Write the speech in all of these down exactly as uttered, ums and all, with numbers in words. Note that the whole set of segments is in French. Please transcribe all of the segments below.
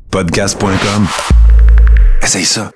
podcast point com. Essaye ça.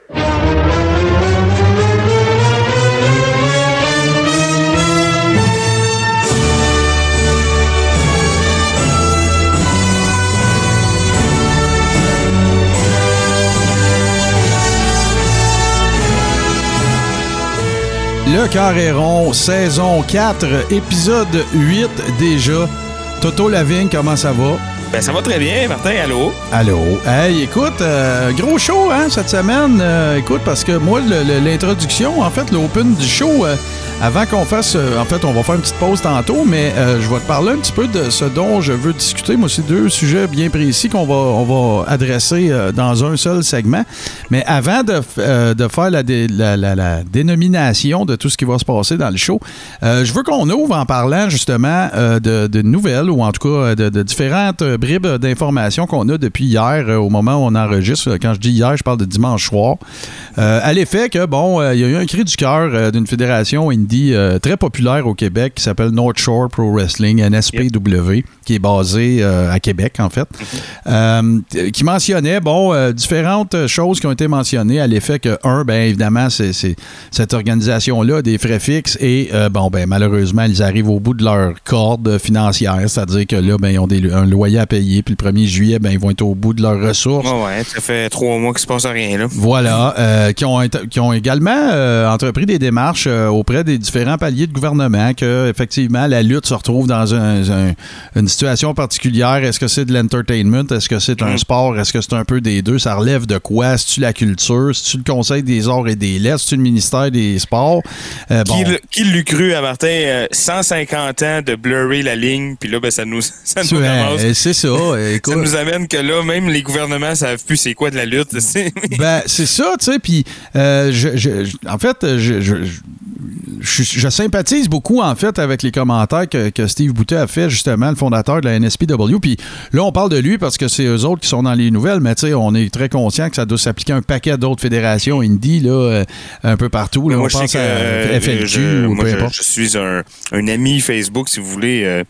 Le Carré rond, saison quatre, épisode huit déjà. Toto Lavigne, comment ça va? Ben, ça va très bien, Martin. Allô? Allô. Hey, écoute, euh, gros show, hein, cette semaine. Euh, écoute, parce que moi, le, le, l'introduction, en fait, l'open du show, euh, avant qu'on fasse... Euh, en fait, on va faire une petite pause tantôt, mais euh, je vais te parler un petit peu de ce dont je veux discuter. Moi, c'est deux sujets bien précis qu'on va, on va adresser euh, dans un seul segment. Mais avant de, euh, de faire la, dé, la, la, la dénomination de tout ce qui va se passer dans le show, euh, je veux qu'on ouvre en parlant, justement, euh, de, de nouvelles, ou en tout cas de, de différentes... Euh, bribes d'informations qu'on a depuis hier, euh, au moment où on enregistre. Quand je dis hier, je parle de dimanche soir. Euh, à l'effet que, bon, il euh, y a eu un cri du cœur euh, d'une fédération indie euh, très populaire au Québec qui s'appelle North Shore Pro Wrestling, N S P W, yep. qui est basée euh, à Québec, en fait, mm-hmm. euh, qui mentionnait, bon, euh, différentes choses qui ont été mentionnées à l'effet que, un, bien évidemment, c'est, c'est cette organisation-là a des frais fixes et, euh, bon, ben malheureusement, ils arrivent au bout de leur corde financière, c'est-à-dire que là, ben ils ont des, un loyer à payer, puis le premier juillet, ben, ils vont être au bout de leurs ressources. Oh ouais, ça fait trois mois qu'il se passe rien, là. Voilà, euh, qui, ont, qui ont également euh, entrepris des démarches euh, auprès des différents paliers de gouvernement, que effectivement la lutte se retrouve dans un, un, une situation particulière. Est-ce que c'est de l'entertainment? Est-ce que c'est un mm. sport? Est-ce que c'est un peu des deux? Ça relève de quoi? C'est-tu la culture? C'est-tu le Conseil des arts et des lettres? C'est-tu le ministère des sports? Euh, bon. Qui, qui l'eût cru à Martin? Euh, cent cinquante ans de blurrer la ligne, puis là, ben, ça nous, ça nous commence. C'est ça. Écoute, ça nous amène que là, même les gouvernements ne savent plus c'est quoi de la lutte. Ben, c'est ça, tu sais, puis euh, je, je, je, en fait, je, je, je, je sympathise beaucoup, en fait, avec les commentaires que, que Steve Boutet a fait, justement, le fondateur de la N S P W, puis là, on parle de lui parce que c'est eux autres qui sont dans les nouvelles, mais tu sais, on est très conscient que ça doit s'appliquer à un paquet d'autres fédérations indie, là, euh, un peu partout, là, moi, on je pense sais que, à F L Q je, ou moi, peu je, importe. Je suis un, un ami Facebook, si vous voulez, euh,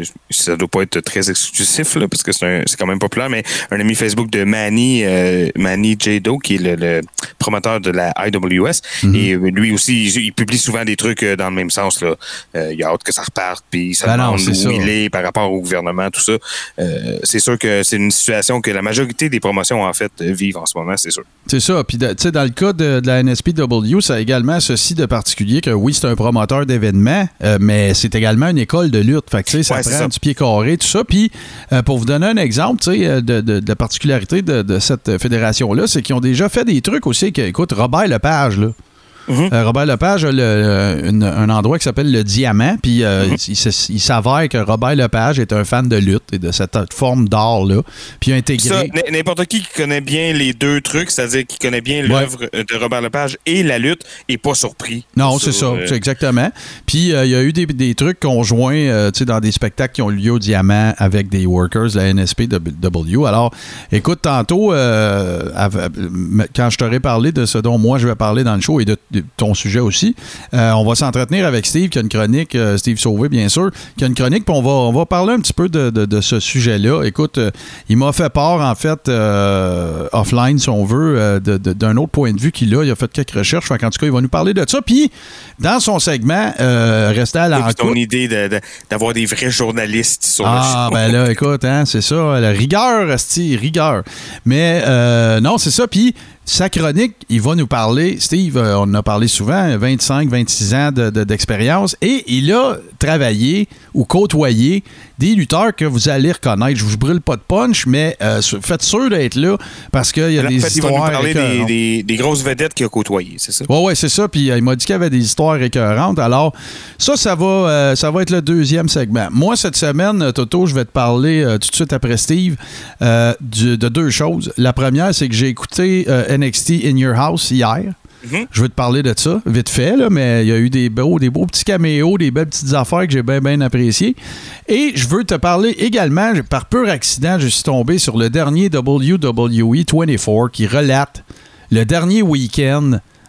ça doit pas être très exclusif, là, parce que c'est, un, c'est quand même populaire, mais un ami Facebook de Manny, euh, Manny Jado, qui est le, le promoteur de la I W S. Mm-hmm. Et lui aussi, il, il publie souvent des trucs dans le même sens. Là. Euh, il a hâte que ça reparte, puis ça ben demande non, où ça. Il est par rapport au gouvernement, tout ça. Euh, c'est sûr que c'est une situation que la majorité des promotions, en fait, vivent en ce moment, c'est sûr. C'est ça. Puis, tu sais, dans le cas de, de la N S P W, ça a également ceci de particulier que, oui, c'est un promoteur d'événements, euh, mais c'est également une école de lutte. Fait que, tu sais, ça ouais, prend ça. du pied carré, tout ça. Puis, euh, pour vous donner un exemple, tu sais, de, de, de la particularité de, de cette fédération-là, c'est qu'ils ont déjà fait des trucs aussi que, écoute, Robert Lepage, là. Mm-hmm. Euh, Robert Lepage a le, une, un endroit qui s'appelle le Diamant, puis euh, mm-hmm. il, il s'avère que Robert Lepage est un fan de lutte et de cette forme d'art-là, puis intégré. Ça, n'importe qui qui connaît bien les deux trucs, c'est-à-dire qui connaît bien l'œuvre ouais. de Robert Lepage et la lutte, est pas surpris. Non, c'est ça, euh... c'est exactement. Puis euh, il y a eu des, des trucs conjoints, euh, tu sais, dans des spectacles qui ont lieu au Diamant avec des workers de la N S P W. Alors, écoute, tantôt, euh, quand je t'aurais parlé de ce dont moi je vais parler dans le show et de ton sujet aussi. Euh, on va s'entretenir avec Steve, qui a une chronique, euh, Steve Sauvé, bien sûr, qui a une chronique, puis on va, on va parler un petit peu de, de, de ce sujet-là. Écoute, euh, il m'a fait part, en fait, euh, offline, si on veut, euh, de, de, d'un autre point de vue qu'il a. Il a fait quelques recherches, fait qu'en tout cas, il va nous parler de ça. Puis, dans son segment, euh, restez à l'encoute. C'est ton idée de, de, d'avoir des vrais journalistes sur ah, le show. Ah, ben là, écoute, hein, c'est ça, la rigueur, asti, rigueur. Mais, euh, non, c'est ça, puis sa chronique, il va nous parler, Steve, euh, on en a parlé souvent, vingt-cinq vingt-six ans de, de, d'expérience, et il a travaillé ou côtoyé des lutteurs que vous allez reconnaître. Je vous brûle pas de punch, mais euh, faites sûr d'être là, parce qu'il y a là, des en fait, histoires... Il va nous parler des, des, des grosses vedettes qu'il a côtoyées, c'est ça? Oui, oui, c'est ça, puis euh, il m'a dit qu'il y avait des histoires écœurantes. Alors, ça, ça va, euh, ça va être le deuxième segment. Moi, cette semaine, Toto, je vais te parler euh, tout de suite après Steve euh, du, de deux choses. La première, c'est que j'ai écouté euh, N X T In Your House hier. Mm-hmm. Je veux te parler de ça, vite fait, là, mais il y a eu des beaux, des beaux petits caméos, des belles petites affaires que j'ai bien, bien appréciées. Et je veux te parler également, par pur accident, je suis tombé sur le dernier W W E vingt-quatre qui relate le dernier week-end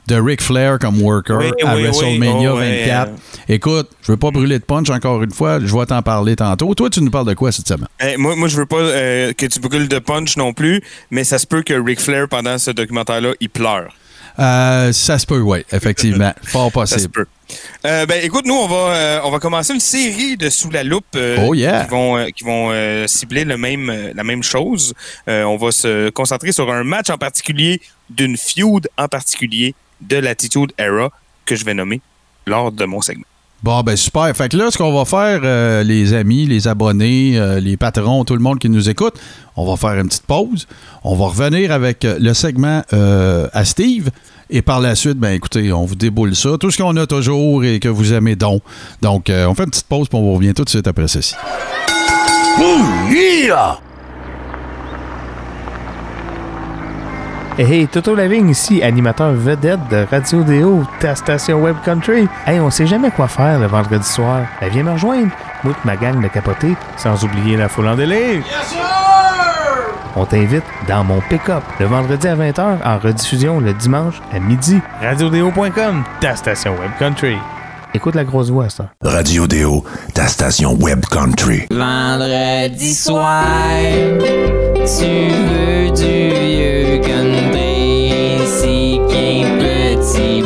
de Ric Flair comme worker oui, à oui, WrestleMania oui. Oh, vingt-quatre. Ouais, euh... Écoute, je veux pas brûler de punch encore une fois. Je vais t'en parler tantôt. Toi, tu nous parles de quoi cette semaine? Eh, moi, moi, je veux pas euh, que tu brûles de punch non plus, mais ça se peut que Ric Flair, pendant ce documentaire-là, il pleure. Euh, ça se peut, oui, effectivement. Fort possible. Ça se peut. Euh, ben, écoute, nous, on va, euh, on va commencer une série de Sous la loupe euh, oh, yeah. qui vont, euh, qui vont euh, cibler le même, euh, la même chose. Euh, on va se concentrer sur un match en particulier, d'une feud en particulier de l'Attitude Era que je vais nommer lors de mon segment. Bon, ben super. Fait que là, ce qu'on va faire, euh, les amis, les abonnés, euh, les patrons, tout le monde qui nous écoute, on va faire une petite pause. On va revenir avec euh, le segment euh, à Steve. Et par la suite, ben écoutez, on vous déboule ça. Tout ce qu'on a toujours et que vous aimez donc. Donc, euh, on fait une petite pause puis on vous revient tout de suite après ceci. Mmh, yeah! Hey, hey, Toto Lavigne ici, animateur vedette de Radio Déo, ta station Web Country. Hey, on sait jamais quoi faire le vendredi soir. Ben, viens me rejoindre. Moi ma gang de capoter, sans oublier la foule en délire. Yes, sir! On t'invite dans mon pick-up le vendredi à vingt heures, en rediffusion le dimanche à midi. radio déo point com, ta station Web Country. Écoute la grosse voix, ça. Radio Déo, ta station Web Country. Vendredi soir, tu veux du vieux country, c'est qu'un petit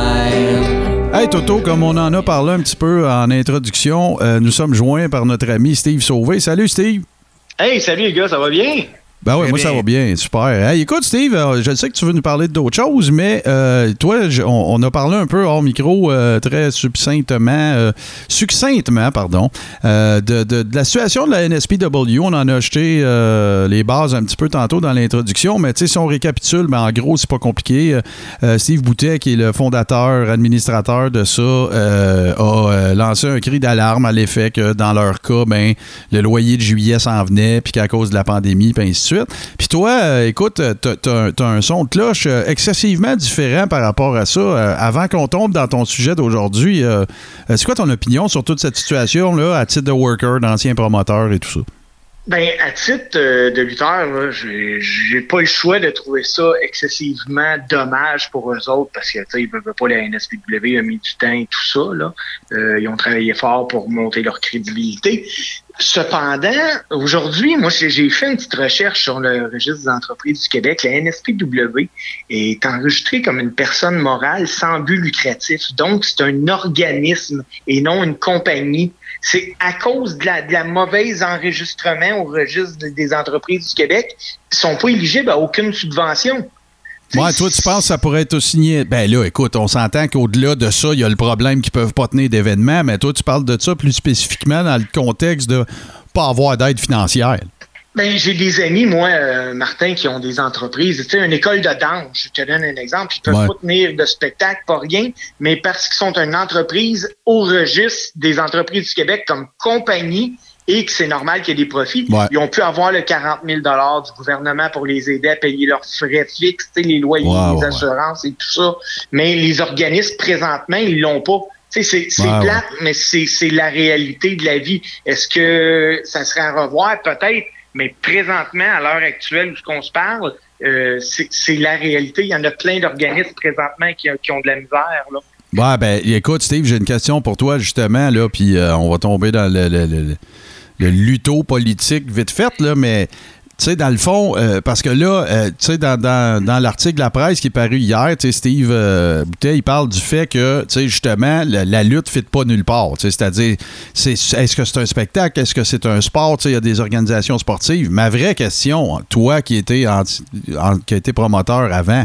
boire. Hey Toto, comme on en a parlé un petit peu en introduction, euh, nous sommes joints par notre ami Steve Sauvé. Salut Steve! Hey, salut les gars, ça va bien? Ben oui, Très moi bien. ça va bien, super. Hey, écoute Steve, euh, je sais que tu veux nous parler d'autres choses, mais euh, toi, je, on, on a parlé un peu hors micro, euh, très succinctement, euh, succinctement, pardon, euh, de, de, de la situation de la N S P W. On en a acheté euh, les bases un petit peu tantôt dans l'introduction, mais tu sais, si on récapitule, ben, en gros, c'est pas compliqué. Euh, Steve Boutet, qui est le fondateur, administrateur de ça, euh, a euh, lancé un cri d'alarme à l'effet que dans leur cas, ben, le loyer de juillet s'en venait, puis qu'à cause de la pandémie, puis ainsi de suite. Puis toi, euh, écoute, t'as, t'as, t'as un son de cloche euh, excessivement différent par rapport à ça. Euh, avant qu'on tombe dans ton sujet d'aujourd'hui, euh, c'est quoi ton opinion sur toute cette situation-là à titre de worker, d'ancien promoteur et tout ça? Ben, à titre euh, de lutteur, là, j'ai, j'ai pas le choix de trouver ça excessivement dommage pour eux autres parce que, tu sais, ils veulent pas, la N S P W a mis du temps et tout ça, là. Euh, ils ont travaillé fort pour monter leur crédibilité. Cependant, aujourd'hui, moi, j'ai fait une petite recherche sur le registre des entreprises du Québec. La N S P W est enregistrée comme une personne morale sans but lucratif. Donc, c'est un organisme et non une compagnie. C'est à cause de la, de la mauvaise enregistrement au registre des entreprises du Québec, ils sont pas éligibles à aucune subvention. Ouais, toi, tu penses que ça pourrait être signé? Ben là, écoute, on s'entend qu'au-delà de ça, il y a le problème qu'ils peuvent pas tenir d'événements, mais toi, tu parles de ça plus spécifiquement dans le contexte de pas avoir d'aide financière. Ben, j'ai des amis, moi, euh, Martin, qui ont des entreprises. Tu sais, une école de danse, je te donne un exemple, ils peuvent ouais. pas tenir de spectacle, pas rien, mais parce qu'ils sont une entreprise au registre des entreprises du Québec comme compagnie et que c'est normal qu'il y ait des profits, ouais. ils ont pu avoir le quarante mille dollars du gouvernement pour les aider à payer leurs frais fixes, tu sais, les loyers, ouais, les ouais, assurances et tout ça. Mais les organismes, présentement, ils l'ont pas. Tu sais, c'est, c'est ouais, plate, ouais. mais c'est, c'est la réalité de la vie. Est-ce que ça serait à revoir? Peut-être. Mais présentement, à l'heure actuelle où on se parle, euh, c'est, c'est la réalité. Il y en a plein d'organismes présentement qui, qui ont de la misère, là. Ouais, ben, écoute, Steve, j'ai une question pour toi, justement, là, puis euh, on va tomber dans le, le, le, le luto politique vite fait, là, mais tu sais, dans le fond, euh, parce que là, euh, tu sais, dans, dans, dans l'article de la presse qui est paru hier, tu sais, Steve euh, Boutet, il parle du fait que, tu sais, justement, la, la lutte ne fit pas nulle part. Tu sais, c'est-à-dire, c'est, est-ce que c'est un spectacle? Est-ce que c'est un sport? Tu sais, il y a des organisations sportives. Ma vraie question, toi qui étais anti, en, qui a été promoteur avant,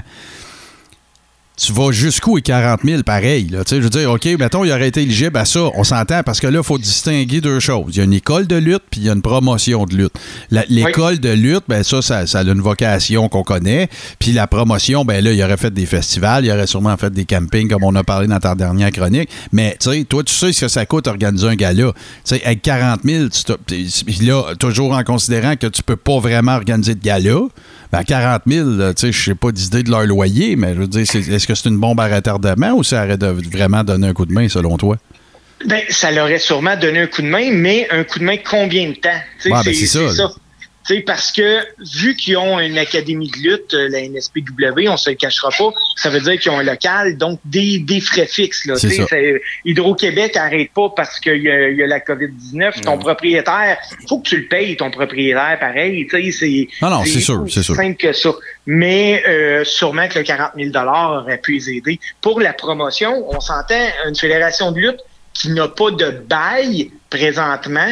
tu vas jusqu'où et quarante mille pareil. Là. Je veux dire, OK, mettons, il aurait été éligible à ça. On s'entend parce que là, il faut distinguer deux choses. Il y a une école de lutte puis il y a une promotion de lutte. La, l'école oui. de lutte, ben ça, ça, ça a une vocation qu'on connaît. Puis la promotion, ben là, il aurait fait des festivals, il aurait sûrement fait des campings comme on a parlé dans ta dernière chronique. Mais tu sais, toi, tu sais ce que ça coûte organiser un gala. Tu sais, avec quarante mille, puis là, toujours en considérant que tu peux pas vraiment organiser de gala, ben quarante mille, tu sais, je sais pas d'idée de leur loyer, mais je veux dire, c'est, est-ce que c'est une bombe à retardement ou ça aurait de, vraiment donné un coup de main, selon toi? Ben, ça l'aurait sûrement donné un coup de main, mais un coup de main combien de temps? Ouais, ben c'est, c'est ça. ça. Tu sais, parce que vu qu'ils ont une académie de lutte, la N S P W, on se le cachera pas, ça veut dire qu'ils ont un local, donc des, des frais fixes. Là, Hydro-Québec n'arrête pas parce qu'il y a, il y a la covid dix-neuf. Mmh. Ton propriétaire, faut que tu le payes, ton propriétaire, pareil. Tu sais, c'est, non, non, c'est, c'est sûr, c'est sûr. simple que ça. Mais euh, sûrement que le quarante mille dollars aurait pu les aider. Pour la promotion, on s'entend, une fédération de lutte qui n'a pas de bail présentement,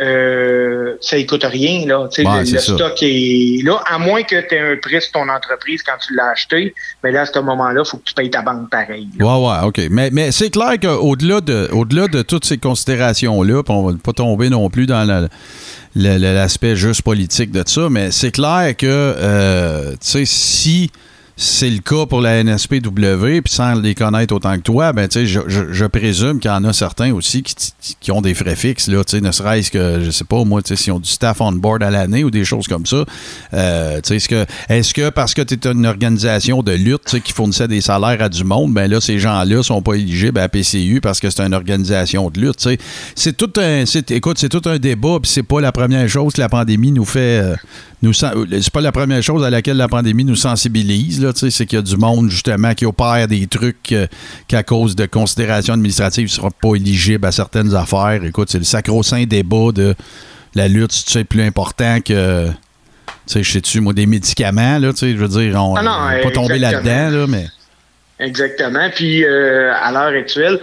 euh, ça ne coûte rien. Là. Ouais, le le stock est là, à moins que tu aies un prix sur ton entreprise quand tu l'as acheté. Mais là, à ce moment-là, il faut que tu payes ta banque pareil. Oui, oui, OK. Mais, mais c'est clair qu'au-delà de, au-delà de toutes ces considérations-là, on ne va pas tomber non plus dans la, la, l'aspect juste politique de ça, mais c'est clair que, euh, tu sais, si c'est le cas pour la N S P W, puis sans les connaître autant que toi, ben tu sais, je, je, je présume qu'il y en a certains aussi qui, qui ont des frais fixes, là, tu sais, ne serait-ce que, je sais pas, moi, tu sais, s'ils ont du staff on board à l'année ou des choses comme ça. Euh, tu sais, est-ce que, est-ce que parce que tu es une organisation de lutte, tu sais, qui fournissait des salaires à du monde, ben là, ces gens-là sont pas éligibles à P C U parce que c'est une organisation de lutte, tu sais. C'est tout un, c'est, écoute, c'est tout un débat, puis c'est pas la première chose que la pandémie nous fait. Euh, Nous, c'est pas la première chose à laquelle la pandémie nous sensibilise, là, c'est qu'il y a du monde, justement, qui opère des trucs euh, qu'à cause de considérations administratives ne sera pas éligible à certaines affaires. Écoute, c'est le sacro-saint débat de la lutte, c'est plus important que, tu sais, je sais-tu, moi, des médicaments, là, tu sais, je veux dire, on ne va pas tomber là-dedans, là, mais... Exactement, puis euh, à l'heure actuelle,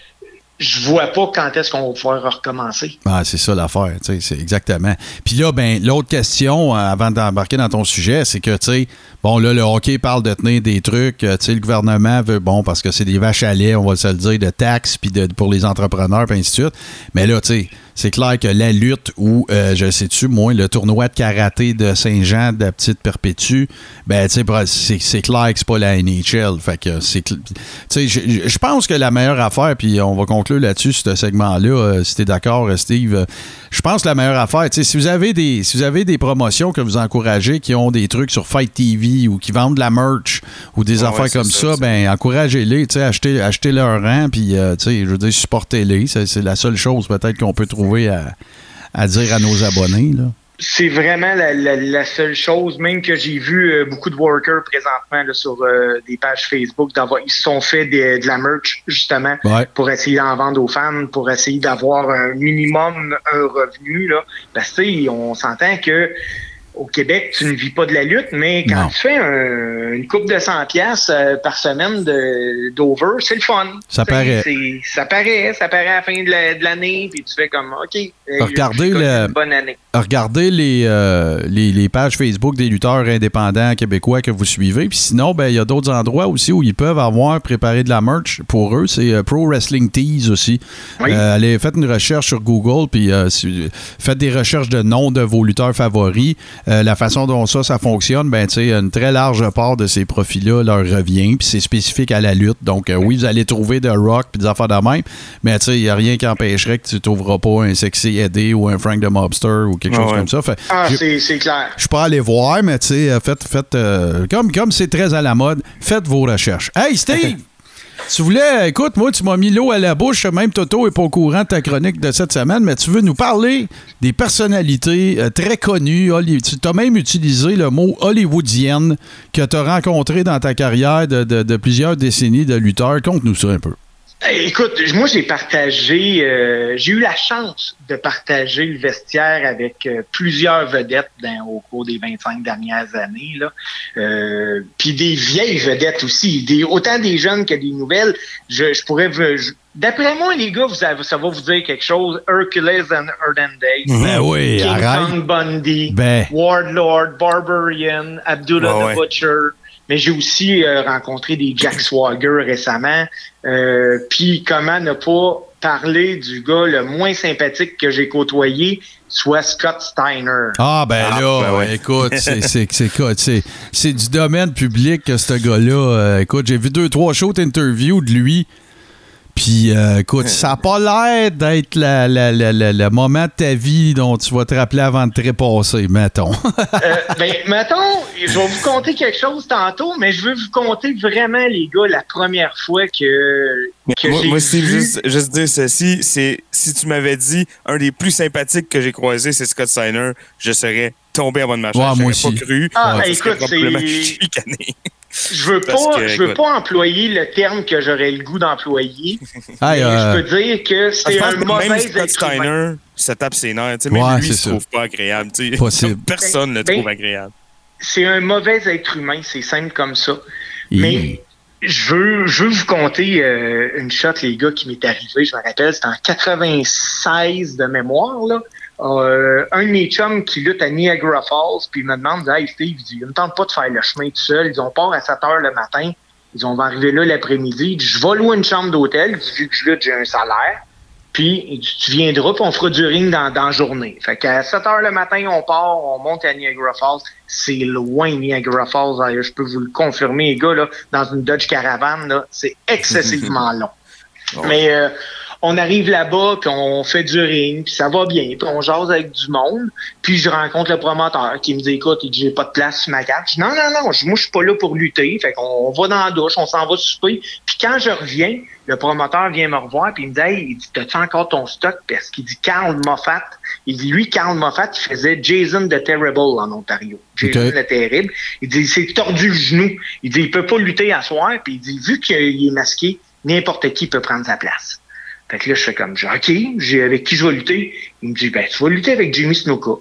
je vois pas quand est-ce qu'on va pouvoir recommencer. Ah, c'est ça l'affaire, tu sais, c'est exactement. Puis là, ben, l'autre question, avant d'embarquer dans ton sujet, c'est que, tu sais, bon, là, le hockey parle de tenir des trucs, tu sais, le gouvernement veut, bon, parce que c'est des vaches à lait, on va se le dire, de taxes, puis de, pour les entrepreneurs, puis ainsi de suite. Mais là, tu sais, c'est clair que la lutte ou, euh, je sais-tu, moi, le tournoi de karaté de Saint-Jean de la Petite Perpétue, ben, tu sais, c'est, c'est clair que c'est pas la N H L. Fait que c'est, tu sais, je, je pense que la meilleure affaire, puis on va conclure là-dessus, ce segment-là, euh, si t'es d'accord, Steve, euh, je pense que la meilleure affaire, tu sais, si vous avez des, si vous avez des promotions que vous encouragez, qui ont des trucs sur Fight T V ou qui vendent de la merch ou des ouais, affaires ouais, comme ça, ça ben, encouragez-les, tu sais, achetez, achetez leur rang, puis, euh, tu sais, je veux dire, supportez-les. C'est, c'est la seule chose, peut-être, qu'on peut trouver À, à dire à nos abonnés, là. C'est vraiment la, la, la seule chose, même que j'ai vu euh, beaucoup de workers présentement là, sur euh, des pages Facebook, d'avoir, ils se sont fait des, de la merch, justement, ouais. pour essayer d'en vendre aux fans, pour essayer d'avoir un minimum, un revenu, là. Parce que, on s'entend que au Québec, tu ne vis pas de la lutte, mais quand non. tu fais un, une coupe de cent piastres euh, par semaine de, d'over, c'est le fun. Ça c'est, paraît. C'est, ça paraît. Ça paraît à la fin de, la, de l'année, puis tu fais comme, OK, regardez je, je le, une bonne année. Regardez les, euh, les, les pages Facebook des lutteurs indépendants québécois que vous suivez. Puis sinon, ben, il y a d'autres endroits aussi où ils peuvent avoir préparé de la merch pour eux. C'est euh, Pro Wrestling Tees aussi. Oui. Euh, allez, faites une recherche sur Google, puis euh, faites des recherches de noms de vos lutteurs favoris. Euh, la façon dont ça, ça fonctionne, ben, tu sais, une très large part de ces profils-là leur revient, puis c'est spécifique à la lutte. Donc, euh, oui, vous allez trouver de rock puis des affaires de même, mais tu sais, il n'y a rien qui empêcherait que tu ne trouveras pas un Sexy Eddie ou un Frank the Mobster ou quelque chose ouais. comme ça. Fait, ah, c'est, c'est clair. Je suis pas allé voir, mais tu sais, faites, faites euh, comme, comme c'est très à la mode, faites vos recherches. Hey, Steve! Tu voulais, écoute, moi, tu m'as mis l'eau à la bouche, même Toto n'est pas au courant de ta chronique de cette semaine, mais tu veux nous parler des personnalités euh, très connues. Holly, tu as même utilisé le mot hollywoodienne que tu as rencontré dans ta carrière de, de, de plusieurs décennies de lutteurs. Conte-nous ça un peu. Écoute, moi, j'ai partagé, euh, j'ai eu la chance de partager le vestiaire avec euh, plusieurs vedettes dans, au cours des vingt-cinq dernières années, là. Euh, puis des vieilles vedettes aussi, des, autant des jeunes que des nouvelles. Je, je pourrais, je, d'après moi, les gars, vous avez, ça va vous dire quelque chose. Hercules and Hernandez, ben oui, King arrête. Kong Bundy, ben. Wardlord, Barbarian, Abdullah oh, the ouais. Butcher. Mais j'ai aussi euh, rencontré des Jack Swagger récemment. Euh, Puis comment ne pas parler du gars le moins sympathique que j'ai côtoyé, soit Scott Steiner. Ah, ben ah, là, ben ouais. écoute, c'est, c'est, c'est, c'est, c'est du domaine public que ce gars-là. Euh, écoute, j'ai vu deux, trois shows d'interview de lui. Puis, euh, écoute, ça n'a pas l'air d'être la, la, la, la, le moment de ta vie dont tu vas te rappeler avant de trépasser, mettons. euh, ben, mettons, je vais vous conter quelque chose tantôt, mais je veux vous conter vraiment, les gars, la première fois que, que moi, j'ai moi, Steve, vu... juste, juste dire ceci, c'est si tu m'avais dit un des plus sympathiques que j'ai croisé, c'est Scott Steiner, je serais tombé en bas de ma chaise. Ouais, moi J'aurais aussi. pas cru. Ah, Ça serait écoute, probablement c'est- chicané. Je veux Parce pas, que, je veux écoute. pas employer le terme que j'aurais le goût d'employer. Hey, mais euh, je peux dire que Je c'est pense un que mauvais même Scott être humain. Steiner se tape ses nerfs. Tu sais, même Ouais, lui, il c'est se ça. trouve pas agréable. tu sais. Possible. Personne ne le Ben, trouve agréable. C'est un mauvais être humain, c'est simple comme ça. Hi. Mais je veux, je veux vous conter euh, une shot, les gars, qui m'est arrivée. Je me rappelle, c'était en quatre-vingt-seize de mémoire, là. Euh, un de mes chums qui lutte à Niagara Falls, puis il me demande, hey Steve, il dit, il me tente pas de faire le chemin tout seul. Ils ont part à sept heures le matin. Ils ont arrivé là l'après-midi. Il dit, je vais louer une chambre d'hôtel. Il dit, vu que je lutte, j'ai un salaire. Puis, il dit, tu viendras, puis on fera du ring dans, dans la journée. Fait qu'à sept heures le matin, on part, on monte à Niagara Falls. C'est loin, Niagara Falls. D'ailleurs, je peux vous le confirmer, les gars, là, dans une Dodge Caravan, là, c'est excessivement long. Mais euh, on arrive là-bas, puis on fait du ring, puis ça va bien, puis on jase avec du monde. Puis je rencontre le promoteur qui me dit, écoute, il dit, j'ai pas de place sur ma carte. Je dis, non, non, non, je- moi, je suis pas là pour lutter. Fait qu'on va dans la douche, on s'en va souper. Puis quand je reviens, le promoteur vient me revoir, puis il me dit, hey, il dit, t'as-tu encore ton stock? Parce qu'il dit, Carl Moffat. Il dit, lui, Carl Moffat, il faisait Jason the Terrible en Ontario. Jason Ok. le Terrible. Il dit, il s'est tordu le genou. Il dit, il peut pas lutter à soir. Puis il dit, vu qu'il est masqué, n'importe qui peut prendre sa place. Fait que là, je fais comme, j'ai OK, j'ai avec qui je vais lutter? Il me dit, ben, tu vas lutter avec Jimmy Snuka.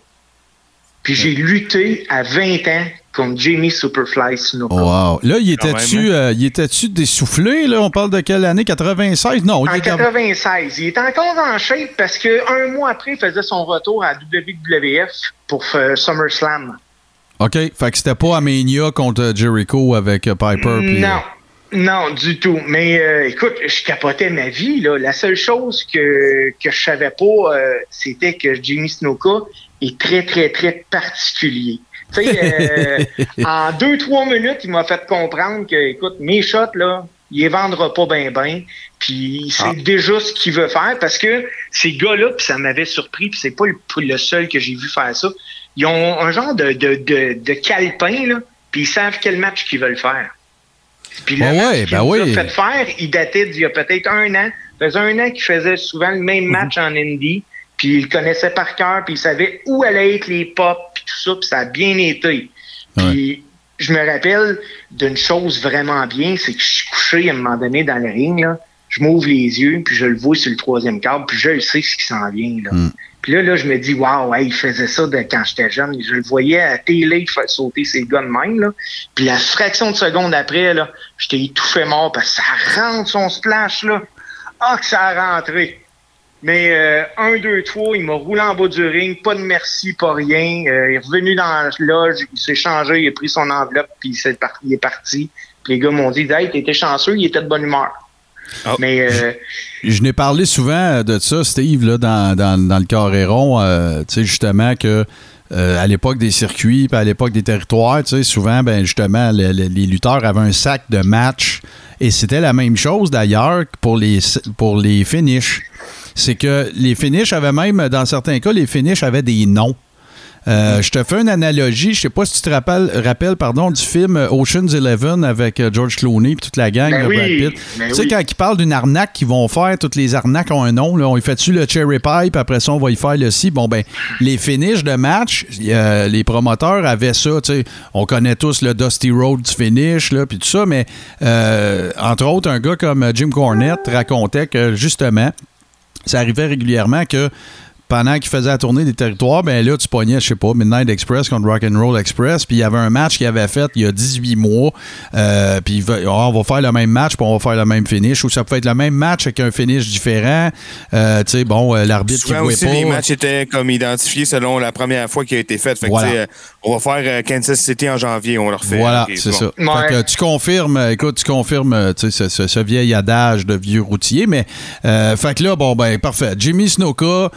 Puis j'ai lutté à vingt ans contre Jimmy Superfly Snuka. Wow. Là, il Quand était-tu même, euh, il était-tu dessoufflé, là? On parle de quelle année? quatre-vingt-seize? Non, il En était... quatre-vingt-seize. Il est encore en shape parce que un mois après, il faisait son retour à W W F pour euh, SummerSlam. OK. Fait que c'était pas à Mania contre Jericho avec euh, Piper. puis, Non. Non, du tout. Mais euh, écoute, je capotais ma vie, là. La seule chose que, que je savais pas, euh, c'était que Jimmy Snuka est très, très, très particulier. Tu sais, euh, en deux, trois minutes, il m'a fait comprendre que, écoute, mes shots, là, il les vendra pas bien, bien. Puis il sait déjà ce qu'il veut faire parce que ces gars-là, puis ça m'avait surpris, puis c'est pas le, le seul que j'ai vu faire ça. Ils ont un genre de, de, de, de calepin, là, puis ils savent quel match qu'ils veulent faire. Puis le Ah match ouais, qu'il ben nous a oui. fait faire, il datait d'il y a peut-être un an. Ça faisait un an qu'il faisait souvent le même match en Indie, puis il le connaissait par cœur, puis il savait où allaient être les pops, puis tout ça, puis ça a bien été. Puis je me rappelle d'une chose vraiment bien, c'est que je suis couché à un moment donné dans le ring, là, je m'ouvre les yeux, puis je le vois sur le troisième câble, puis je le sais ce qui s'en vient. Là. Mm. Puis là, là, je me dis, waouh, hey, il faisait ça de, quand j'étais jeune. Je le voyais à télé faire sauter ses gars de même. Là. Puis la fraction de seconde après, là, j'étais étouffé mort parce que ça rentre son splash. Là. Ah, que ça a rentré. Mais euh, un, deux, trois, il m'a roulé en bas du ring, pas de merci, pas rien. Euh, il est revenu dans la loge, il s'est changé, il a pris son enveloppe, puis il, s'est par- il est parti. Puis les gars m'ont dit, hey, t'étais chanceux, il était de bonne humeur. Oh. Mais euh, Je n'ai parlé souvent de ça, Steve, là, dans, dans, dans le Carré-Rond, euh, tu sais, justement, que euh, à l'époque des circuits, puis à l'époque des territoires, tu sais, souvent, ben justement, le- le- les lutteurs avaient un sac de match, et c'était la même chose, d'ailleurs, pour les, pour les finishes. C'est que les finishes avaient même, dans certains cas, les finishes avaient des noms. Euh, je te fais une analogie, je sais pas si tu te rappelles, rappelles pardon, du film Ocean's Eleven avec euh, George Clooney et toute la gang, Ben là, oui, Brad Pitt. ben Tu sais, oui. quand ils parlent d'une arnaque qu'ils vont faire, toutes les arnaques ont un nom. Là, on y fait-tu le cherry pie, puis après ça, on va y faire le ci. Bon, ben, les finishes de match, euh, les promoteurs avaient ça. Tu sais, on connaît tous le Dusty Rhodes finish, là, puis tout ça, mais euh, entre autres, un gars comme Jim Cornette racontait que, justement, ça arrivait régulièrement que pendant qu'il faisait la tournée des territoires, ben là, tu pognais, je sais pas, Midnight Express contre Rock'n'Roll Express, puis il y avait un match qu'il avait fait il y a dix-huit mois, euh, puis il va- oh, on va faire le même match, puis on va faire le même finish, ou ça peut être le même match avec un finish différent. Euh, tu sais, bon, euh, l'arbitre qui Souvent voit aussi, pas. les matchs étaient comme identifiés selon la première fois qui a été faite. Fait que, Voilà. tu sais, euh, on va faire euh, Kansas City en janvier, on le refait. Voilà, Ok, c'est bon. ça. Ouais. Fait que tu confirmes, euh, écoute, tu confirmes euh, tu sais, ce, ce- ce vieil adage de vieux routier, mais euh, fait que là, bon, ben, parfait. Jimmy Snuka, lui,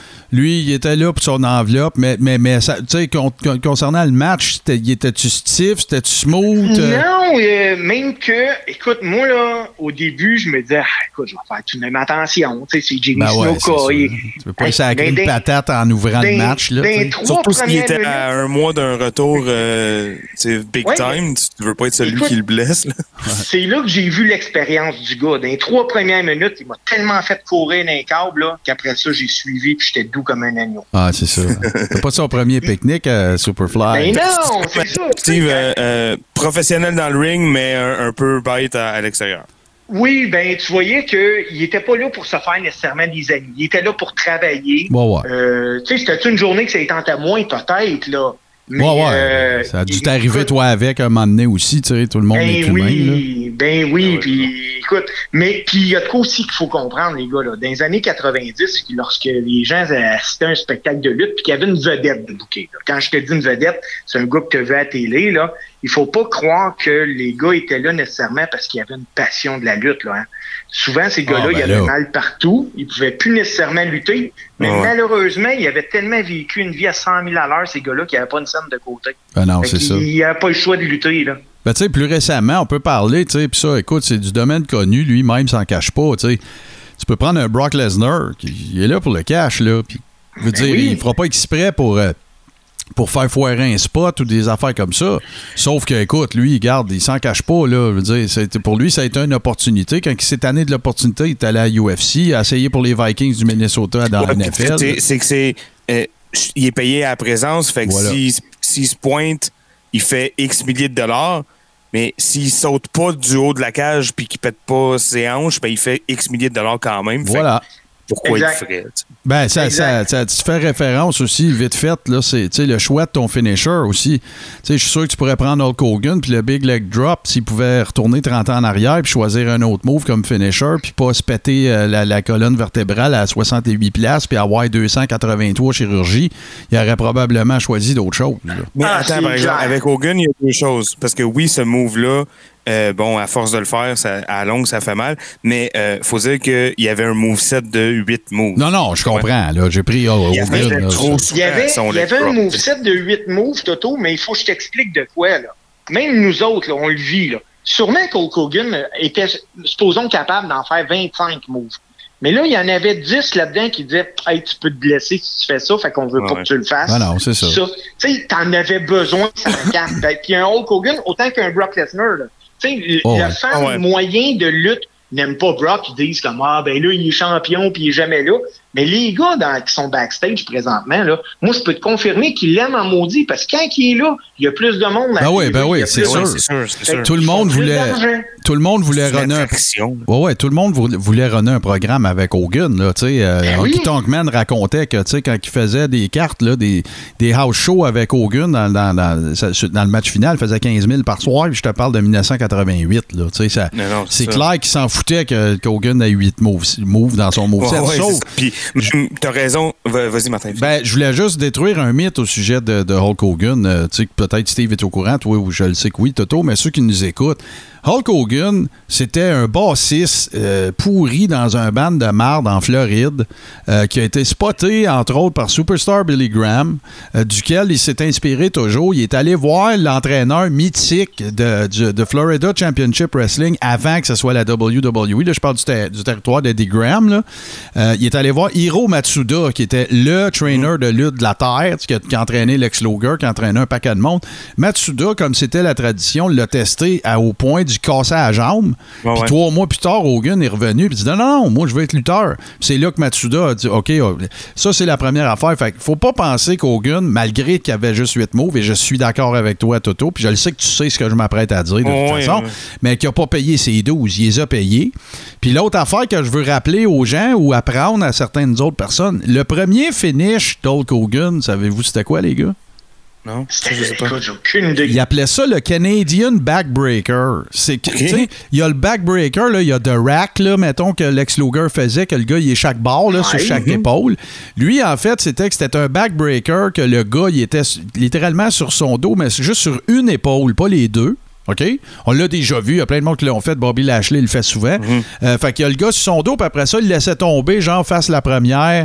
lui, il était là pour son enveloppe, mais, mais, mais tu sais, con, con, concernant le match, c'était, il était-tu stiff, c'était-tu smooth? Euh? Non, euh, même que, écoute, moi, là, au début, je me disais, ah, écoute, je vais faire tout de même attention, tu sais, c'est Jimmy Ben ouais, Snuka. il... Tu peux pas hey, sacrer une patate en ouvrant ben, le match, là. Ben, surtout s'il était minutes, à un mois d'un retour, euh, big ouais, time, tu veux pas être celui écoute, qui le blesse, là. C'est là que j'ai vu l'expérience du gars. Dans les trois premières minutes, il m'a tellement fait courir dans les câbles, là, qu'après ça, j'ai suivi puis j'étais doux comme un agneau. Ah, c'est ça. C'est pas son premier pique-nique à Superfly. Ben non, c'est ça. Steve, euh, euh, professionnel dans le ring, mais un, un peu bête à, à l'extérieur. Oui, ben tu voyais qu'il était pas là pour se faire nécessairement des amis. Il était là pour travailler. Bon, ouais. euh, tu sais, c'était une journée que ça tentait moins, peut-être, là. Mais, ouais, ouais. Euh, ça a dû t'arriver, toi, avec, un moment donné aussi, tu sais, tout le monde ben est humain, oui, là. Ben oui, puis écoute, mais puis il y a de quoi aussi qu'il faut comprendre, les gars, là. Dans les années quatre-vingt-dix, lorsque les gens assistaient à un spectacle de lutte, puis qu'il y avait une vedette de bouquet, là. Quand je te dis une vedette, c'est un gars que tu as vu à la télé, là. Il faut pas croire que les gars étaient là nécessairement parce qu'il y avait une passion de la lutte, là, hein. Souvent, ces gars-là, ah, ben ils avaient là. mal partout. Ils pouvaient plus nécessairement lutter. Mais ouais. malheureusement, ils avaient tellement vécu une vie à cent mille à l'heure, ces gars-là, qu'ils n'avaient pas une scène de côté. Ben non, fait c'est ça. Ils n'avaient pas le choix de lutter, là. Ben, tu sais, plus récemment, on peut parler, tu sais, puis ça, écoute, c'est du domaine connu, lui-même s'en cache pas, tu sais. Tu peux prendre un Brock Lesnar, qui il est là pour le cash, là, puis, je veux ben dire, oui. il fera pas exprès pour... Euh, pour faire foirer un spot ou des affaires comme ça. Sauf que, écoute, lui, il garde, il s'en cache pas, là. Je veux dire, c'est, pour lui, ça a été une opportunité. Quand il s'est tanné de l'opportunité, il est allé à U F C, il a essayé pour les Vikings du Minnesota dans ouais, la N F L. C'est, c'est que c'est... Euh, il est payé à la présence, fait que voilà. s'il, s'il se pointe, il fait X milliers de dollars, mais s'il saute pas du haut de la cage puis qu'il pète pas ses hanches, ben il fait X milliers de dollars quand même. Voilà. Pourquoi exact. il le ferait? Ben, ça, ça, ça, tu fais référence aussi, vite fait, là, c'est le choix de ton finisher aussi. Je suis sûr que tu pourrais prendre Hulk Hogan puis le Big Leg Drop s'il pouvait retourner trente ans en arrière puis choisir un autre move comme finisher puis pas se péter euh, la, la colonne vertébrale à soixante-huit places puis avoir deux cent quatre-vingt-trois chirurgies. Il aurait probablement choisi d'autres choses. Là. Mais ah, attends, par exemple, avec Hogan, il y a deux choses. Parce que oui, ce move-là, Euh, bon, à force de le faire, ça, à longue, ça fait mal. Mais il euh, faut dire qu'il y avait un moveset de huit moves. Non, non, je comprends. Là, j'ai pris... Oh, il y avait, Hogan, là, trop il y avait, il y avait un moveset de huit moves, Toto, mais il faut que je t'explique de quoi. Là. Même nous autres, là, on le vit. Là. Sûrement qu'Hulk Hogan était, supposons, capable d'en faire vingt-cinq moves. Mais là, il y en avait dix là-dedans qui disaient « Hey, tu peux te blesser si tu fais ça, fait qu'on veut ouais. pas que tu le fasses. Ben » non, c'est ça. Tu sais, t'en avais besoin de sa carte. Puis un Hulk Hogan, autant qu'un Brock Lesnar, là. Tu sais, oh, le fan oh, ouais. moyen de lutte n'aime pas Brock, ils disent comme ah ben là il est champion puis il est jamais là. Mais les gars dans, qui sont backstage présentement là, moi je peux te confirmer qu'ils l'aiment en maudit parce que quand il est là, il y a plus de monde. Ben oui, ben oui, c'est sûr. c'est sûr, c'est sûr. Tout le monde voulait, tout le monde voulait runner un, ouais, ouais, tout le monde voulait runner un programme avec Hogan là, tu sais. Euh, ben oui. Tonk Man racontait que tu sais quand il faisait des cartes là, des, des house shows avec Hogan dans, dans, dans, dans le match final, il faisait quinze mille par soir. Puis je te parle de dix-neuf cent quatre-vingt-huit là, tu sais ça. Non, non, c'est c'est clair qu'il s'en foutait que qu'Hogan ait huit moves, moves dans son moveset. Ouais, ouais, puis t'as raison. Vas-y, Martin. Ben, je voulais juste détruire un mythe au sujet de, de Hulk Hogan. Euh, tu sais, peut-être Steve est au courant, toi, ou je le sais que oui, Toto, mais ceux qui nous écoutent, Hulk Hogan, c'était un bassiste euh, pourri dans un band de marde en Floride euh, qui a été spoté, entre autres, par Superstar Billy Graham, euh, duquel il s'est inspiré toujours. Il est allé voir l'entraîneur mythique de, de, de Florida Championship Wrestling avant que ce soit la W W E. Là, je parle du, ter- du territoire d'Eddie Graham. Là. Euh, il est allé voir Hiro Matsuda, qui était le trainer de lutte de la Terre, qui a, qui a entraîné Lex Luger, qui a entraîné un paquet de monde. Matsuda, comme c'était la tradition, l'a testé à, au point du casser à la jambe. Puis ouais. trois mois plus tard, Hogan est revenu et dit non, non, non, moi, je veux être lutteur. Puis c'est là que Matsuda a dit OK, ça, c'est la première affaire. Fait qu'il faut pas penser qu'Hogan, malgré qu'il avait juste huit moves, et je suis d'accord avec toi, Toto, puis je le sais que tu sais ce que je m'apprête à dire de toute ouais, façon, ouais. mais qu'il n'a pas payé ses douze, il les a payés. Puis l'autre affaire que je veux rappeler aux gens ou apprendre à certaines autres personnes, le premier finish d'Hulk Hogan, savez-vous c'était quoi, les gars? Non, je sais pas. J'ai aucune idée. Il appelait ça le Canadian Backbreaker. C'est, okay. Il y a le Backbreaker, là, il y a The Rack, là, mettons, que Lex Luger faisait, que le gars, il est chaque barre, là, ouais. sur chaque mm-hmm. épaule. Lui, en fait, c'était que c'était un Backbreaker, que le gars, il était littéralement sur son dos, mais juste sur une épaule, pas les deux. OK? On l'a déjà vu. Il y a plein de monde qui l'ont fait. Bobby Lashley le fait souvent. Mm-hmm. Euh, fait qu'il y a le gars sur son dos, puis après ça, il laissait tomber, genre, face la première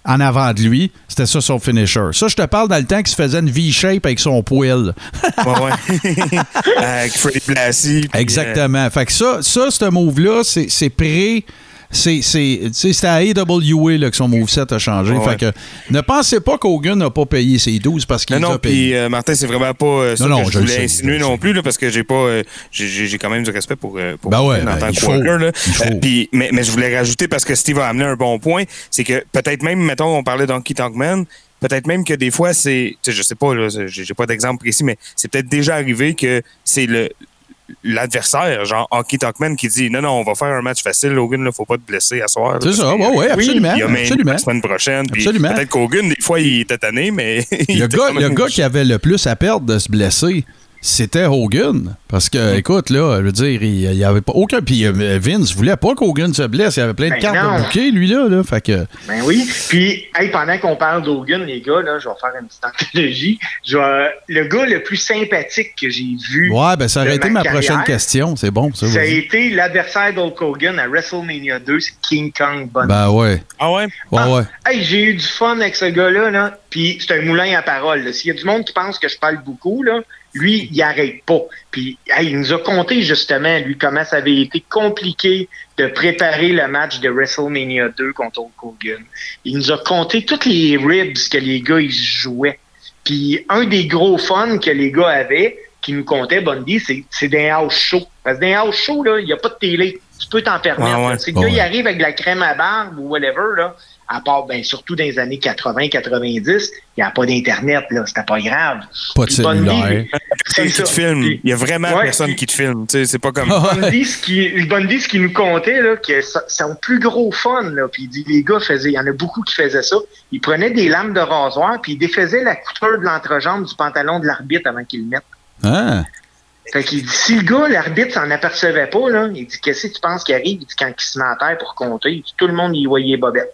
en avant de lui. C'était ça son finisher. Ça, je te parle dans le temps qu'il se faisait une V-shape avec son poil. Ouais, ouais. Avec Freddie Blassie. Exactement. Euh... Fait que ça, ça ce move-là, c'est, c'est pré... C'est, c'est, c'est à A W A là, que son moveset a changé. Ouais. Fait que ne pensez pas qu'Hogan n'a pas payé ses douze parce qu'il non, les non, a payés. Puis, euh, Martin, c'est vraiment pas euh, ça non, que non, je je voulais sais, insinuer non plus, là, parce que j'ai pas euh, j'ai, j'ai quand même du respect pour, euh, pour ben ouais, en ben, tant il que faut, worker. Là. il faut. Euh, puis, mais, mais je voulais rajouter, parce que Steve a amené un bon point, c'est que peut-être même, mettons, on parlait d'Honky Tonk Man, peut-être même que des fois, c'est, je sais pas, là, j'ai, j'ai pas d'exemple précis, mais c'est peut-être déjà arrivé que c'est le l'adversaire, genre Honky Tonk Man, qui dit non, non, on va faire un match facile, Logan, il ne faut pas te blesser à soir. C'est ça, oui, oui, absolument. Il y a même absolument. la semaine prochaine. Absolument. Peut-être qu'Hogan, des fois, il était tanné, mais. Le, gars, le gars qui avait le plus à perdre de se blesser, c'était Hogan. Parce que, mm. écoute, là, je veux dire, il n'y avait pas aucun. Puis Vince voulait pas qu'Hogan se blesse. Il y avait plein de ben cartes non. de bouquet, lui, là. là fait que... Ben oui. Puis, hey, pendant qu'on parle d'Hogan, les gars, là, je vais faire une petite anthologie. Je vais... Le gars le plus sympathique que j'ai vu. Ouais, ben ça aurait été ma, ma prochaine carrière, question. C'est bon, ça. Ça vas-y. a été l'adversaire d'Hulk Hogan à WrestleMania deux, c'est King Kong Bundy. Ben ouais. Ah ouais? Ouais, ah, ouais. Hey, j'ai eu du fun avec ce gars-là, là. Puis, c'est un moulin à parole. Là. S'il y a du monde qui pense que je parle beaucoup, là, lui, il arrête pas. Puis, hey, il nous a conté justement, lui, comment ça avait été compliqué de préparer le match de WrestleMania deux contre Hulk Hogan. Il nous a conté toutes les ribs que les gars ils jouaient. Puis, un des gros fun que les gars avaient, qui nous comptait Bundy, c'est, c'est des house shows. Parce que des house shows, là, il n'y a pas de télé. Tu peux t'en permettre. Ah ouais. C'est que le gars, il arrive avec de la crème à barbe ou whatever, là. À part, ben, surtout dans les années quatre-vingts quatre-vingt-dix, il n'y a pas d'Internet, là. C'était pas grave. Pas de cellulaire. Personne qui te filme. Il y a vraiment ouais, personne puis, qui te filme. Tu sais, c'est pas comme... Bundy, ce qui, Bundy, ce qui nous comptait, là, que c'est un plus gros fun, là. Puis il dit, les gars faisaient, il y en a beaucoup qui faisaient ça. Ils prenaient des lames de rasoir, puis ils défaisaient la couture de l'entrejambe du pantalon de l'arbitre avant qu'ils le mettent. Ah. Fait qu'il dit, si le gars, l'arbitre s'en apercevait pas, là, il dit, qu'est-ce que tu penses qu'il arrive? Il dit, quand il se met en terre pour compter, il dit, tout le monde y voyait bobette.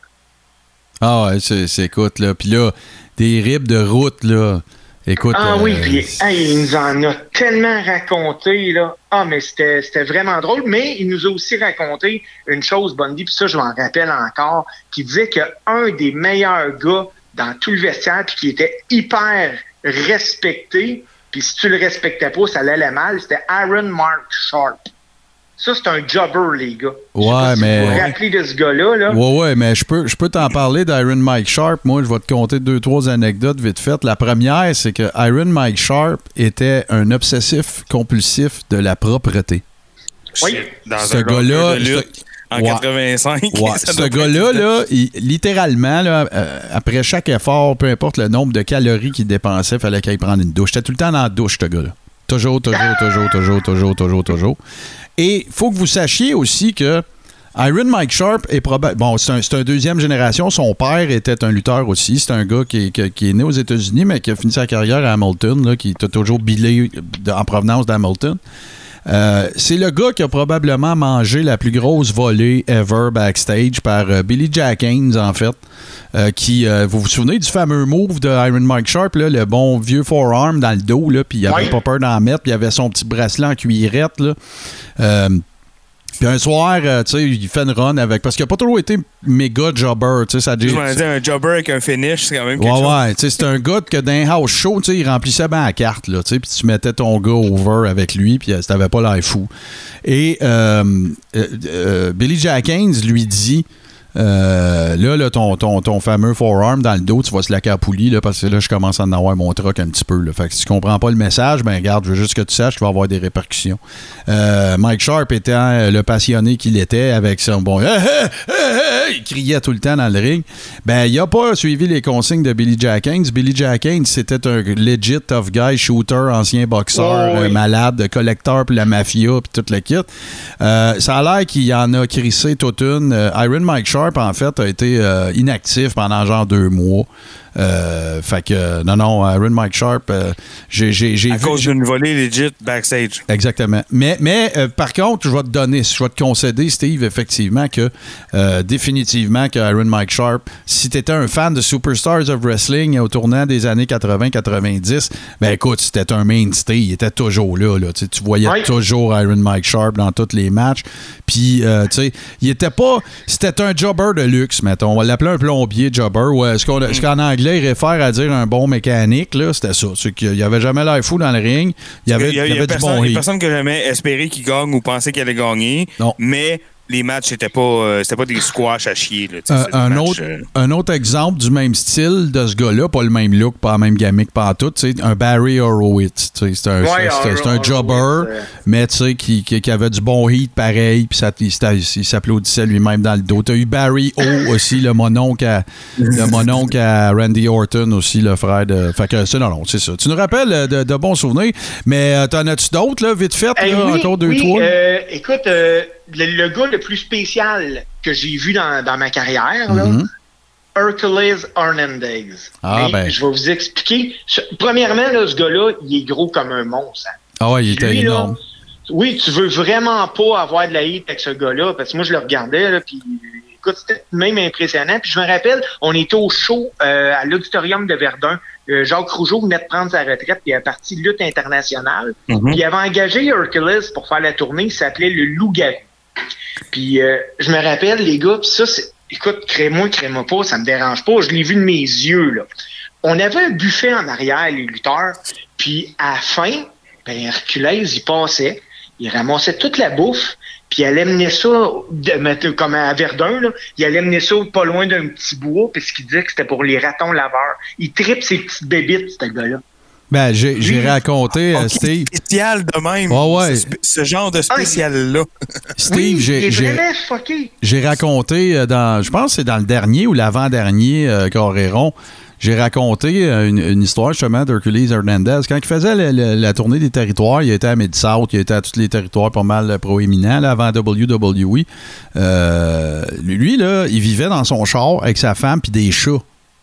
Ah ouais, c'est, c'est écoute, là. Puis là, des ribs de route, là. Écoute. Ah euh, oui, puis hey, il nous en a tellement raconté, là. Ah, mais c'était, c'était vraiment drôle. Mais il nous a aussi raconté une chose, Bundy, puis ça, je m'en rappelle encore, qui disait qu'un des meilleurs gars dans tout le vestiaire, puis qui était hyper respecté, puis si tu le respectais pas, ça allait mal, c'était Aaron Mark Sharp. Ça, c'est un jobber, les gars. Ouais, si mais. vous vous rappelez de ce gars-là, là. Ouais, ouais, mais je peux, je peux t'en parler d'Iron Mike Sharp. Moi, je vais te conter deux, trois anecdotes vite faites. La première, c'est que Iron Mike Sharp était un obsessif compulsif de la propreté. Oui. Dans ce un gars-là. En ouais. quatre-vingt-cinq. Ouais. Ce gars-là, là, il, littéralement, là, euh, après chaque effort, peu importe le nombre de calories qu'il dépensait, il fallait qu'il prenne une douche. J'étais tout le temps dans la douche, ce gars-là. Toujours, toujours, toujours, toujours, toujours, toujours, toujours. Et il faut que vous sachiez aussi que Iron Mike Sharp est probable. Bon, c'est un, c'est un deuxième génération. Son père était un lutteur aussi. C'est un gars qui, qui, qui est né aux États-Unis, mais qui a fini sa carrière à Hamilton, là, qui était toujours billé en provenance d'Hamilton. Euh, c'est le gars qui a probablement mangé la plus grosse volée ever backstage par euh, Billy Jack Haynes, en fait. Euh, qui, euh, vous vous souvenez du fameux move de Iron Mike Sharp, là, le bon vieux forearm dans le dos, puis il avait oui. pas peur d'en mettre, puis il avait son petit bracelet en cuirette. Là. Euh, Puis un soir, euh, tu sais, il fait une run avec... Parce qu'il n'a pas toujours été méga jobber, tu sais, ça... Je m'en dis, un jobber avec un finish, c'est quand même quelque ouais, chose. Ouais, ouais, tu sais, c'est un gars que dans un house show, tu sais, il remplissait bien la carte, là, tu sais, puis tu mettais ton gars over avec lui, puis euh, t'avais pas l'air fou. Et euh, euh, euh, Billy Jack Haynes lui dit... Euh, là, là ton, ton, ton fameux forearm dans le dos, tu vas se laquer à poulie, là, parce que là, je commence à en avoir mon truck un petit peu. Là. Fait que si tu comprends pas le message, ben regarde, je veux juste que tu saches qu'il va avoir des répercussions. Euh, Mike Sharp étant le passionné qu'il était avec son bon... Hey, hey, hey, il criait tout le temps dans le ring. Ben, il a pas suivi les consignes de Billy Jack Haynes. Billy Jack Haynes, c'était un legit tough guy, shooter, ancien boxeur, oh, oui. euh, malade, collecteur pour la mafia, puis tout le kit. Euh, ça a l'air qu'il en a crissé toute une. Euh, Iron Mike Sharp, en fait, a été euh, inactif pendant genre deux mois. Euh, fait que, non, non, Iron Mike Sharp, euh, j'ai, j'ai, j'ai à vu... cause d'une volée legit backstage. Exactement. Mais, mais euh, par contre, je vais te donner, je vais te concéder, Steve, effectivement, que euh, définitivement que Iron Mike Sharp, si tu étais un fan de Superstars of Wrestling au tournant des années quatre-vingts quatre-vingt-dix, ben écoute, c'était un mainstay, il était toujours là. là. Tu, tu voyais oui. toujours Iron Mike Sharp dans tous les matchs. Puis, euh, tu sais, il était pas... C'était un jobber de luxe, mettons. On va l'appeler un plombier jobber. Ouais, ce, qu'on, mm. ce qu'en anglais, il réfère à dire un bon mécanique, là, c'était ça. C'est qu'il n'y avait jamais l'air fou dans le ring. Il y avait, il y a, il y avait du bon hit. Il y a personne qui a jamais espéré qu'il gagne ou pensait qu'il allait gagner. Non. Mais... les matchs n'étaient pas, euh, c'était pas des squash à chier. Là, euh, un, matchs, autre, euh... un autre exemple du même style de ce gars-là, pas le même look, pas la même gimmick, pas en tout, un Barry Horowitz. C'est un, ouais, c'est, c'est un jobber, euh... mais qui, qui, qui avait du bon heat pareil, puis il, il s'applaudissait lui-même dans le dos. Tu as eu Barry O aussi, le mononcle à, le mononcle à Randy Orton aussi, le frère de. Fait que c'est non, non, c'est ça. Tu nous rappelles de, de bons souvenirs, mais euh, t'en as-tu d'autres, là, vite fait, hey, là, oui, encore deux, oui, trois? Euh, écoute, euh, le, le gars le plus spécial que j'ai vu dans, dans ma carrière, là, mm-hmm. Hercules Hernandez. Ah, ben. Je vais vous expliquer. Premièrement, là, ce gars-là, il est gros comme un monstre. Hein. Ah ouais, il était Lui, énorme. Là, oui, tu veux vraiment pas avoir de la hate avec ce gars-là, parce que moi, je le regardais, là, puis écoute, c'était même impressionnant. Puis je me rappelle, on était au show euh, à l'Auditorium de Verdun. Euh, Jacques Rougeau venait de prendre sa retraite, puis il est parti de lutte internationale. Mm-hmm. Puis il avait engagé Hercules pour faire la tournée, il s'appelait le Loup-Garou. Puis euh, je me rappelle, les gars, puis ça, c'est, écoute, crée-moi, crée-moi pas, ça me dérange pas, je l'ai vu de mes yeux, là. On avait un buffet en arrière, les lutteurs, puis à la fin, ben, Hercules, il passait, il ramassait toute la bouffe, puis il allait mener ça, de, comme à Verdun, là, il allait mener ça pas loin d'un petit bois, puis ce qu'il disait que c'était pour les ratons laveurs. Il tripe ses petites bébites, ce gars-là. Ben, j'ai, j'ai raconté, okay, Steve. Spécial de même. Oh, ouais. ce, ce genre de spécial-là. Steve, oui, j'ai, j'ai, fucké. j'ai raconté dans, je pense que c'est dans le dernier ou l'avant-dernier euh, Coréron, j'ai raconté une, une histoire justement d'Hercules Hernandez. Quand il faisait la, la, la tournée des territoires, il était à Mid-South, il était à tous les territoires pas mal proéminents là, avant W W E. Euh, lui, là, il vivait dans son char avec sa femme puis des chats.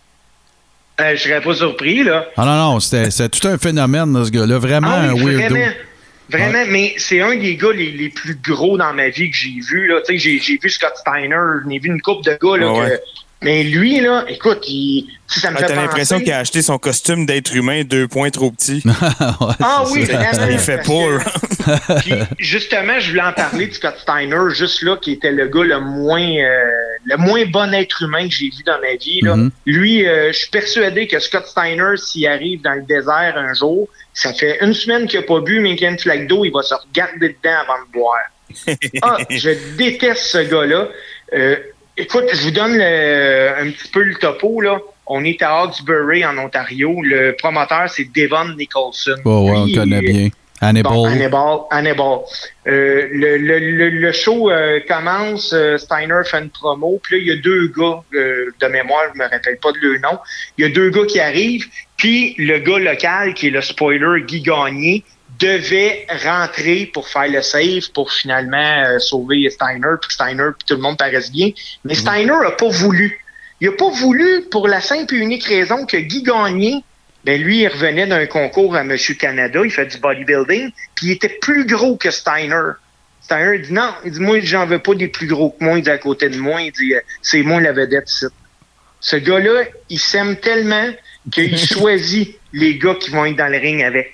Euh, je serais pas surpris, là. Ah non, non, c'était, c'était tout un phénomène, là, ce gars-là. Vraiment ah, oui, un weirdo. Vraiment, vraiment ouais. Mais c'est un des gars les, les plus gros dans ma vie que j'ai vu, là. Tu sais, j'ai, j'ai vu Scott Steiner, j'en vu une couple de gars, là, oh, que... ouais. Mais lui, là, écoute, il, si ça me ah, fait t'as penser... l'impression qu'il a acheté son costume d'être humain deux points trop petit. ouais, ah oui, vraiment. Il fait pas. Puis, justement, je voulais en parler de Scott Steiner, juste là, qui était le gars le moins euh, le moins bon être humain que j'ai vu dans ma vie. Là. Mm-hmm. Lui, euh, je suis persuadé que Scott Steiner, s'il arrive dans le désert un jour, ça fait une semaine qu'il n'a pas bu, mais qu'il y a une flaque d'eau, il va se regarder dedans avant de boire. Ah, je déteste ce gars-là. Euh, Écoute, je vous donne le, un petit peu le topo, là. On est à Hawkesbury, en Ontario. Le promoteur, c'est Devon Nicholson. Oh, ouais, Lui, on connaît bien. Hannibal. Bon, Hannibal. Hannibal. Euh, le, le, le, le show euh, commence, euh, Steiner fait une promo, puis là, il y a deux gars, euh, de mémoire, je me rappelle pas de leur nom, il y a deux gars qui arrivent, puis le gars local, qui est le spoiler, Guy Gagné, devait rentrer pour faire le save pour finalement euh, sauver Steiner, puis Steiner, puis tout le monde paraisse bien. Mais mmh. Steiner n'a pas voulu. Il n'a pas voulu pour la simple et unique raison que Guy Gagné, ben lui, il revenait d'un concours à Monsieur Canada, il fait du bodybuilding, puis il était plus gros que Steiner. Steiner dit non, il dit moi, j'en veux pas des plus gros que moi, il dit à côté de moi, il dit c'est moi la vedette ici. Ce gars-là, il s'aime tellement qu'il choisit les gars qui vont être dans le ring avec.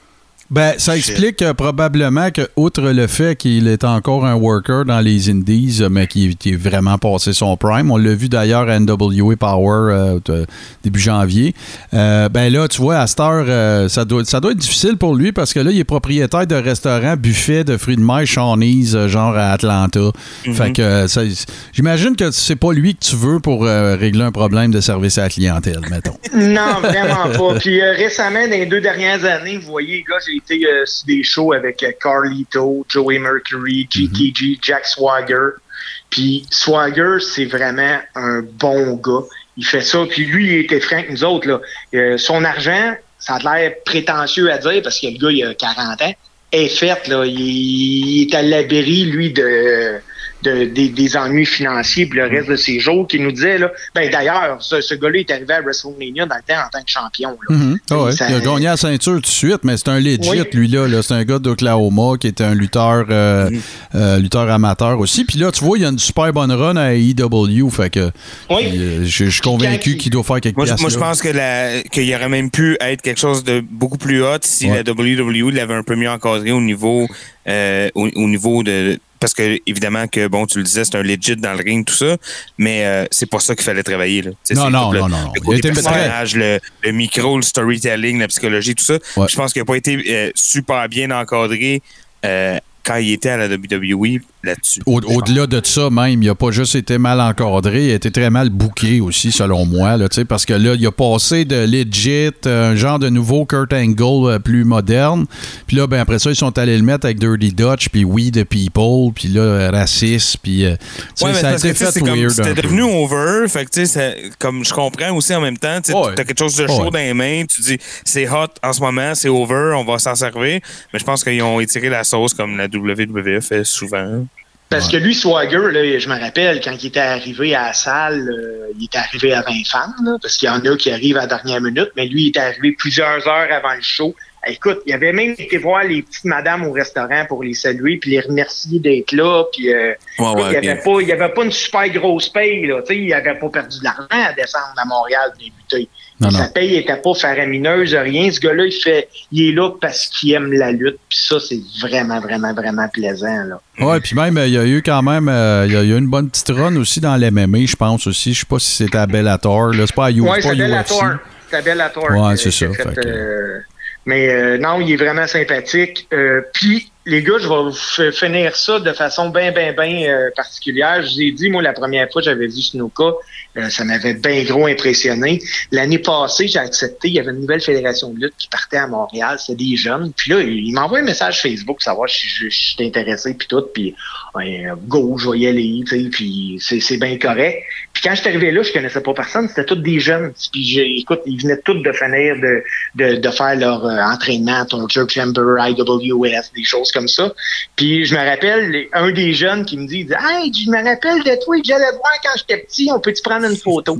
Ben, ça explique euh, probablement que, outre le fait qu'il est encore un worker dans les Indies, mais qui, qui est vraiment passé son prime, on l'a vu d'ailleurs à N W A Power euh, début janvier, euh, ben là, tu vois, à cette heure, euh, ça, doit, ça doit être difficile pour lui parce que là, il est propriétaire de restaurant buffet de fruits de mer Shawnee's, genre à Atlanta. Mm-hmm. Fait que euh, ça, j'imagine que c'est pas lui que tu veux pour euh, régler un problème de service à la clientèle, mettons. Non, vraiment pas. Puis euh, récemment, dans les deux dernières années, vous voyez, gars, j'ai été euh, sur des shows avec euh, Carlito, Joey Mercury, G K G, mm-hmm. Jack Swagger. Puis Swagger, c'est vraiment un bon gars. Il fait ça. Puis lui, il était franc que nous autres. Là. Euh, son argent, ça a l'air prétentieux à dire parce que le gars, il a quarante ans, est fait. Là. Il, il est à l'abri, lui, de, de, des, des ennuis financiers puis le reste de ses jours, qui nous disait, là, ben d'ailleurs, ce, ce gars-là est arrivé à WrestleMania dans le temps en tant que champion. Là. Mm-hmm. Oh ouais. Ça, il a gagné la ceinture tout de suite, mais c'est un legit, oui. lui-là. Là. C'est un gars d'Oklahoma qui est un lutteur, euh, mm-hmm. euh, lutteur amateur aussi. Puis là, tu vois, il y a une super bonne run à A E W. Fait que oui. euh, je, je suis convaincu qu'il doit faire quelque moi, chose. Moi, je pense que la, qu'il aurait même pu être quelque chose de beaucoup plus hot si ouais. la W W E l'avait un peu mieux encadré au niveau, euh, au, au niveau de... Parce que, évidemment, que, bon, tu le disais, c'est un legit dans le ring, tout ça, mais euh, c'est pas ça qu'il fallait travailler, là. T'sais, non, non, le, non, non, le côté personnage, le, le micro, le storytelling, la psychologie, tout ça. Ouais. Je pense qu'il n'a pas été euh, super bien encadré euh, quand il était à la W W E là-dessus. Au, au-delà de ça, même, il n'a pas juste été mal encadré, il a été très mal booké aussi, selon moi, là, parce que là, il a passé de legit, un genre de nouveau Kurt Angle euh, plus moderne, puis là, ben après ça, ils sont allés le mettre avec Dirty Dutch, puis We the People, puis là, raciste, puis euh, ouais, ça a été fait comme, weird. C'était devenu over, fait que tu sais, comme je comprends aussi en même temps, tu ouais. as quelque chose de chaud ouais. dans les mains, tu dis, c'est hot en ce moment, c'est over, on va s'en servir, mais je pense qu'ils ont étiré la sauce comme la W W E fait souvent. Parce ouais. que lui, Swagger, là, je me rappelle, quand il était arrivé à la salle, euh, il était arrivé à vingt fans, là, parce qu'il y en a qui arrivent à la dernière minute, mais lui, il était arrivé plusieurs heures avant le show. Écoute, il avait même été voir les petites madames au restaurant pour les saluer puis les remercier d'être là. Puis, euh, ouais, ouais, il n'y avait, okay. avait pas une super grosse paye. Là, il n'avait pas perdu de l'argent à descendre à Montréal pour débuter. Non, Sa non. paye n'était pas faramineuse, rien. Ce gars-là, il fait, il est là parce qu'il aime la lutte. Puis ça, c'est vraiment, vraiment, vraiment plaisant. Là. Oui, puis même, il y a eu quand même euh, il y a eu une bonne petite run aussi dans l'M M A, je pense aussi. Je sais pas si c'était à Bellator. Là. C'est pas à U F C. Oui, c'est Bellator. C'est à Bellator. Oui, c'est ça. Fait, fait que... euh, mais euh, non, il est vraiment sympathique. Euh, puis, les gars, je vais vous f- finir ça de façon bien, bien, bien euh, particulière. Je vous ai dit, moi, la première fois que j'avais vu Snuka, euh, ça m'avait bien gros impressionné. L'année passée, j'ai accepté, il y avait une nouvelle fédération de lutte qui partait à Montréal, c'était des jeunes. Puis là, il m'envoie un message Facebook pour savoir si je, je suis intéressé, puis tout. Puis, euh, go, je vais y aller, tu sais, puis c'est, c'est bien correct. Puis quand je suis arrivé là, je connaissais pas personne, c'était tous des jeunes. Puis, j'ai, écoute, ils venaient tous de finir de, de, de faire leur euh, entraînement, Torture Chamber, I W S, des choses comme ça. Puis je me rappelle, les, un des jeunes qui me dit, il dit, hey, je me rappelle de toi que j'allais te voir quand j'étais petit, on peut-tu prendre une photo?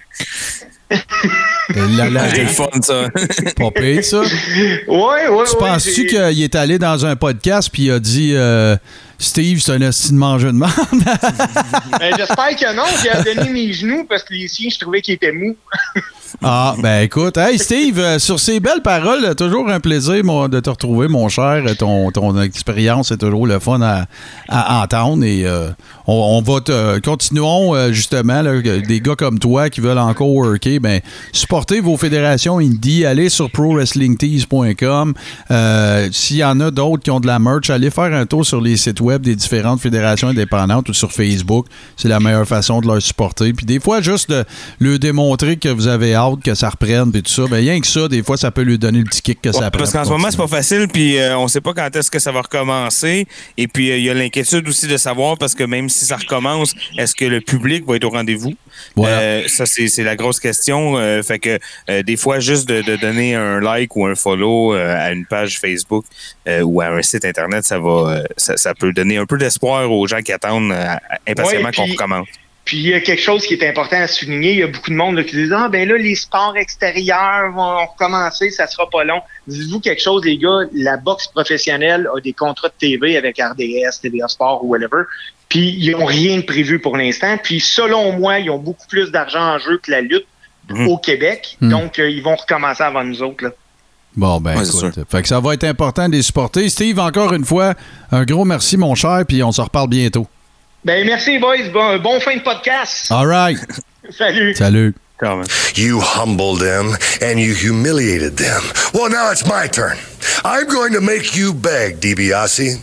La, la, c'est le fun, ça. Pas pire, ça. Ouais, ouais, tu ouais. penses-tu j'ai... qu'il est allé dans un podcast puis il a dit euh, Steve, c'est un esti de mangeur de merde? ben, j'espère que non. J'ai donné mes genoux parce que les siens, je trouvais qu'ils étaient mous. Ah, ben écoute. Hey, Steve, euh, sur ces belles paroles, toujours un plaisir moi, de te retrouver, mon cher. Ton, ton expérience est toujours le fun à, à entendre. Et euh, on, on va te. Continuons, euh, justement, là, des gars comme toi qui veulent encore worker, ben, supportez vos fédérations indie. Allez sur pro wrestling tees point com. Euh, s'il y en a d'autres qui ont de la merch, allez faire un tour sur les sites web des différentes fédérations indépendantes ou sur Facebook. C'est la meilleure façon de leur supporter. Puis des fois, juste de leur démontrer que vous avez hâte que ça reprenne puis tout ça, ben rien que ça, des fois, ça peut lui donner le petit kick que ouais, ça prend. Parce qu'en ce moment, c'est pas facile, puis euh, on sait pas quand est-ce que ça va recommencer. Et puis, il euh, y a l'inquiétude aussi de savoir, parce que même si ça recommence, est-ce que le public va être au rendez-vous? Voilà. Euh, ça, c'est, c'est la grosse question. Euh, fait que euh, des fois, juste de, de donner un like ou un follow euh, à une page Facebook euh, ou à un site Internet, ça va, euh, ça, ça peut donner un peu d'espoir aux gens qui attendent euh, impatiemment ouais, puis... qu'on recommence. Puis il y a quelque chose qui est important à souligner. Il y a beaucoup de monde là, qui disent « Ah, ben là, les sports extérieurs vont recommencer, ça sera pas long. » Dites-vous quelque chose, les gars, la boxe professionnelle a des contrats de T V avec R D S, T V A Sport ou whatever. Puis ils n'ont rien de prévu pour l'instant. Puis selon moi, ils ont beaucoup plus d'argent en jeu que la lutte mmh. au Québec. Mmh. Donc, euh, ils vont recommencer avant nous autres, là. Bon, ben, ouais, écoute. Fait que ça va être important de les supporter. Steve, encore une fois, un gros merci, mon cher, puis on se reparle bientôt. Ben, merci, boys. Bon, bon fin de podcast. All right. Salut. Salut. You humbled them and you humiliated them. Well, now it's my turn. I'm going to make you beg, DiBiase.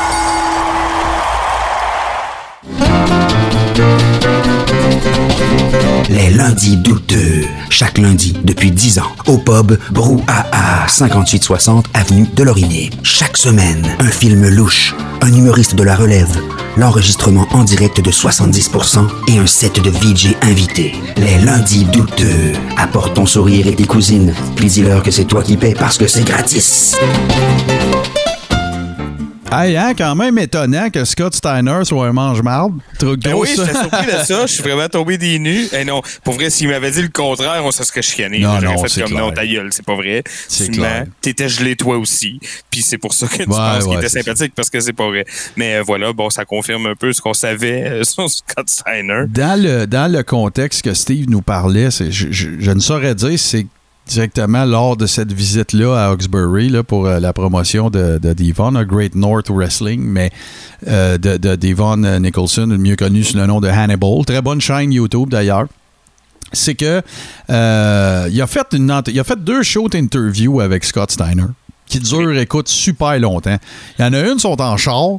Les lundis douteux. Chaque lundi, depuis dix ans, au pub Brouhaha, cinquante-huit soixante avenue de Loriné. Chaque semaine, un film louche, un humoriste de la relève, l'enregistrement en direct de soixante-dix pour cent et un set de V J invités. Les lundis douteux. Apporte ton sourire et tes cousines, puis dis-leur que c'est toi qui paies parce que c'est gratis. Hey, hein, quand même étonnant que Scott Steiner soit un mange-marde. Trop Ben gros, oui, ça. j'étais surpris de ça. Je suis vraiment tombé des nues. Eh non, pour vrai, s'il m'avait dit le contraire, on se serait chicané. Non, J'aurais non, fait c'est comme clair. non, ta gueule, c'est pas vrai. C'est Tu clair. mens. T'étais gelé toi aussi. Puis c'est pour ça que tu Ouais, penses qu'il ouais, était c'est sympathique parce que c'est pas vrai. Mais euh, voilà, bon, ça confirme un peu ce qu'on savait euh, sur Scott Steiner. Dans le, dans le contexte que Steve nous parlait, c'est, je, je, je ne saurais dire si c'est directement lors de cette visite-là à Hawkesbury là, pour euh, la promotion de, de Devon, à Great North Wrestling, mais euh, de, de Devon Nicholson, mieux connu sous le nom de Hannibal. Très bonne chaîne YouTube d'ailleurs. C'est que euh, il a fait une ent- il a fait deux short interviews avec Scott Steiner qui durent, écoute, super longtemps. Il y en a une, sont en char,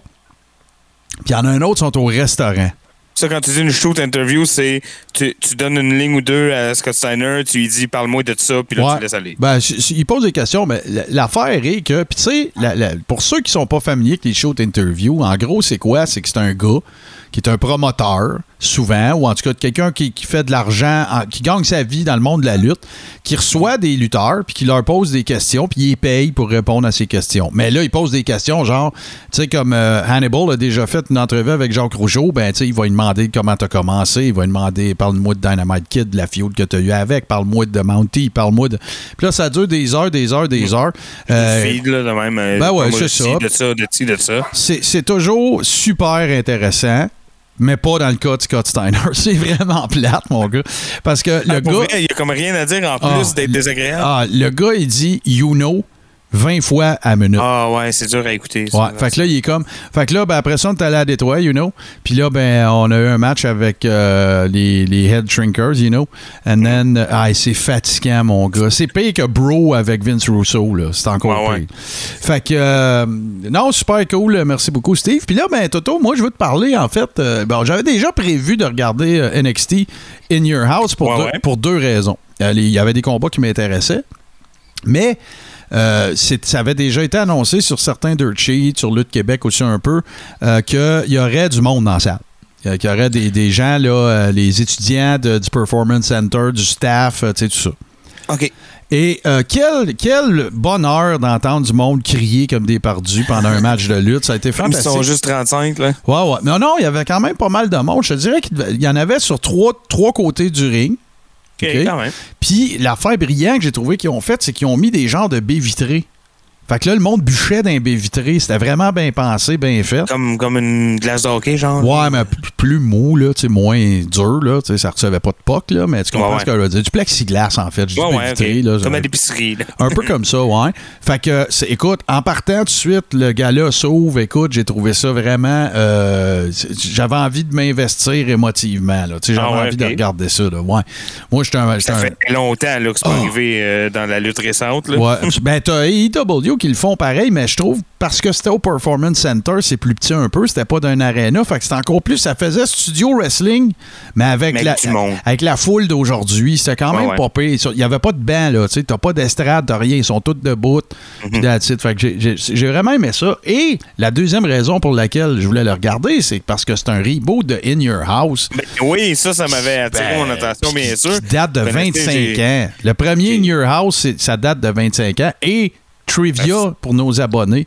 puis il y en a un autre, sont au restaurant. Ça, quand tu dis une shoot interview, c'est tu, tu donnes une ligne ou deux à Scott Steiner, tu lui dis parle-moi de ça, puis là Ouais. tu laisses aller. Ben, je- je- il pose des questions, mais l- l'affaire est que, puis tu sais, la- la- pour ceux qui sont pas familiers avec les shows d'interview, en gros, c'est quoi? C'est que c'est un gars qui est un promoteur, souvent, ou en tout cas quelqu'un qui, qui fait de l'argent, en- qui gagne sa vie dans le monde de la lutte, qui reçoit des lutteurs, puis qui leur pose des questions, puis il les paye pour répondre à ces questions. Mais là, il pose des questions genre, tu sais, comme euh, Hannibal a déjà fait une entrevue avec Jacques Rougeau, ben, tu sais, il va lui demander comment tu as commencé, il va lui demander, parle-moi de Dynamite Kid, de la feud que tu as eu avec, parle-moi de Mountie, parle-moi de... Puis là, ça dure des heures, des heures, des heures. Euh, Feed, là, de même. euh, ben ouais, parle-moi c'est de ça. ci, de ça, de ci, de ça. c'est, c'est toujours super intéressant, mais pas dans le cas de Scott Steiner. C'est vraiment plate, mon gars. Parce que le Ah, pour gars... vrai, il y a comme rien à dire en plus Ah, d'être le- désagréable. Ah, le gars, il dit « you know » vingt fois à minute. Ah ouais, c'est dur à écouter. ça. Ouais, fait que là, il est comme. Fait que là, ben, après ça, on est allé à Détroit, you know. Puis là, ben, on a eu un match avec euh, les, les Head Shrinkers, you know. And then, euh, ah, c'est fatigant, mon gars. C'est pire que Bro avec Vince Russo, là. C'est encore Ouais, pire. ouais. Fait que, euh, non, super cool. Merci beaucoup, Steve. Puis là, ben, Toto, moi, je veux te parler, en fait. Euh, bon, j'avais déjà prévu de regarder euh, N X T In Your House pour, Ouais, deux, ouais. pour deux raisons. Euh, les- Il y avait des combats qui m'intéressaient. Mais. Euh, c'est- ça avait déjà été annoncé sur certains dirt sheets, sur Lutte Québec aussi un peu, euh, qu'il y aurait du monde dans la salle. Euh, Qu'il y aurait des, des gens, là, euh, les étudiants de- du Performance Center, du staff, euh, tu sais, tout ça. OK. Et euh, quel, quel bonheur d'entendre du monde crier comme des perdus pendant un match de lutte. Ça a été Comme ils fantastique. sont juste trente-cinq, là. Ouais, ouais. Non, non, il y avait quand même pas mal de monde. Je te dirais qu'il devait- il y en avait sur trois, trois côtés du ring. OK, OK. quand même. Puis l'affaire brillante que j'ai trouvé qu'ils ont faite, c'est qu'ils ont mis des genres de baies vitrées. Fait que là, le monde bûchait dans les baies vitrées. C'était vraiment bien pensé, bien fait. Comme, comme une glace de hockey, genre. Ouais, mais p- plus mou, là, tu sais, moins dur, là. Tu sais, ça recevait pas de poc, là, mais tu comprends Ouais, ouais. ce que je veux dire. Du plexiglas, en fait. Je dis Ouais, baie ouais, vitrée, OK. là. Comme j'aurais- à l'épicerie, là. Un peu comme ça, ouais. Fait que, c'est- écoute, en partant tout de suite, le gars-là s'ouvre. Écoute, j'ai trouvé ça vraiment... euh, c'est- j'avais envie de m'investir émotivement, là. Tu sais, j'avais Ah ouais, envie de ok. regarder ça, là. Ouais. Moi, j'étais un... j'étais Ça un- fait longtemps là, que c'est pas Oh. arrivé euh, dans la lutte récente. Là. Ouais. Ben, t'as A E W qui le font pareil, mais je trouve, parce que c'était au Performance Center, c'est plus petit un peu, c'était pas d'un aréna, fait que c'était encore plus, ça faisait studio wrestling, mais avec, Mais la, avec du monde. avec la foule d'aujourd'hui, c'était quand Ouais, même ouais. pas pire. Il y avait pas de banc, là, tu sais, t'as pas d'estrade, t'as rien, ils sont tous debout, Mhm. puis that's it. Fait que j'ai- j'ai j'ai vraiment aimé ça. Et la deuxième raison pour laquelle je voulais le regarder, c'est parce que c'est un reboot de In Your House. Ben, oui, ça, ça m'avait attiré mon attention, bien sûr. Qui date de Ben, vingt-cinq j'ai- ans. Le premier Ok. In Your House, c'est- ça date de vingt-cinq ans. Et trivia Merci. pour nos abonnés.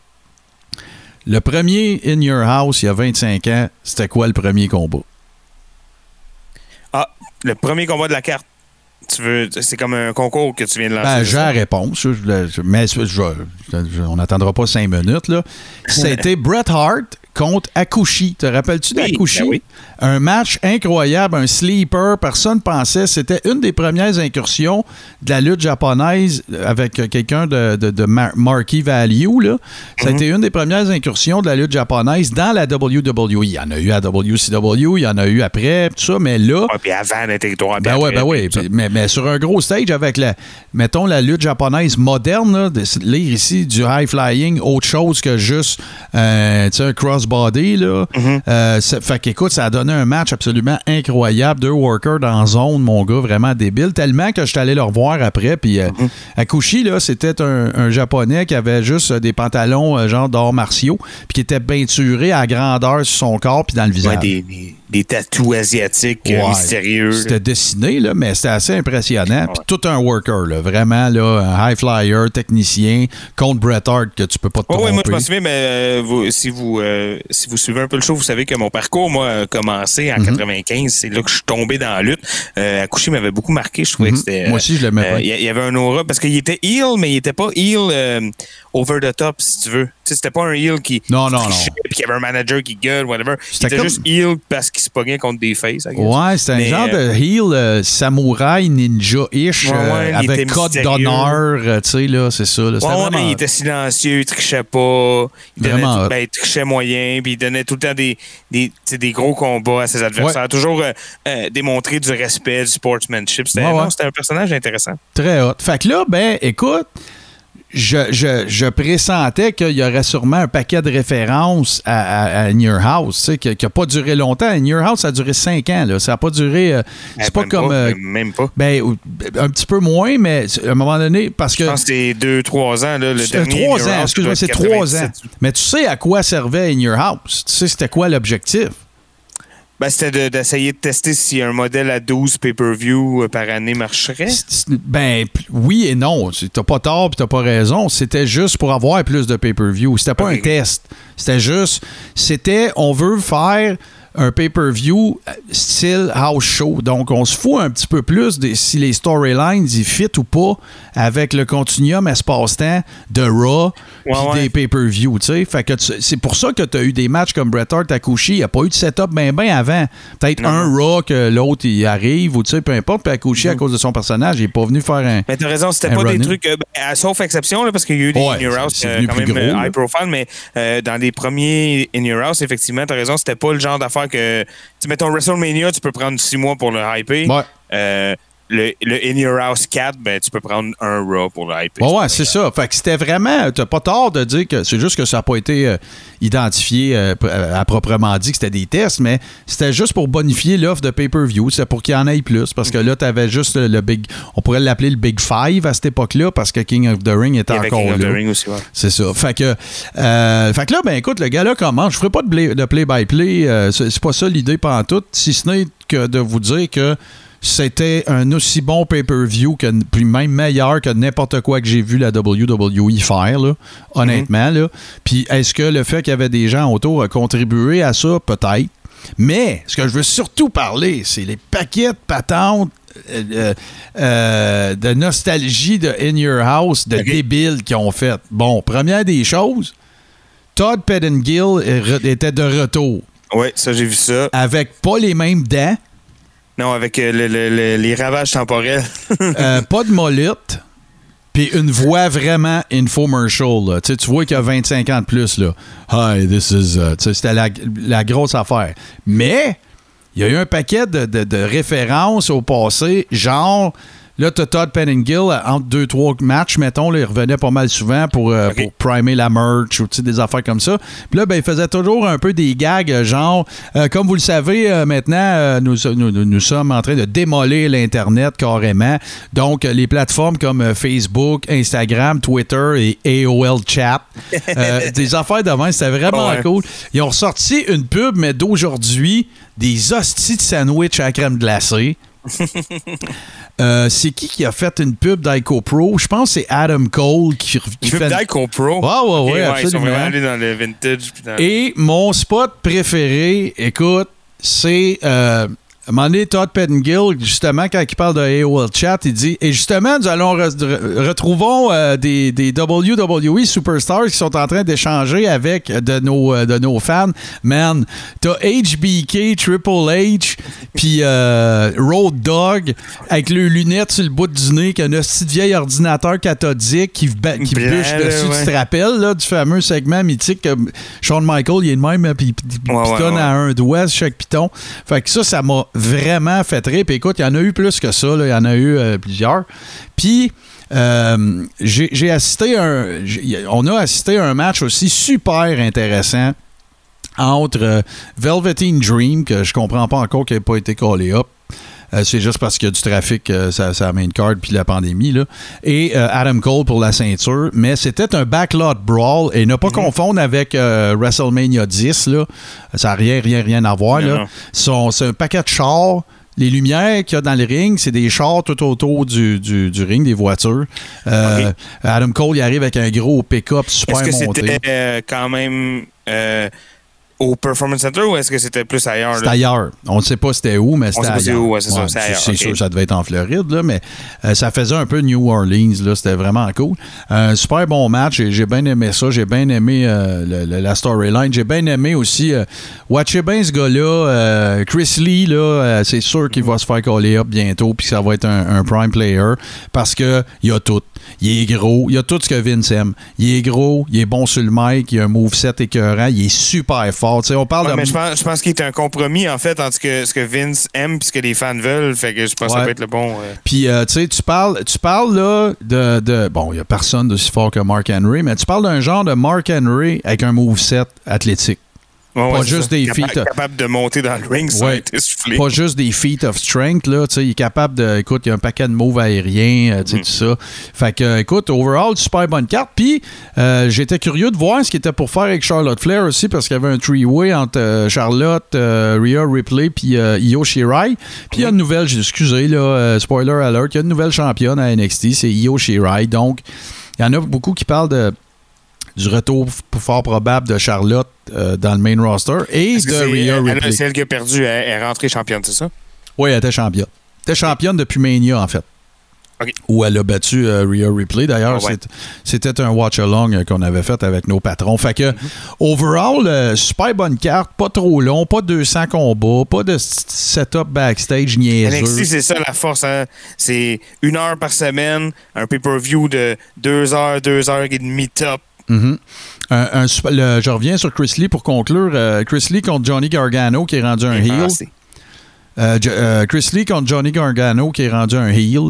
Le premier In Your House, il y a vingt-cinq ans, c'était quoi le premier combat? Ah, le premier combat de la carte. Tu veux, c'est comme un concours que tu viens de lancer. Ben, c'est j'ai ça? la réponse. Je- je- mais je- je- je- on n'attendra pas cinq minutes. Là. C'était Bret Hart contre Akushi. Te rappelles-tu Oui, d'Akushi? ben oui. Un match incroyable, un sleeper. Personne pensait. C'était une des premières incursions de la lutte japonaise avec quelqu'un de, de, de mar- marquee value. Là. Ça a Mhm. été une des premières incursions de la lutte japonaise dans la W W E. Il y en a eu à W C W, il y en a eu après, tout ça, mais là... Ouais, puis avant le territoire. Ben ouais, ben ouais. Mais, mais sur un gros stage avec la, mettons, la lutte japonaise moderne, là, de lire ici du high flying, autre chose que juste euh, tu sais, un crossbody, là. Mhm. Euh, ça- fait qu'écoute, ça a donné un match absolument incroyable. Deux workers dans zone, mon gars, vraiment débile. Tellement que je suis allé le revoir après. Puis euh, Mhm. Akushi, là, c'était un, un japonais qui avait juste euh, des pantalons euh, genre d'arts martiaux, puis qui était peinturé à grandeur sur son corps puis dans le visage. Ouais, des, des, des tatous asiatiques Ouais, euh, mystérieux. C'était dessiné, là, mais c'était assez impressionnant. Ouais. Puis tout un worker, là, vraiment, là, un high flyer, technicien, contre Bret Hart, que tu peux pas te Oh, tromper. oui, moi, je m'en souviens, mais euh, vous, si, vous, euh, si vous suivez un peu le show, vous savez que mon parcours, moi, a commencé en Mm-hmm. quatre-vingt-quinze. C'est là que je suis tombé dans la lutte. Euh, Akushi m'avait beaucoup marqué. Je trouvais Mm-hmm. que c'était... Moi aussi, je l'aimais euh, pas. Il y, y avait un aura, parce qu'il était heel, mais il était pas heel euh, over the top, si tu veux. Tu sais, c'était pas un heel qui... Non, non, qui non. trichait, puis qu'il y avait un manager qui gueule, whatever. Il C'était était comme- juste heel parce qu'il se pognait contre des faces, I guess. Ouais, c'est un Mais, genre euh, de heel euh, samouraï ninja-ish Ouais, ouais, euh, il avec était code mystérieux. d'honneur, euh, tu sais, là, c'est ça. Là, c'était Ouais, ouais, vraiment... il était silencieux, il trichait pas. Il, donnait Vraiment tout- hot. ben, il trichait moyen, puis il donnait tout le temps des, des, tu sais, des gros combats à ses adversaires. Ouais. Toujours euh, euh, démontrer du respect, du sportsmanship. C'était Ouais, ouais. non, c'était un personnage intéressant. Très hot. Fait que là, ben, écoute, je, je, je pressentais qu'il y aurait sûrement un paquet de références à, à, à In Your House, tu sais, qui n'a pas duré longtemps. In Your House, ça a duré cinq ans, là. Ça n'a pas duré... euh, c'est Eh, pas même comme... euh, même, même pas. ben, ou- un petit peu moins, mais à un moment donné, parce que... Je pense que c'était deux, trois ans. Là, le C'est dernier trois In Your ans, House, excuse-moi, doit c'est être trois ans. quatre-vingt-dix-sept. Mais tu sais à quoi servait In Your House? Tu sais c'était quoi l'objectif? Ben, c'était de- d'essayer de tester si un modèle à douze pay-per-view euh, par année marcherait. C'est- c'est- Ben, p- oui et non. C'est- T'as pas tort puis t'as pas raison. C'était juste pour avoir plus de pay-per-view. C'était pas Ok. un test. C'était juste... C'était... On veut faire un pay-per-view style house show. Donc, on se fout un petit peu plus de si les storylines, ils fit ou pas avec le continuum espace-temps de Raw puis Ouais, ouais. des pay-per-view, tu sais. Fait que tu- c'est pour ça que tu as eu des matchs comme Bret Hart, Akushi. Il n'y a pas eu de setup bien ben avant. Peut-être Non, un non. Raw que l'autre, il arrive ou tu sais, peu importe. Puis Akushi, à cause de son personnage, il n'est pas venu faire un... Mais t'as raison, c'était Un pas des run-in. trucs, euh, ben, à- sauf exception, là, parce qu'il y a eu des Ouais, In Your House c'est euh, devenu quand plus même gros, euh, là. high profile, mais euh, dans les premiers In Your House, effectivement, t'as raison, c'était pas le genre d'affaire que, tu sais, mettons WrestleMania, tu peux prendre six mois pour le hyper. Ouais. Euh, le, le In Your House quatre, ben, tu peux prendre un Raw pour le hyper. Ouais, ouais, c'est ça. Fait que c'était vraiment. T'as pas tort de dire que c'est juste que ça n'a pas été euh, identifié euh, pr- à proprement dit que c'était des tests, mais c'était juste pour bonifier l'offre de pay-per-view. C'était pour qu'il y en ait plus. Parce que là, t'avais juste le, le Big. On pourrait l'appeler le Big Five à cette époque-là, parce que King of the Ring était Il y avait encore King of the là. Ring aussi, ouais. C'est ça. Fait que, euh, fait que là, ben écoute, le gars-là commence. Je ferai pas de play- de play-by-play. euh, c'est c'est pas ça l'idée pantoute, si ce n'est que de vous dire que c'était un aussi bon pay-per-view, que, puis même meilleur que n'importe quoi que j'ai vu la W W E faire, là, honnêtement. là. Puis est-ce que le fait qu'il y avait des gens autour a contribué à ça? Peut-être. Mais ce que je veux surtout parler, c'est les paquets de patentes euh, euh, euh, de nostalgie de In Your House, de Ok. débiles qu'ils ont fait. Bon, première des choses, Todd Pettengill est re- était de retour Ouais, ça, j'ai vu ça. avec pas les mêmes dents, Non, avec euh, le- le- le- les ravages temporels. euh, pas de molette, puis une voix vraiment infomercial. Là. Tu sais, tu vois qu'il y a vingt-cinq ans de plus. Là. Hi, this is... uh, tu sais, c'était la, la grosse affaire. Mais il y a eu un paquet de, de- de références au passé, genre... Là, t'as Todd Pettengill, entre deux, trois matchs, mettons, là, il revenait pas mal souvent pour, euh, Ok. pour primer la merch ou tu sais, des affaires comme ça. Puis là, ben, il faisait toujours un peu des gags, euh, genre, euh, comme vous le savez, euh, maintenant, euh, nous, nous, nous- nous sommes en train de démolir l'Internet carrément. Donc, euh, les plateformes comme euh, Facebook, Instagram, Twitter et A O L Chat, euh, des affaires d'avant, c'était vraiment Ouais. cool. Ils ont ressorti une pub, mais d'aujourd'hui, des hosties de sandwich à la crème glacée. Euh, c'est qui qui a fait une pub d'Ico Pro? Je pense que c'est Adam Cole qui, qui Pub fait... d'Ico Pro. Ouais, ouais, Ok, ouais, Ils sont absolument. vraiment allés dans le vintage. puis dans- Et mon spot préféré, écoute, c'est... Euh, à un moment donné, Todd Pettengill, justement, quand il parle de A O L Chat, il dit « Et justement, nous allons re- re- retrouvons euh, des, des W W E superstars qui sont en train d'échanger avec de nos, euh, de nos fans. Man, t'as H B K, Triple H, puis euh, Road Dogg, avec les lunettes sur le bout du nez, qui a un petit vieil ordinateur cathodique qui, ba- qui Blanc, bûche là, dessus. ouais. Tu te rappelles là, du fameux segment mythique que Shawn Michaels, il est de même, puis il Ouais, ouais, pitonne ouais. à un doigt chaque piton. Fait que ça, ça m'a vraiment fait rire. Puis écoute, il y en a eu plus que ça. là. Il y en a eu euh, plusieurs. Puis, euh, j'ai j'ai assisté à un... j'ai- on a assisté à un match aussi super intéressant entre euh, Velveteen Dream, que je comprends pas encore qu'il n'ait pas été callé up, Euh, c'est juste parce qu'il y a du trafic, euh, ça, ça main card, puis la pandémie. Là. Et euh, Adam Cole pour la ceinture. Mais c'était un backlot brawl. Et ne pas mm-hmm. confondre avec euh, WrestleMania dix. Là. Ça n'a rien, rien, rien à voir. Là. Son, c'est un paquet de chars. Les lumières qu'il y a dans le ring, c'est des chars tout autour du, du, du ring, des voitures. Euh, okay. Adam Cole, il arrive avec un gros pick-up super monté. Est-ce que c'était euh, quand même... Euh au Performance Center ou est-ce que c'était plus ailleurs? C'était ailleurs. On ne sait pas c'était où, mais c'était ailleurs. Où, ouais, c'est, ouais, ça, c'est, ailleurs. c'est okay. sûr que ça devait être en Floride, là, mais euh, ça faisait un peu New Orleans. Là, c'était vraiment cool. Un euh, super bon match. J'ai, j'ai bien aimé ça. J'ai bien aimé euh, le, le, la storyline. J'ai bien aimé aussi... Euh, watchez bien ce gars-là. Euh, Chris Lee, là, euh, c'est sûr qu'il va se faire coller up bientôt puis que ça va être un, un prime player parce qu'il y a tout. Il est gros. Il a tout ce que Vince aime. Il est gros. Il est bon sur le mic. Il a un moveset écœurant. Il est super fort. T'sais, on parle ouais, de... mais je pense, je pense qu'il est un compromis, en fait, entre ce que, ce que Vince aime et ce que les fans veulent. Fait que je pense ouais. que ça peut être le bon... Euh... Puis, euh, tu sais, tu parles, tu parles là de... de bon, il n'y a personne d'aussi fort que Mark Henry, mais tu parles d'un genre de Mark Henry avec un moveset athlétique. Ouais, pas ouais, juste des Capa- feats. Capable de monter dans le ring sans être essoufflé. Pas juste des feats of strength, là. Il est capable de. Écoute, il y a un paquet de moves aériens, euh, tu sais, mm. tout ça. Fait que, écoute, overall, super bonne carte. Puis, euh, j'étais curieux de voir ce qu'il était pour faire avec Charlotte Flair aussi, parce qu'il y avait un three-way entre euh, Charlotte, euh, Rhea Ripley, puis euh, Io Shirai. Puis, il mm. y a une nouvelle, j'ai excusé, là, euh, spoiler alert, il y a une nouvelle championne à N X T, c'est Io Shirai. Donc, il y en a beaucoup qui parlent de. Du retour fort probable de Charlotte euh, dans le main roster et de Rhea Ripley. C'est elle qui a perdu, elle est rentrée championne, c'est ça? Oui, elle était championne. Elle était championne depuis Mania, en fait. Okay. Où elle a battu euh, Rhea Ripley. D'ailleurs, oh, ouais. c'était, c'était un watch-along euh, qu'on avait fait avec nos patrons. Fait que, mm-hmm. overall, euh, super bonne carte, pas trop long, pas deux cents combats, pas de setup backstage niaiseux. N X T, c'est ça la force. Hein? C'est une heure par semaine, un pay-per-view de deux heures, deux heures et demie top. Mm-hmm. Un, un, le, je reviens sur Chris Lee pour conclure. Euh, Chris Lee contre Johnny Gargano qui est rendu un heel. Euh, euh, Chris Lee contre Johnny Gargano qui est rendu un heel.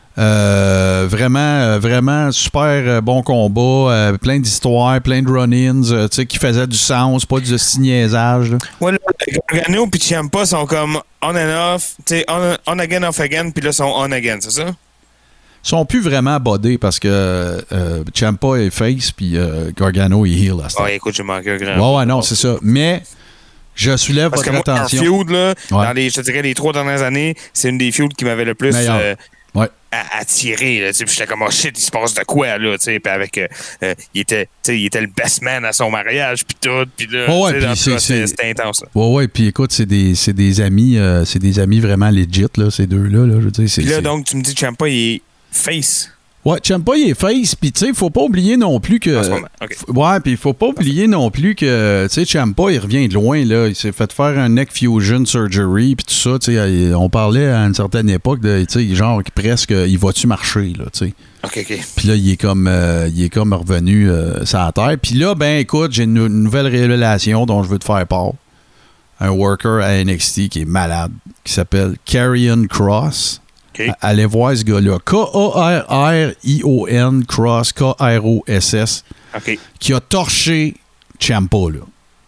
Euh, vraiment, vraiment super bon combat. Euh, plein d'histoires, plein de run-ins euh, qui faisaient du sens, pas du niaisage. Ouais, là, Gargano et Ciampa sont comme on and off, on, on again, off again, puis là, sont on again, c'est ça? Sont plus vraiment bodés parce que euh, Ciampa est face puis euh, Gargano est heel à ce temps. Ouais, écoute, j'ai manqué un grand. Ouais, ouais, non, c'est ça. Mais je soulève parce votre que moi, attention. Un feud, là, ouais. dans les, je te dirais, les trois dernières années, c'est une des feuds qui m'avait le plus euh, ouais. attiré. Là, puis j'étais comme, oh shit, il se passe de quoi, là, tu sais. Puis avec, euh, euh, il, était, il était le best man à son mariage, puis tout. Puis là, oh, ouais, dans c'est, là, c'est, c'était intense. Là. Ouais, ouais, puis écoute, c'est des, c'est des amis, euh, c'est des amis vraiment legit, là, ces deux-là. Là, je veux dire, c'est, puis là, c'est... donc, tu me dis, Ciampa, il est face. Ouais, Ciampa, il est face, puis tu sais, faut pas oublier non plus que... Okay. Ouais, puis il faut pas oublier non plus que, tu sais, Ciampa, il revient de loin, là. Il s'est fait faire un neck fusion surgery, puis tout ça, tu sais, on parlait à une certaine époque de, tu sais, genre, presque, il va-tu marcher, là, tu sais. OK, OK. Puis là, il est comme, euh, il est comme revenu euh, sur la terre. Puis là, ben, écoute, j'ai une, une nouvelle révélation dont je veux te faire part. Un worker à N X T qui est malade, qui s'appelle Karrion Kross. Okay. Allez voir ce gars-là. K A R R I O N Cross, K R O S S, okay. qui a torché Ciampa, là.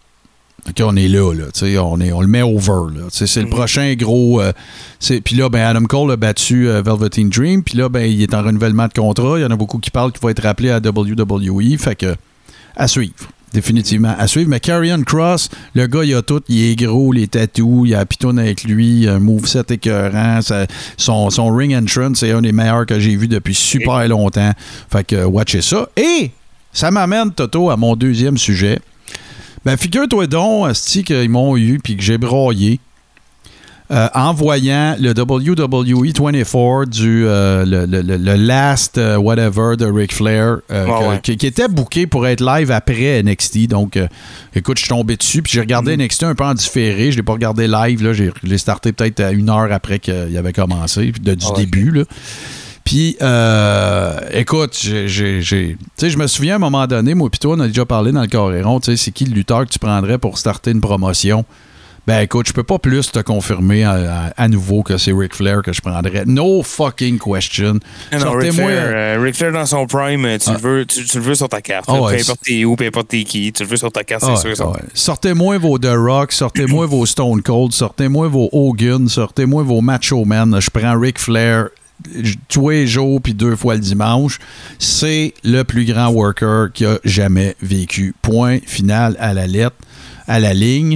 OK, on est là, là. On, est, on le met over, là. C'est mm-hmm. le prochain gros... Euh, puis là, ben, Adam Cole a battu euh, Velveteen Dream. Puis là, ben, il est en renouvellement de contrat. Il y en a beaucoup qui parlent qu'il va être rappelé à W W E. Fait que, à suivre. Définitivement à suivre. Mais Karrion Kross, le gars, il a tout. Il est gros, les tatous, il a la pitoune avec lui, un moveset écœurant. Ça, son, son ring entrance, c'est un des meilleurs que j'ai vu depuis super longtemps. Fait que, watchez ça. Et ça m'amène, Toto, à mon deuxième sujet. Ben, figure-toi donc, asti, qu'ils m'ont eu puis que j'ai broyé. Euh, en voyant le W W E vingt-quatre du euh, le, le, le last uh, whatever de Ric Flair euh, oh, que, ouais. qui, qui était booké pour être live après N X T. Donc, euh, écoute, je suis tombé dessus puis j'ai regardé mm. N X T un peu en différé. Je l'ai pas regardé live. Là. J'ai, je l'ai starté peut-être à une heure après qu'il avait commencé, de, du oh, début. Là. Puis, euh, écoute, j'ai, j'ai, j'ai, tu sais, je me souviens à un moment donné, moi pis toi, on a déjà parlé dans le Coréron, tu sais, c'est qui le lutteur que tu prendrais pour starter une promotion? Ben écoute, je peux pas plus te confirmer à, à, à nouveau que c'est Ric Flair que je prendrais. No fucking question. Non, Ric Flair, euh, Ric Flair dans son prime, tu, ah. le veux, tu, tu le veux sur ta carte. Oh, ouais, peu importe t'es où, peu importe t'es qui, tu le veux sur ta carte, ah, c'est sûr. Ouais. Sortez-moi vos The Rock, sortez-moi vos Stone Cold, sortez-moi vos Hogan, sortez-moi vos Macho Man. Je prends Ric Flair tous les jours puis deux fois le dimanche. C'est le plus grand worker qu'il a jamais vécu. Point final à la lettre, à la ligne.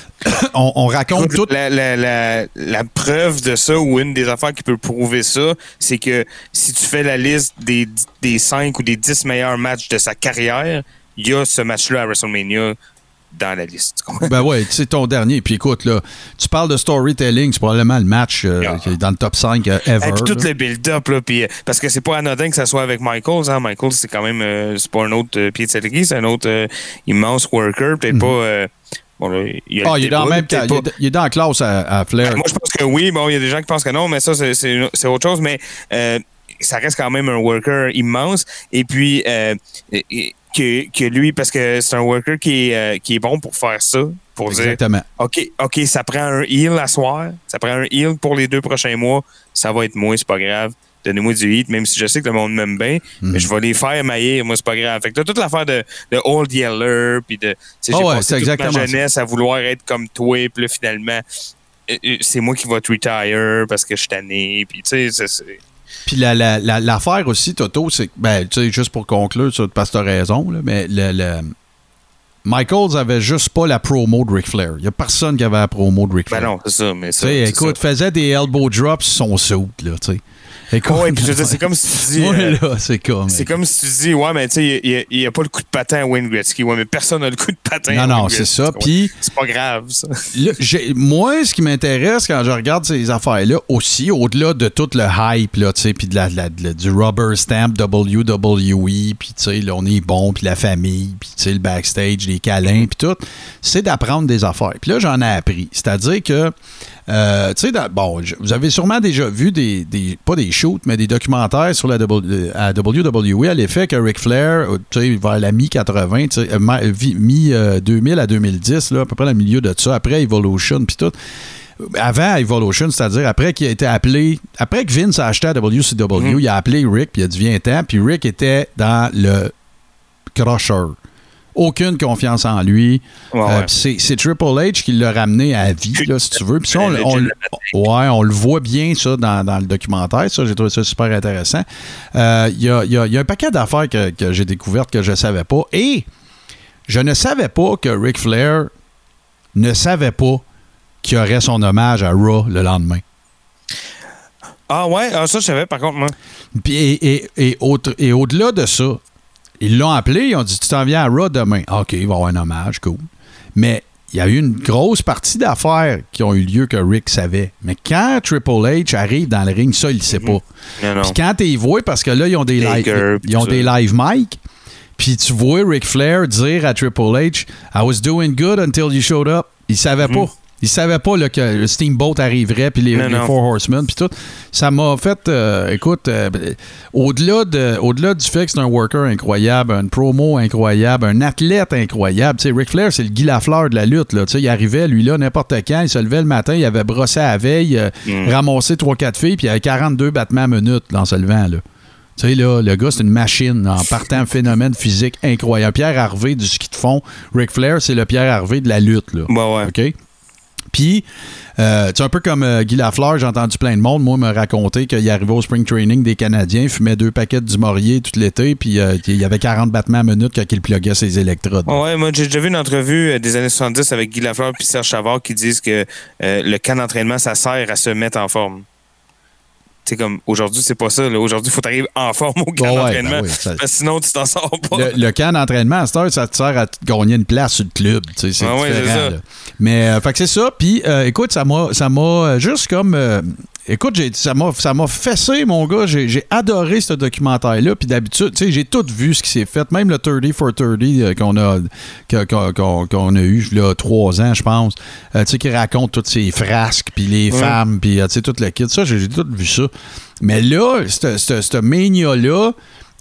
On, on raconte tout. La, la, la, la preuve de ça, ou une des affaires qui peut prouver ça, c'est que si tu fais la liste des, des cinq ou des dix meilleurs matchs de sa carrière, il y a ce match-là à WrestleMania dans la liste. Ben ouais, c'est ton dernier. Puis écoute, là, tu parles de storytelling, c'est probablement le match euh, yeah. qui est dans le top cinq euh, ever. Et puis tout le build-up, là, pis, parce que c'est pas anodin que ça soit avec Michaels. Hein. Michaels, c'est quand même, euh, c'est pas un autre euh, pied de céleri, c'est un autre euh, immense worker. Peut-être mm-hmm. pas... Euh, Bon, là, il, ah, il est dans même cas, il, est, il est dans la classe à, à Flair. Ben, moi, je pense que oui. Bon, il y a des gens qui pensent que non, mais ça, c'est, c'est, c'est autre chose. Mais euh, ça reste quand même un worker immense. Et puis, euh, que, que lui, parce que c'est un worker qui est, euh, qui est bon pour faire ça. Pour Exactement. dire, OK, OK, ça prend un heel à soir. Ça prend un heel pour les deux prochains mois. Ça va être moi, c'est pas grave. Donnez-moi du hit, même si je sais que le monde m'aime bien, mm. mais je vais les faire maillir, moi, c'est pas grave. Fait que t'as toute l'affaire de, de Old Yeller, puis de, tu sais, oh j'ai ouais, passé toute ma jeunesse ça. à vouloir être comme toi, puis là, finalement, c'est moi qui vais te retire parce que je suis tanné, puis tu sais, c'est... c'est... Puis la, la, la, l'affaire aussi, Toto, c'est que, ben, tu sais, juste pour conclure, parce que t'as raison, là, mais le... le Michaels avait juste pas la promo de Ric Flair. Il y a personne qui avait la promo de Ric Flair. Ben non, c'est ça, mais ça... C'est écoute, ça. Faisait des elbow drops sur son suit, là, tu sais. Oh, ouais, puis je veux dire, c'est comme si tu dis. Ouais, euh, là, c'est comme. C'est comme si tu dis, ouais, mais tu sais, il n'y a, a pas le coup de patin à Wayne Gretzky. Ouais, mais personne n'a le coup de patin. Non, à non, Wayne c'est Gretzky. ça. Puis. C'est pas grave, ça. Là, j'ai, moi, ce qui m'intéresse quand je regarde ces affaires-là, aussi, au-delà de tout le hype, là, tu sais, puis de la, de la, de la, du rubber stamp W W E, puis tu sais, là, on est bon, puis la famille, puis tu sais, le backstage, les câlins, puis tout, c'est d'apprendre des affaires. Puis là, j'en ai appris. C'est-à-dire que. Euh, tu sais, bon, vous avez sûrement déjà vu des, des pas des shoots, mais des documentaires sur la w, à W W E à l'effet que Ric Flair, tu sais, vers la mi-quatre-vingts, tu sais, mi-deux mille à deux mille dix, là, à peu près le milieu de ça, après Evolution, puis tout. Avant Evolution, c'est-à-dire après qu'il a été appelé, après que Vince a acheté à W C W, mm-hmm. il a appelé Rick, puis il a dit viens-t'en, puis Rick était dans le Crusher. Aucune confiance en lui. Ouais, euh, ouais. C'est, c'est Triple H qui l'a ramené à vie, là, si tu veux. Puis ça, on, on, on, ouais, on le voit bien, ça, dans, dans le documentaire. Ça, j'ai trouvé ça super intéressant. Il euh, y, a, y, a, y a un paquet d'affaires que, que j'ai découvertes que je ne savais pas. Et je ne savais pas que Ric Flair ne savait pas qu'il y aurait son hommage à Raw le lendemain. Ah ouais? Ah, ça, je savais, par contre, moi. Puis, et, et, et, autre, et au-delà de ça, ils l'ont appelé, ils ont dit « Tu t'en viens à Raw demain. » OK, il va y avoir un hommage, cool. Mais il y a eu une grosse partie d'affaires qui ont eu lieu que Rick savait. Mais quand Triple H arrive dans le ring, ça, il ne sait pas. Mm-hmm. Puis quand tu y vois, parce que là, ils ont des live, ils ont des live mic, puis tu vois Ric Flair dire à Triple H « I was doing good until you showed up. » Il savait mm-hmm. pas. Il savait pas là, que le Steamboat arriverait, puis les, les Four Horsemen, puis tout. Ça m'a fait, euh, écoute, euh, au-delà, de, au-delà du fait que c'est un worker incroyable, une promo incroyable, un athlète incroyable. Tu sais, Ric Flair, c'est le Guy Lafleur de la lutte. Là. Tu sais, il arrivait, lui, là, n'importe quand. Il se levait le matin, il avait brossé à la veille, euh, mm. ramassé trois quatre filles, puis il avait quarante-deux battements à minute là, en se levant, là. Tu sais, là, le gars, c'est une machine en partant un phénomène physique incroyable. Pierre Harvey du ski de fond. Ric Flair, c'est le Pierre Harvey de la lutte, là. Bah ouais. OK? Puis, euh, tu sais, un peu comme euh, Guy Lafleur, j'ai entendu plein de monde, moi, me raconter qu'il arrivait au spring training des Canadiens, fumait deux paquets du Maurier tout l'été, puis euh, il y avait quarante battements à minute quand il pluguait ses électrodes. Ouais, moi, j'ai déjà vu une entrevue des années soixante-dix avec Guy Lafleur et Serge Chavard qui disent que euh, le camp d'entraînement, ça sert à se mettre en forme. Tu sais, comme aujourd'hui, c'est pas ça. Là. Aujourd'hui, il faut t'arriver en forme au camp oh ouais, d'entraînement. Ben oui, ça... Parce que sinon, tu t'en sors pas. Le, le camp d'entraînement, à cette heure, ça te sert à te gagner une place sur le club. Tu sais, c'est ah différent. Ouais, c'est ça. Mais, euh, fait que c'est ça. Puis, euh, écoute, ça m'a, ça m'a juste comme. Euh, écoute, j'ai, ça, m'a, ça m'a fessé, mon gars. J'ai, j'ai adoré ce documentaire-là. Puis d'habitude, tu sais, j'ai tout vu ce qui s'est fait. Même le thirty for thirty euh, qu'on, a, que, qu'on, qu'on a eu là, trois ans, je pense. Euh, tu sais, qui raconte toutes ces frasques, puis les ouais. femmes, puis tu sais, tout le kit. Ça, j'ai, j'ai tout vu ça. Mais là, cette mania-là,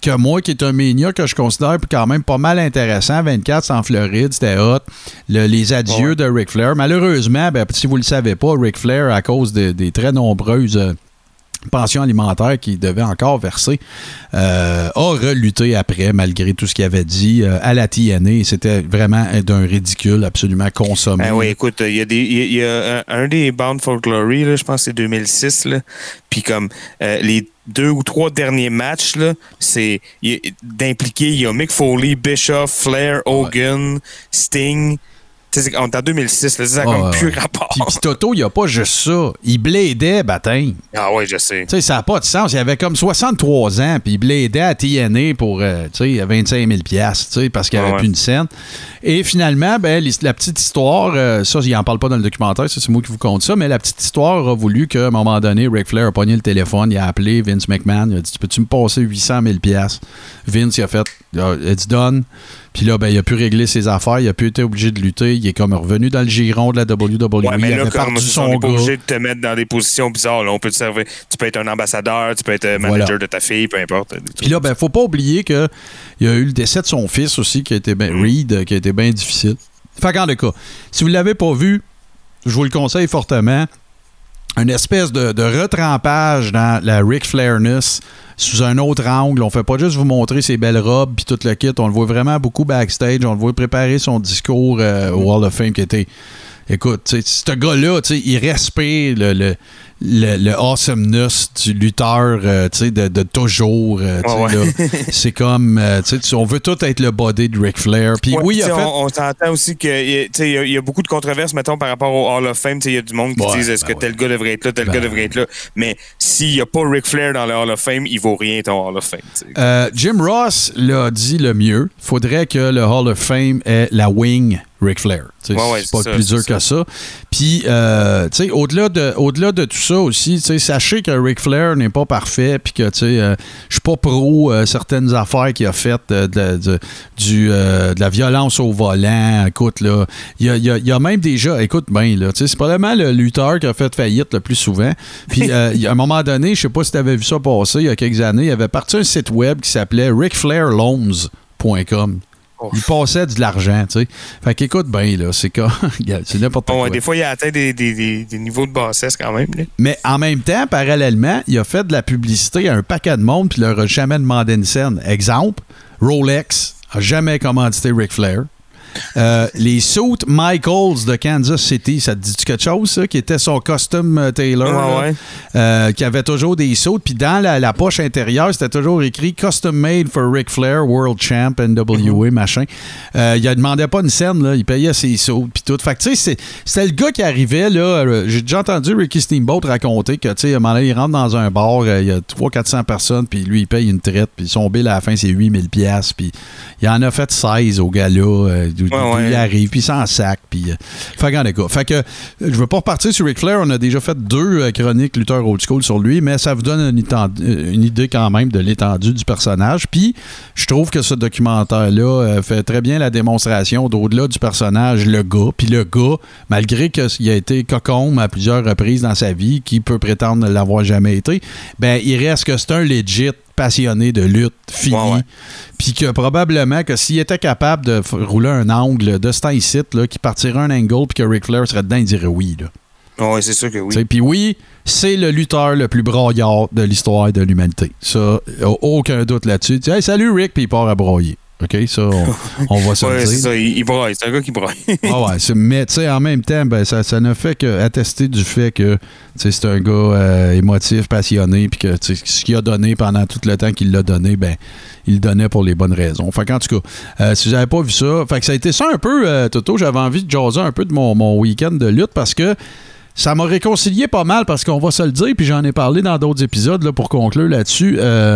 que moi, qui est un Mania que je considère quand même pas mal intéressant. vingt-quatre, c'est en Floride, c'était hot. Le, les adieux ouais. de Ric Flair. Malheureusement, ben, si vous ne le savez pas, Ric Flair, à cause de, des très nombreuses euh, pensions alimentaires qu'il devait encore verser, euh, a relutté après, malgré tout ce qu'il avait dit, euh, à la T N A. C'était vraiment d'un ridicule absolument consommé. Ben oui, écoute, il y a, des, y a un, un des Bound for Glory, là, je pense que c'est deux mille six, puis comme euh, les deux ou trois derniers matchs, là, c'est y, d'impliquer, il y a Mick Foley, Bischoff, Flair, Hogan, ouais. Sting. C'est, on est en deux mille six, là, ça n'a oh, comme plus rapport. Puis, puis Toto, il n'y a pas juste ça. Il bladait, bâtin. Ah oui, je sais. Tu sais, ça n'a pas de sens. Il avait comme soixante-trois ans, puis il bladait à T N A pour euh, vingt-cinq mille dollars, parce qu'il n'y avait ah, plus ouais. une scène. Et finalement, ben, la petite histoire, euh, ça, il n'en parle pas dans le documentaire, ça, c'est moi qui vous conte ça, mais la petite histoire a voulu qu'à un moment donné, Ric Flair a pogné le téléphone, il a appelé Vince McMahon, il a dit « Peux-tu me passer huit cent mille dollars? » Vince, il a fait « It's done ». Puis là, ben, il a pu régler ses affaires, il a pu être obligé de lutter, il est comme revenu dans le giron de la W W E, ouais, mais il là, avait comme perdu son on n'est pas gars. obligé de te mettre dans des positions bizarres. Là. On peut te servir. Tu peux être un ambassadeur, tu peux être manager voilà. de ta fille, peu importe. Puis là, ben, faut pas oublier qu'il y a eu le décès de son fils aussi, qui a été ben, mm. Reed, qui a été bien difficile. Fait qu'en tout cas, si vous ne l'avez pas vu, je vous le conseille fortement. Une espèce de, de retrempage dans la Ric Flairness sous un autre angle. On fait pas juste vous montrer ses belles robes puis tout le kit. On le voit vraiment beaucoup backstage. On le voit préparer son discours euh, au Hall of Fame qui était... Écoute, ce gars-là, il respire le, le, le, le awesomeness du lutteur euh, de, de toujours. Euh, oh ouais. C'est comme, euh, on veut tout être le body de Ric Flair. Puis ouais, oui, il a fait... on, on s'entend aussi qu'il y, y, y a beaucoup de controverses, mettons, par rapport au Hall of Fame. Il y a du monde qui ouais, disent est-ce ben que tel ouais. gars devrait être là, tel ben gars devrait être là. Mais s'il n'y a pas Ric Flair dans le Hall of Fame, il vaut rien ton Hall of Fame. Euh, Jim Ross l'a dit le mieux. Il faudrait que le Hall of Fame ait la wing Ric Flair. Ouais, ouais, c'est, c'est pas ça, plus dur que ça. ça. Puis, euh, tu sais, au-delà de, au-delà de tout ça aussi, tu sais, sachez que Ric Flair n'est pas parfait, puis que, tu sais, euh, je suis pas pro euh, certaines affaires qu'il a faites, euh, de, de, du, euh, de la violence au volant. Écoute, là, il y a, y, a, y a même déjà, écoute bien, là, tu sais, c'est probablement le lutteur qui a fait faillite le plus souvent. Puis, euh, à un moment donné, je sais pas si tu avais vu ça passer, il y a quelques années, il avait parti un site web qui s'appelait ric flair loans point com. Il passait de l'argent, tu sais. Fait qu'écoute bien, là, c'est comme... c'est n'importe bon, quoi. Ouais, des fois, il a atteint des, des, des, des niveaux de bassesse quand même. Là. Mais en même temps, parallèlement, il a fait de la publicité à un paquet de monde puis il leur a jamais demandé une scène. Exemple, Rolex a jamais commandité Ric Flair. Euh, les suits Michaels de Kansas City, ça te dit quelque chose, ça? Qui était son custom tailor, ouais, ouais. Euh, qui avait toujours des suits. Puis dans la, la poche intérieure, c'était toujours écrit Custom Made for Ric Flair, World Champ, N W A, mm-hmm. machin. Euh, il ne demandait pas une scène, là. Il payait ses suits, puis tout. Fait que, tu sais, c'était le gars qui arrivait, là. Euh, j'ai déjà entendu Ricky Steamboat raconter que, tu sais, à un moment donné, il rentre dans un bar, euh, il y a trois cents à quatre cents personnes, puis lui, il paye une traite, puis son bill à la fin, c'est huit mille dollars, puis il en a fait seize au gars-là. Euh, Ouais, ouais. Il arrive, puis il s'en sac. Puis, euh, fait que, fait que je veux pas repartir sur Ric Flair. On a déjà fait deux euh, chroniques lutteurs old school sur lui, mais ça vous donne une, étend- une idée quand même de l'étendue du personnage. Puis, je trouve que ce documentaire-là euh, fait très bien la démonstration d'au-delà du personnage, le gars. Puis le gars, malgré qu'il a été cocon à plusieurs reprises dans sa vie, qui peut prétendre ne l'avoir jamais été, ben il reste que c'est un legit passionné de lutte fini, ouais, ouais. Puis que probablement que s'il était capable de f- rouler un angle de ce temps-ci, là, qui partirait un angle puis que Ric Flair serait dedans, il dirait oui. Là. Oui, c'est sûr que oui. Puis oui, c'est le lutteur le plus braillard de l'histoire de l'humanité. Ça, aucun doute là-dessus. Tu dis, hey, salut Rick, puis il part à broyer. OK, ça, on, on va se ouais, le dire. C'est ça, il, il braille. C'est un gars qui braille. ah ouais, c'est, mais tu sais, en même temps, ben, ça, ça ne fait qu'attester du fait que c'est un gars euh, émotif, passionné, puis que ce qu'il a donné pendant tout le temps qu'il l'a donné, ben, il le donnait pour les bonnes raisons. Fait qu'en tout cas, euh, si vous n'avez pas vu ça, fait que ça a été ça un peu, euh, Toto, j'avais envie de jaser un peu de mon, mon week-end de lutte parce que ça m'a réconcilié pas mal parce qu'on va se le dire, puis j'en ai parlé dans d'autres épisodes là, pour conclure là-dessus. Euh,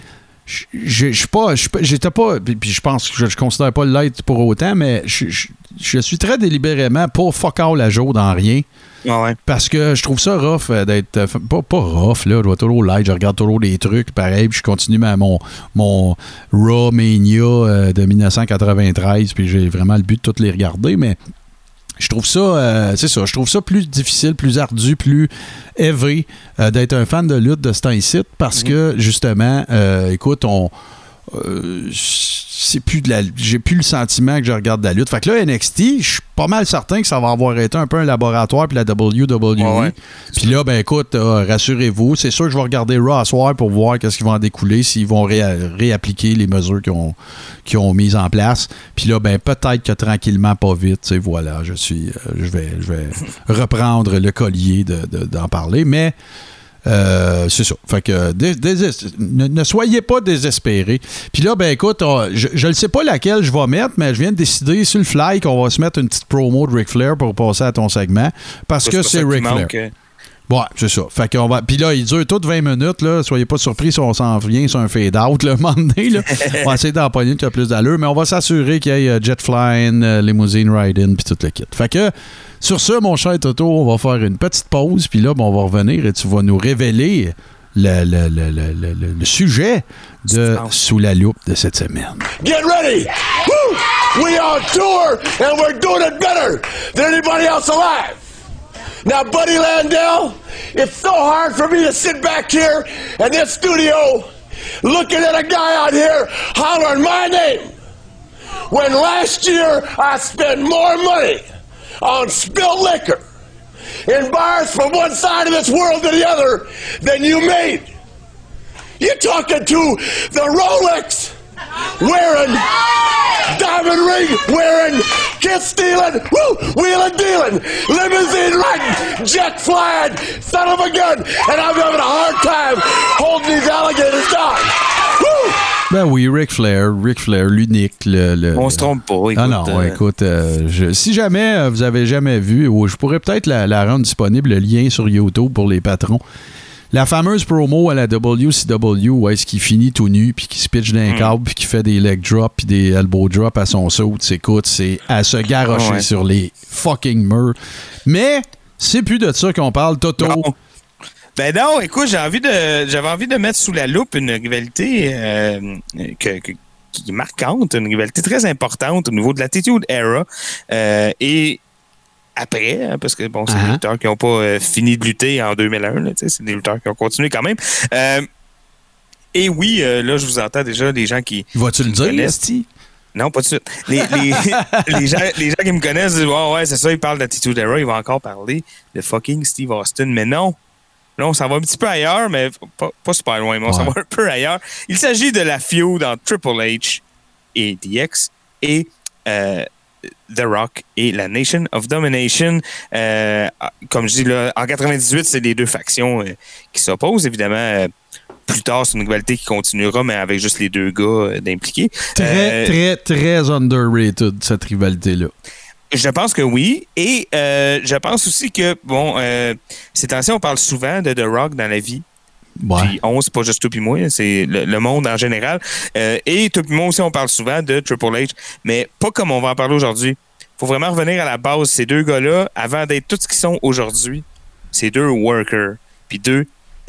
Je suis pas, j'étais pas, puis je pense que je, je considère pas l'être pour autant, mais je, je, je suis très délibérément pas fuck all à jour dans rien. Ah ouais. Parce que je trouve ça rough d'être. Pas, pas rough, là. Je vois toujours light, je regarde toujours des trucs pareil, puis je continue ma, mon, mon Raw Mania euh, de dix-neuf cent quatre-vingt-treize, puis j'ai vraiment le but de toutes les regarder, mais. Je trouve ça, euh, c'est ça, je trouve ça plus difficile, plus ardu, plus élevé euh, d'être un fan de lutte de ce temps-ci parce mm-hmm. que, justement, euh, écoute, on, euh, c'est plus de la, j'ai plus le sentiment que je regarde de la lutte. Fait que là, N X T, je suis pas mal certain que ça va avoir été un peu un laboratoire puis la W W E. Ouais, ouais. Puis là, ben écoute, euh, rassurez-vous, c'est sûr que je vais regarder Raw à soir pour voir qu'est-ce qui va en découler, s'ils vont ré- réappliquer les mesures qu'ils ont, qu'ils ont mises en place. Puis là, ben peut-être que tranquillement, pas vite, tu sais, voilà, je suis, euh, je vais, je vais reprendre le collier de, de, d'en parler, mais Euh, c'est ça. Fait que dés- dés- ne, ne soyez pas désespérés. Puis là, ben écoute, on, je ne sais pas laquelle je vais mettre, mais je viens de décider sur le fly qu'on va se mettre une petite promo de Ric Flair pour passer à ton segment. Parce c'est que c'est Ric Flair. Manque. Ouais, c'est ça. Fait qu'on va. Puis là, il dure toutes vingt minutes, là. Soyez pas surpris si on s'en vient sur un fade-out, là, un moment donné, là. On va essayer d'empoigner qui a plus d'allure, mais on va s'assurer qu'il y ait jet flying, euh, limousine ride-in, puis tout le kit. Fait que, sur ce, mon cher Toto, on va faire une petite pause, puis là, ben, on va revenir et tu vas nous révéler le, le, le, le, le, le sujet de Sous la loupe de cette semaine. Get ready! Woo! We are on tour, and we're doing it better than anybody else alive! Now, Buddy Landell, it's so hard for me to sit back here in this studio looking at a guy out here hollering my name when last year I spent more money on spilled liquor in bars from one side of this world to the other than you made. You're talking to the Rolex wearing, diamond ring wearing, kiss stealing, woo, wheeling dealing, limousine riding, jet flying, son of a gun, and I'm having a hard time holding these alligators down. Woo! Ben oui, Ric Flair, Ric Flair, l'unique. Le, le, On se trompe pas. Écoute, ah non, euh... écoute, euh, je, si jamais euh, vous avez jamais vu, ou je pourrais peut-être la, la rendre disponible, le lien sur YouTube pour les patrons. La fameuse promo à la W C W où est-ce qu'il finit tout nu puis qu'il se pitch d'un mm. câble puis qu'il fait des leg drops puis des elbow drops à son saut, écoute, c'est à se garrocher ouais. sur les fucking murs. Mais c'est plus de ça qu'on parle, Toto. Non. Ben non, écoute, j'ai envie de, j'avais envie de mettre sous la loupe une rivalité euh, que, que, qui est marquante, une rivalité très importante au niveau de l'Attitude Era euh, et après, hein, parce que bon, c'est uh-huh. des lutteurs qui n'ont pas euh, fini de lutter en deux mille un, là, c'est des lutteurs qui ont continué quand même. Euh, et oui, euh, là, je vous entends déjà des gens qui. Vas-tu le dire, Esti? Non, pas tout de suite. Les, les, les, gens, les gens qui me connaissent disent oh, ouais, c'est ça, ils parlent d'Attitude Era, ils vont encore parler de fucking Steve Austin. Mais non. Là, on s'en va un petit peu ailleurs, mais pas, pas super loin, mais on ouais. s'en va un peu ailleurs. Il s'agit de la feud entre Triple H et D X et euh, The Rock et la Nation of Domination. Euh, comme je dis, là, en quatre-vingt-dix-huit, c'est les deux factions euh, qui s'opposent. Évidemment, euh, plus tard, c'est une rivalité qui continuera, mais avec juste les deux gars euh, d'impliqués. Très, euh, très, très underrated, cette rivalité-là. Je pense que oui. Et euh, je pense aussi que, bon, euh, ces temps-ci, on parle souvent de The Rock dans la vie. Ouais. Puis on, c'est pas juste toi et moi, c'est le, le monde en général. Euh, et toi et moi aussi, on parle souvent de Triple H, mais pas comme on va en parler aujourd'hui. Il faut vraiment revenir à la base. Ces deux gars-là, avant d'être tout ce qu'ils sont aujourd'hui, c'est deux workers. Puis deux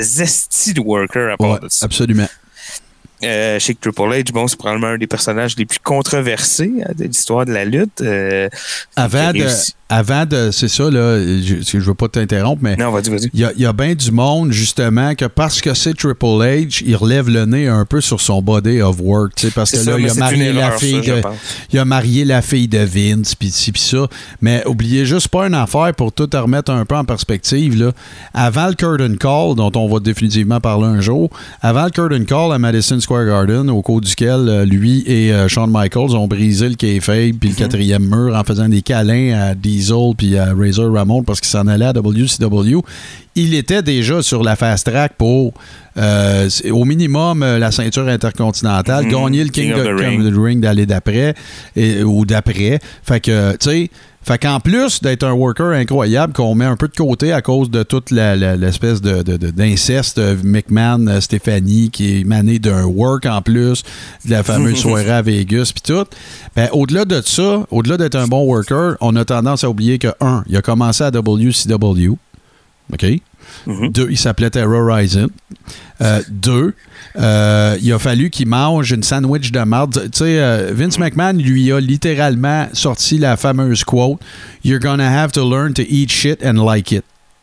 estis de workers à part ouais, de ça. Absolument. Euh, je sais que Triple H, bon, c'est probablement un des personnages les plus controversés hein, de l'histoire de la lutte. Euh, avant, de, avant de... C'est ça, là, je ne veux pas t'interrompre, mais... Non, vas-y, vas-y. Il y a, a bien du monde, justement, que parce que c'est Triple H, il relève le nez un peu sur son body of work, tu sais, parce c'est que ça, là, il a, marié erreur, la fille ça, de, il a marié la fille de Vince, puis ci, puis ça. Mais oubliez juste pas une affaire pour tout remettre un peu en perspective, là. Avant le Curtain Call, dont on va définitivement parler un jour, avant le Curtain Call à Madison Square Garden, au cours duquel euh, lui et euh, Shawn Michaels ont brisé le kayfabe puis mm-hmm. le quatrième mur en faisant des câlins à Diesel puis à Razor Ramon parce qu'ils s'en allaient à W C W. Il était déjà sur la fast track pour euh, au minimum euh, la ceinture intercontinentale, mm-hmm. gagner le King, King of the, the Ring, the ring d'aller d'après et, ou d'après. Fait que, tu sais, fait qu'en plus d'être un worker incroyable qu'on met un peu de côté à cause de toute la, la, l'espèce de, de, de, d'inceste McMahon, Stéphanie, qui est émané d'un work en plus, de la fameuse soirée à Vegas puis tout, ben, au-delà de ça, au-delà d'être un bon worker, on a tendance à oublier que, un, il a commencé à W C W, OK? Mm-hmm. Deux, il s'appelait Terrorizing. Euh, deux, euh, il a fallu qu'il mange une sandwich de marde. Tu sais, euh, Vince McMahon lui a littéralement sorti la fameuse quote « You're gonna have to learn to eat shit and like it. Mm-hmm. »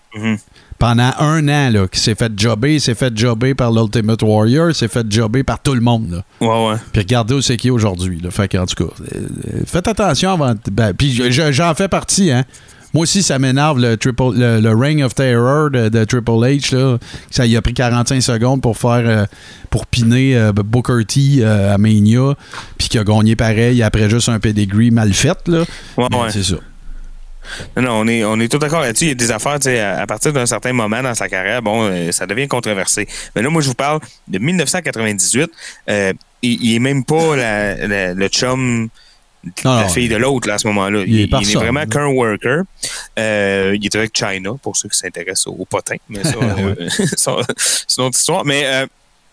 pendant un an, là, qui s'est fait jobber, s'est fait jobber par l'Ultimate Warrior, s'est fait jobber par tout le monde. Là. Ouais, ouais. Puis regardez où c'est qui est aujourd'hui. Là. Fait qu'en tout cas, euh, faites attention avant. Ben, puis je, j'en fais partie, hein. Moi aussi, ça m'énerve le, triple, le, le Reign of Terror de, de Triple H. Là. Ça y a pris quarante-cinq secondes pour faire euh, pour piner euh, Booker T euh, à Mania, puis qui a gagné pareil après juste un pedigree mal fait. Là. Ouais, Mais ouais. c'est ça. Non, non, on est, on est tout d'accord là-dessus. Il y a des affaires, tu sais, à, à partir d'un certain moment dans sa carrière, bon, euh, ça devient controversé. Mais là, moi, je vous parle de dix-neuf cent quatre-vingt-dix-huit. Euh, il, il est même pas la, la, le chum de non, la non, fille de l'autre là, à ce moment-là. Il, il, est, il est vraiment qu'un worker. Euh, il est avec China, pour ceux qui s'intéressent au, au potin. Mais ça, euh, c'est une autre histoire. Mais, euh,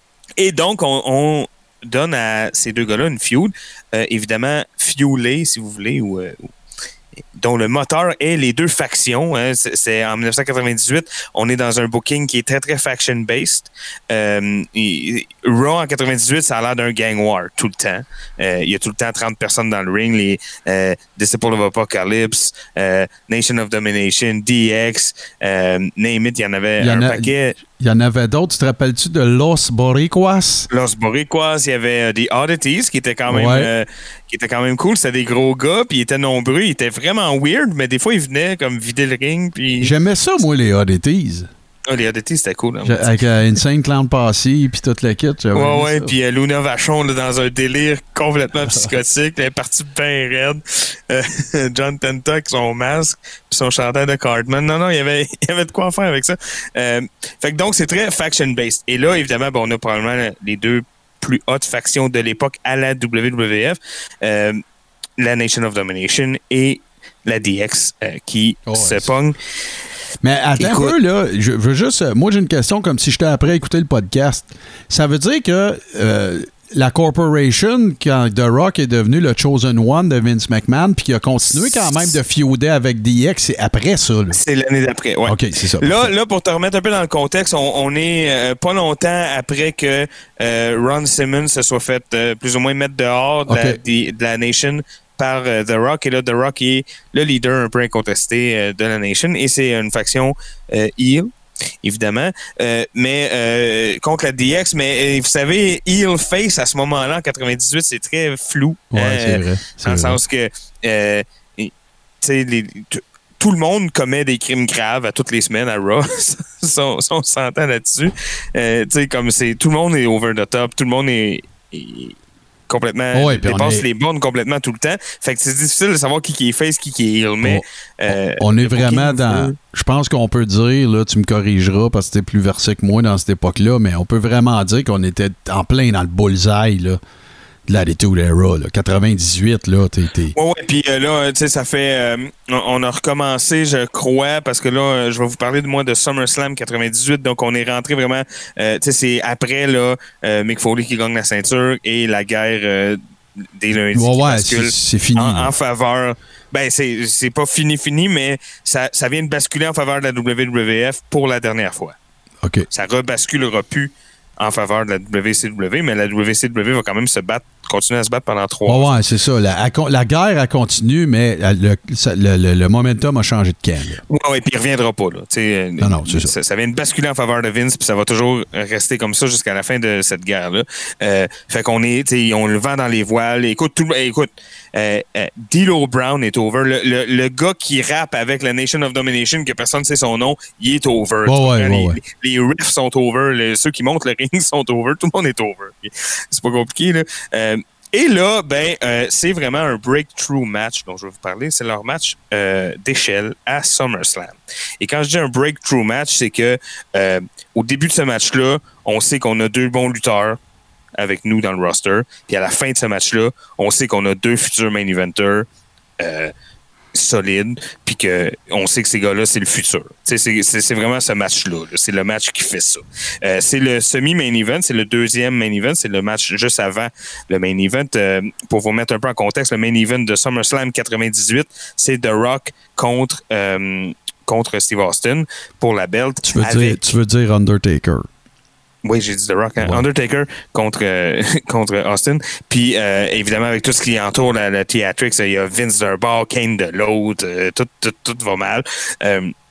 et donc, on, on donne à ces deux gars-là une feud, euh, évidemment, fuelée, si vous voulez, ou... Euh, dont le moteur est les deux factions. Hein. C'est, c'est en dix-neuf cent quatre-vingt-dix-huit, on est dans un booking qui est très, très faction-based. Euh, et, Raw en quatre-vingt-dix-huit, ça a l'air d'un gang war tout le temps. Euh, il y a tout le temps trente personnes dans le ring. Les euh, Disciples of Apocalypse, euh, Nation of Domination, D X, euh, name it, il y en avait il y en un a, paquet. Il y en avait d'autres. Tu te rappelles-tu de Los Boricuas? Los Boricuas, il y avait euh, des Oddities qui étaient quand même ouais. euh, qui étaient quand même cool. C'était des gros gars, puis ils étaient nombreux. Ils étaient vraiment weird, mais des fois, ils venaient comme vider le ring. Puis... J'aimais ça, moi, les Oddities. Ah, les Oddities, c'était cool. Hein, avec euh, Insane Clown Passy, puis toute la kit. Ouais, ouais, puis euh, Luna Vachon là, dans un délire complètement psychotique. Elle est partie bien raide. Euh, John Tenta avec son masque, puis son chanteur de Cartman. Non, non, il y avait, il y avait de quoi faire avec ça. Euh, fait que donc, c'est très faction-based. Et là, évidemment, bon, on a probablement les deux plus hautes factions de l'époque à la W W F. Euh, la Nation of Domination et la D X euh, qui oh, se ouais, pognent. Mais attends Écoute, un peu, là, je veux juste... Moi, j'ai une question comme si j'étais après à écouter le podcast. Ça veut dire que euh, la corporation, quand The Rock est devenu le Chosen One de Vince McMahon, puis qui a continué quand même de feuder avec D X, c'est après ça, là? C'est l'année d'après, oui. OK, c'est ça. Là, là, pour te remettre un peu dans le contexte, on, on est euh, pas longtemps après que euh, Ron Simmons se soit fait euh, plus ou moins mettre dehors de, okay. la, de la Nation par euh, The Rock. Et là, The Rock est le leader un peu incontesté euh, de la Nation. Et c'est une faction euh, heel, évidemment, euh, mais euh, contre la D X. Mais euh, vous savez, heel face à ce moment-là, en quatre-vingt-dix-huit, c'est très flou. Ouais, euh, c'est vrai. C'est dans le vrai. sens que, euh, tu sais, les... tout le monde commet des crimes graves à toutes les semaines à Raw. ça, on s'entend là-dessus. Euh, tu sais, comme c'est... Tout le monde est over the top. Tout le monde est... est complètement... Ouais, dépasse est... les bornes complètement tout le temps. Fait que c'est difficile de savoir qui, qui est face, qui, qui est heel. Mais... On, euh, on est vraiment dans... Je pense qu'on peut dire, là, tu me corrigeras parce que t'es plus versé que moi dans cette époque-là, mais on peut vraiment dire qu'on était en plein dans le bullseye, là. De l'Attitude Era, là. quatre-vingt-dix-huit, là, t'es... t'es... Ouais, ouais, puis euh, là, tu sais, ça fait... Euh, on a recommencé, je crois, parce que là, euh, je vais vous parler de moi de SummerSlam quatre-vingt-dix-huit, donc on est rentré vraiment... Euh, tu sais, c'est après, là, euh, Mick Foley qui gagne la ceinture et la guerre euh, des lundis ouais, qui ouais, bascule c'est, c'est fini. En, en faveur... Ben, c'est, c'est pas fini, fini, mais ça, ça vient de basculer en faveur de la W W F pour la dernière fois. OK. Ça rebasculera plus en faveur de la W C W, mais la W C W va quand même se battre, continuer à se battre pendant trois ouais, ans. Ouais, c'est ça. La, la guerre, elle continue, mais le, le, le, le momentum a changé de camp. Oui, ouais, puis il ne reviendra pas. Là. Non, non, c'est ça. ça. Ça vient de basculer en faveur de Vince, puis ça va toujours rester comme ça jusqu'à la fin de cette guerre-là. Euh, fait qu'on est, ils ont le vent dans les voiles. Écoute, tout, écoute euh, euh, D'Lo Brown est over. Le, le, le gars qui rappe avec la Nation of Domination, que personne ne sait son nom, il est over. Ouais, ouais, les, ouais, ouais. Les, les riffs sont over. Les, ceux qui montent le ring sont over. Tout le monde est over. C'est pas compliqué, là. Euh, Et là, ben, euh, c'est vraiment un breakthrough match dont je vais vous parler. C'est leur match euh, d'échelle à SummerSlam. Et quand je dis un breakthrough match, c'est que euh, au début de ce match-là, on sait qu'on a deux bons lutteurs avec nous dans le roster. Puis à la fin de ce match-là, on sait qu'on a deux futurs main eventers euh, solides. Puis qu'on sait que ces gars-là, c'est le futur. C'est, c'est, c'est vraiment ce match-là. Là. C'est le match qui fait ça. Euh, c'est le semi-main event. C'est le deuxième main event. C'est le match juste avant le main event. Euh, pour vous mettre un peu en contexte, le main event de SummerSlam quatre-vingt-dix-huit, c'est The Rock contre, euh, contre Steve Austin pour la belt. Tu veux, avec... dire, tu veux dire Undertaker? Oui, j'ai dit The Rock. Hein? Ouais. Undertaker contre, euh, contre Austin. Puis, euh, évidemment, avec tout ce qui entoure la, la Theatrics, il y a Vince d'un bord, Kane de l'autre. Euh, tout, tout, tout va mal. Euh,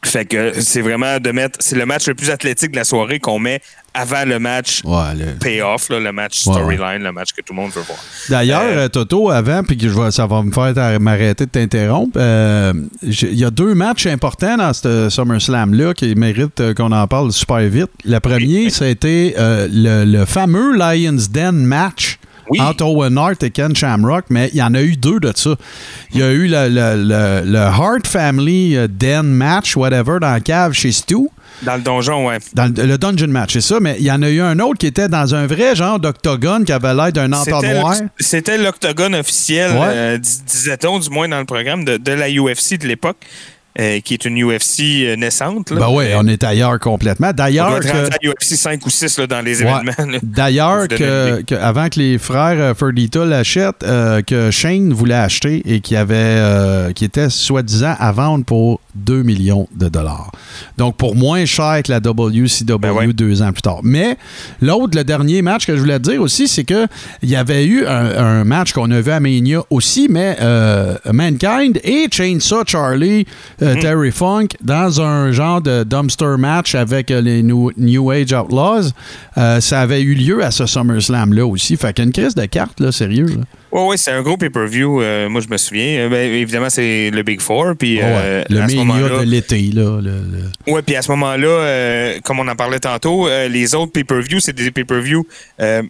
Fait que c'est vraiment de mettre... C'est le match le plus athlétique de la soirée qu'on met avant le match ouais, le... payoff, là, le match storyline, ouais. le match que tout le monde veut voir. D'ailleurs, euh, Toto, avant, puis que je vais, ça va me faire m'arrêter de t'interrompre, il euh, y a deux matchs importants dans ce SummerSlam-là qui méritent qu'on en parle super vite. Le premier, oui. c'était euh, le, le fameux Lion's Den match. Oui. Entre Owen Hart et Ken Shamrock, mais il y en a eu deux de ça. Il y a eu le, le, le, le Hart Family Den match, whatever, dans la cave chez Stu. Dans le donjon, ouais. Dans le, le dungeon match, c'est ça, mais il y en a eu un autre qui était dans un vrai genre d'octogone qui avait l'air d'un entonnoir. C'était l'octogone officiel, ouais. euh, disait-on, du moins dans le programme de, de la U F C de l'époque. Euh, qui est une U F C euh, naissante. Là. Ben oui, on est ailleurs complètement. D'ailleurs, on doit être que... rendu à U F C cinq ou six là, dans les ouais. événements. Là. D'ailleurs, que, que avant que les frères euh, Fertitta l'achètent, euh, que Shane voulait acheter et qui avait, euh, qui était soi-disant à vendre pour deux millions de dollars. Donc, pour moins cher que la W C W ben ouais. deux ans plus tard. Mais l'autre, le dernier match que je voulais te dire aussi, c'est qu'il y avait eu un, un match qu'on a vu à Mania aussi, mais euh, Mankind et Chainsaw Charlie Euh, Terry Funk dans un genre de dumpster match avec euh, les New, New Age Outlaws. Euh, ça avait eu lieu à ce SummerSlam-là aussi. Fait qu'il y a une crise de cartes, là, sérieux. Là. Oui, oui, c'est un gros pay-per-view. Euh, moi, je me souviens. Ben, évidemment, c'est le Big Four. Puis, oh, ouais. euh, le Mania de l'été. Là, le, le... Oui, puis à ce moment-là, euh, comme on en parlait tantôt, euh, les autres pay-per-views, c'est des pay-per-views euh,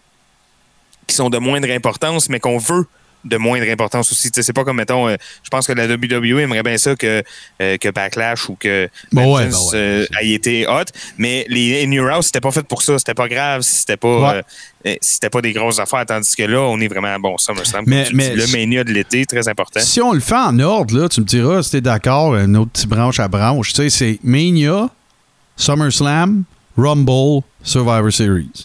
qui sont de moindre importance, mais qu'on veut de moindre importance aussi. T'sais, c'est pas comme, mettons, euh, je pense que la W W E aimerait bien ça que, euh, que Backlash ou que bon, ouais, Vengeance ben ouais, euh, ait été hot, mais les In Your House, c'était pas fait pour ça. C'était pas grave si c'était pas, ouais. euh, si c'était pas des grosses affaires, tandis que là, on est vraiment, bon, SummerSlam, mais, mais le Mania de l'été, très important. Si on le fait en ordre, là, tu me diras si t'es d'accord, une autre petite branche à branche. Tu sais, c'est Mania, SummerSlam, Rumble, Survivor Series.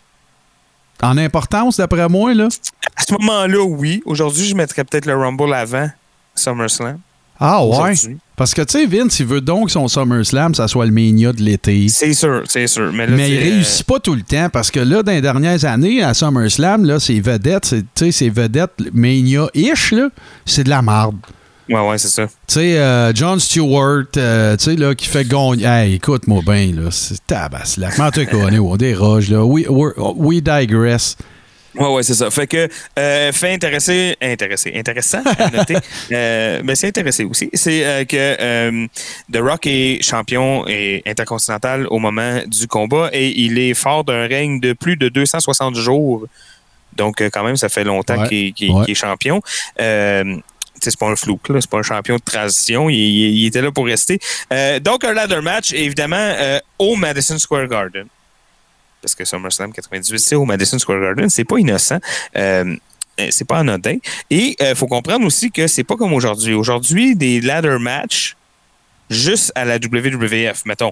En importance, d'après moi, là? À ce moment-là, oui. Aujourd'hui, je mettrais peut-être le Rumble avant SummerSlam. Ah ouais? Parce que, tu sais, Vince, il veut donc que son SummerSlam, ça soit le Mania de l'été. C'est sûr, c'est sûr. Mais, là, mais il réussit euh... pas tout le temps parce que là, dans les dernières années, à SummerSlam, là, ses vedettes, tu sais, ses vedettes Mania-ish, là, c'est de la marde. Ouais, ouais, c'est ça. Tu sais, euh, Jon Stewart, euh, tu sais, là, qui fait gagner. Hey, écoute-moi bien, là. C'est tabaslac. Comment tu connais, on déroge, là. We, we digress. Ouais, ouais, c'est ça. Fait que, euh, fait intéressé, intéressé, intéressant à noter. euh, mais c'est intéressé aussi. C'est euh, que euh, The Rock est champion et intercontinental au moment du combat et il est fort d'un règne de plus de deux cent soixante jours. Donc, quand même, ça fait longtemps ouais. qu'il, qu'il, ouais. qu'il est champion. Euh, c'est pas un flou, là, c'est pas un champion de transition, il, il, il était là pour rester. Euh, donc, un ladder match, évidemment, euh, au Madison Square Garden. Parce que SummerSlam quatre-vingt-dix-huit, c'est au Madison Square Garden, c'est pas innocent. Euh, c'est pas anodin. Et il euh, faut comprendre aussi que c'est pas comme aujourd'hui. Aujourd'hui, des ladder matchs, juste à la W W F, mettons.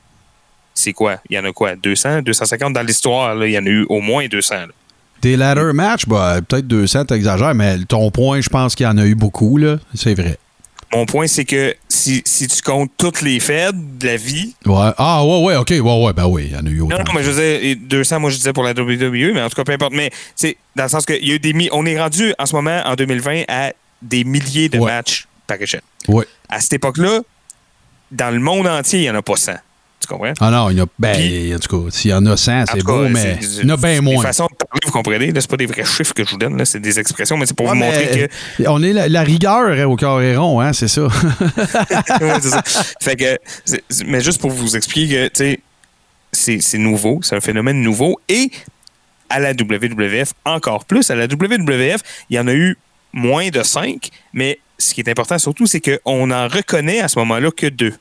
C'est quoi? Il y en a quoi? deux cents, deux cent cinquante dans l'histoire, là, il y en a eu au moins deux cents. Là. Des ladder matchs, bah, peut-être deux cents, t'exagères, mais ton point, je pense qu'il y en a eu beaucoup, là. C'est vrai. Mon point, c'est que si, si tu comptes toutes les fêtes de la vie... Ouais. Ah, ouais, ouais, OK. Ouais, ouais, ben oui, il y en a eu autant. Non, non, mais je disais, deux cents, moi, je disais pour la W W E, mais en tout cas, peu importe. Mais, c'est dans le sens qu'il y a eu des... On est rendu, en ce moment, en deux mille vingt, à des milliers de ouais. matchs par échelle. Ouais. À cette époque-là, dans le monde entier, il n'y en a pas cent. Tu comprends? Ah non, il y en a... Ben, Puis, en tout cas, s'il y en a cent, c'est beau, cas, mais c'est, il y en a bien moins. C'est une façon de parler, vous comprenez? Là, c'est pas des vrais chiffres que je vous donne, là, c'est des expressions, mais c'est pour ouais, vous montrer que... On est la, la rigueur au carré rond, hein, c'est ça. ouais, c'est ça. Fait que... C'est, mais juste pour vous expliquer que, tu sais, c'est, c'est nouveau, c'est un phénomène nouveau, et à la W W F, encore plus, à la W W F, il y en a eu moins de cinq, mais ce qui est important surtout, c'est qu'on en reconnaît à ce moment-là que deux.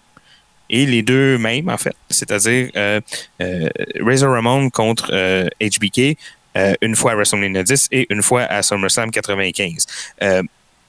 Et les deux mêmes, en fait. C'est-à-dire euh, euh, Razor Ramon contre euh, H B K, euh, une fois à WrestleMania dix et une fois à SummerSlam quatre-vingt-quinze. Euh,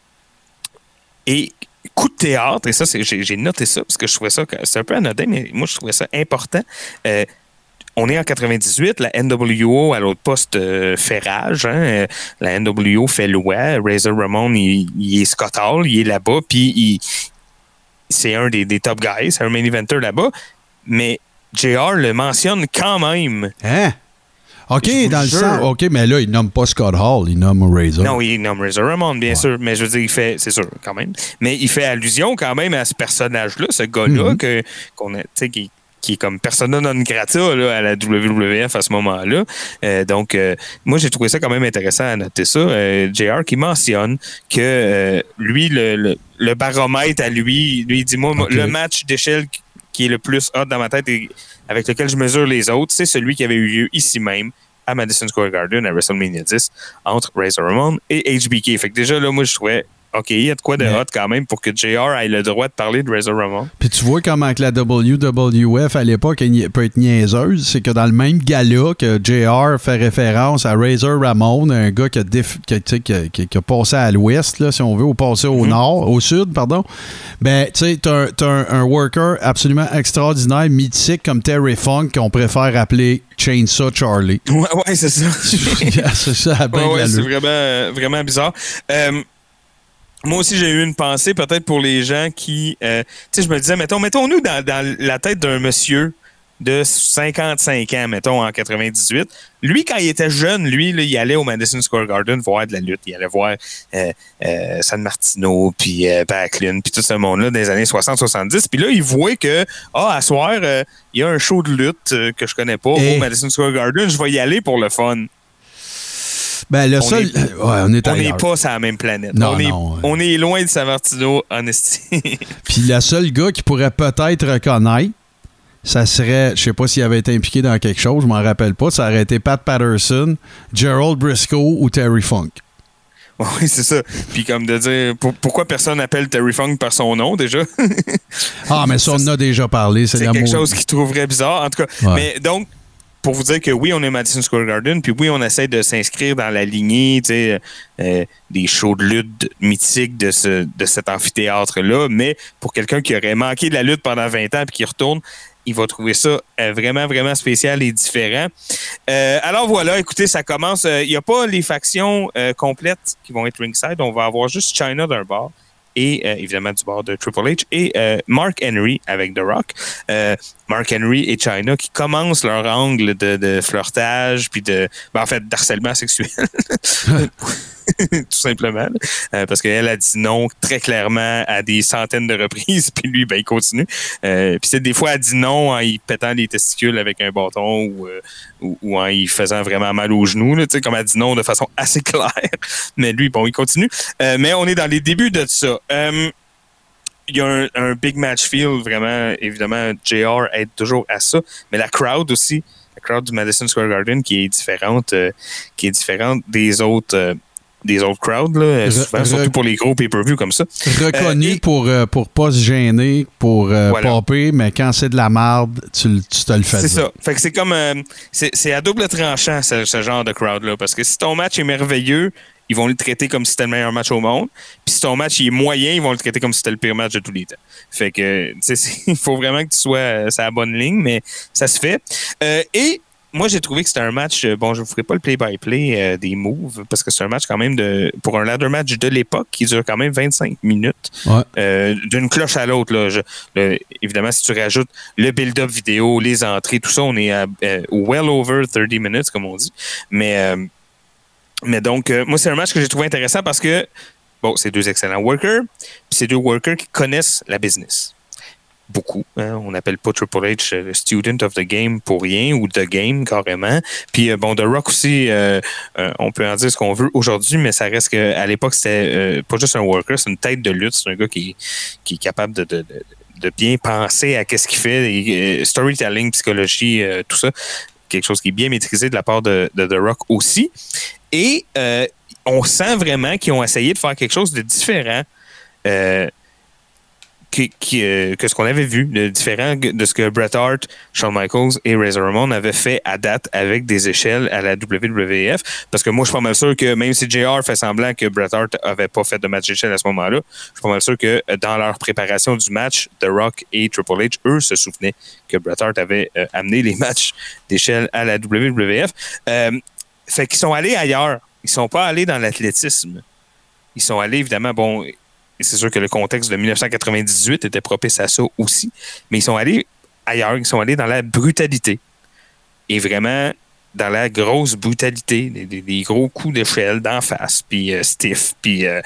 et coup de théâtre, et ça, c'est, j'ai, j'ai noté ça, parce que je trouvais ça, c'est un peu anodin, mais moi, je trouvais ça important. Euh, on est en quatre-vingt-dix-huit, la N W O à l'autre poste euh, fait rage. Hein, la N W O fait loi. Razor Ramon, il, il est Scott Hall, il est là-bas, puis il... c'est un des, des top guys, c'est un main eventer là-bas, mais J R le mentionne quand même. Hein? OK, dans le sens. OK, mais là, il nomme pas Scott Hall, il nomme Razor. Non, il nomme Razor Ramon, bien ouais. sûr. Mais je veux dire, il fait, c'est sûr, quand même. Mais il fait allusion quand même à ce personnage-là, ce gars-là, mm-hmm. que, qu'on a, tu sais, qui, qui est comme persona non grata là, à la W W F à ce moment-là. Euh, donc, euh, moi, j'ai trouvé ça quand même intéressant à noter ça. Euh, J R qui mentionne que euh, lui, le, le, le baromètre à lui, lui, il dit, moi, okay. le match d'échelle qui est le plus hot dans ma tête et avec lequel je mesure les autres, c'est celui qui avait eu lieu ici même, à Madison Square Garden, à WrestleMania dix, entre Razor Ramon et H B K. Fait que déjà, là, moi, je trouvais... OK, il y a de quoi de hot quand même pour que J R ait le droit de parler de Razor Ramon. Puis tu vois comment que la W W F à l'époque peut être niaiseuse, c'est que dans le même gala que J R fait référence à Razor Ramon, un gars qui a, déf... qui a, qui a, qui a passé à l'ouest, là, si on veut, ou passé au mm-hmm. nord, au sud, pardon, ben tu sais, t'as, un, t'as un, un worker absolument extraordinaire, mythique comme Terry Funk, qu'on préfère appeler Chainsaw Charlie. Ouais, ouais, c'est ça. c'est ça, à ouais, ouais, c'est vraiment, vraiment bizarre. Euh, Moi aussi, j'ai eu une pensée peut-être pour les gens qui... Euh, tu sais, je me disais, mettons, mettons-nous dans, dans la tête d'un monsieur de cinquante-cinq ans, mettons, en quatre-vingt-dix-huit. Lui, quand il était jeune, lui, là, il allait au Madison Square Garden voir de la lutte. Il allait voir euh, euh, San Martino, puis euh, Backlund, puis tout ce monde-là des années soixante soixante-dix. Puis là, il voit que, ah, à soir, euh, il y a un show de lutte euh, que je connais pas Et... au Madison Square Garden. Je vais y aller pour le fun. Ben, le on seul. Est, ouais, on est on n'est pas sur la même planète. Non, on, est, non, ouais. on est loin de San Martino, honesty. Puis le seul gars qui pourrait peut-être reconnaître, ça serait, je sais pas s'il avait été impliqué dans quelque chose, je m'en rappelle pas, ça aurait été Pat Patterson, Gerald Briscoe ou Terry Funk. Oui, c'est ça. Puis comme de dire, pour, pourquoi personne n'appelle Terry Funk par son nom, déjà? Ah, mais ça, on en a déjà parlé. C'est, c'est quelque chose qui trouverait bizarre, en tout cas. Ouais. Mais donc, pour vous dire que oui, on est Madison Square Garden, puis oui, on essaie de s'inscrire dans la lignée, tu sais, euh, des shows de lutte mythiques de, ce, de cet amphithéâtre-là, mais pour quelqu'un qui aurait manqué de la lutte pendant vingt ans puis qui retourne, il va trouver ça euh, vraiment, vraiment spécial et différent. Euh, alors voilà, écoutez, ça commence. Il euh, n'y a pas les factions euh, complètes qui vont être ringside. On va avoir juste Chyna d'un bord et euh, évidemment du bord de Triple H et euh, Mark Henry avec The Rock. Euh, Mark Henry et Chyna qui commencent leur angle de, de flirtage puis de, ben, en fait, d'harcèlement sexuel. Tout simplement. Euh, parce qu'elle a dit non très clairement à des centaines de reprises, puis lui, ben, il continue. Euh, puis c'est des fois, elle dit non en y pétant les testicules avec un bâton ou, euh, ou, ou en y faisant vraiment mal aux genoux, là, comme elle dit non de façon assez claire. Mais lui, bon, il continue. Euh, mais on est dans les débuts de ça. Euh, il y a un, un big match feel, vraiment, évidemment, J R aide toujours à ça. Mais la crowd aussi, la crowd du Madison Square Garden qui est différente, euh, qui est différente des autres... Euh, des autres crowds, là, souvent, re- surtout pour les gros pay-per-view comme ça. Reconnu euh, et, pour, euh, pour pas se gêner, pour euh, voilà. popper, mais quand c'est de la marde, tu, tu te le fais. C'est dire. Ça. Fait que c'est comme... Euh, c'est, c'est à double tranchant, ce, ce genre de crowd-là. Parce que si ton match est merveilleux, ils vont le traiter comme si c'était le meilleur match au monde. Puis si ton match il est moyen, ils vont le traiter comme si c'était le pire match de tous les temps. Fait que, tu sais, il faut vraiment que tu sois euh, sur la bonne ligne, mais ça se fait. Euh, et... Moi, j'ai trouvé que c'était un match... Bon, je ne vous ferai pas le play-by-play euh, des moves, parce que c'est un match quand même de... Pour un ladder match de l'époque qui dure quand même vingt-cinq minutes. Ouais. Euh, d'une cloche à l'autre. Là, je, le, évidemment, si tu rajoutes le build-up vidéo, les entrées, tout ça, on est à euh, well over thirty minutes, comme on dit. Mais, euh, mais donc, euh, moi, c'est un match que j'ai trouvé intéressant parce que, bon, c'est deux excellents workers, puis c'est deux workers qui connaissent la business. Beaucoup. Hein? On n'appelle pas Triple H le student of the game pour rien ou the game carrément. Puis euh, bon, The Rock aussi, euh, euh, on peut en dire ce qu'on veut aujourd'hui, mais ça reste qu'à l'époque, c'était euh, pas juste un worker, c'est une tête de lutte. C'est un gars qui, qui est capable de, de, de, de bien penser à qu'est-ce qu'il fait, et, euh, storytelling, psychologie, euh, tout ça. Quelque chose qui est bien maîtrisé de la part de, de The Rock aussi. Et euh, on sent vraiment qu'ils ont essayé de faire quelque chose de différent. Euh, Qui, qui, euh, que ce qu'on avait vu, de différent de ce que Bret Hart, Shawn Michaels et Razor Ramon avaient fait à date avec des échelles à la W W F. Parce que moi, je suis pas mal sûr que même si J R fait semblant que Bret Hart avait pas fait de match d'échelle à ce moment-là, je suis pas mal sûr que dans leur préparation du match, The Rock et Triple H, eux, se souvenaient que Bret Hart avait euh, amené les matchs d'échelle à la W W F. Euh, fait qu'ils sont allés ailleurs. Ils sont pas allés dans l'athlétisme. Ils sont allés, évidemment, bon... Et c'est sûr que le contexte de dix-neuf cent quatre-vingt-dix-huit était propice à ça aussi. Mais ils sont allés ailleurs, ils sont allés dans la brutalité. Et vraiment, dans la grosse brutalité, des, des, des gros coups d'échelle d'en face, puis euh, stiff, puis euh,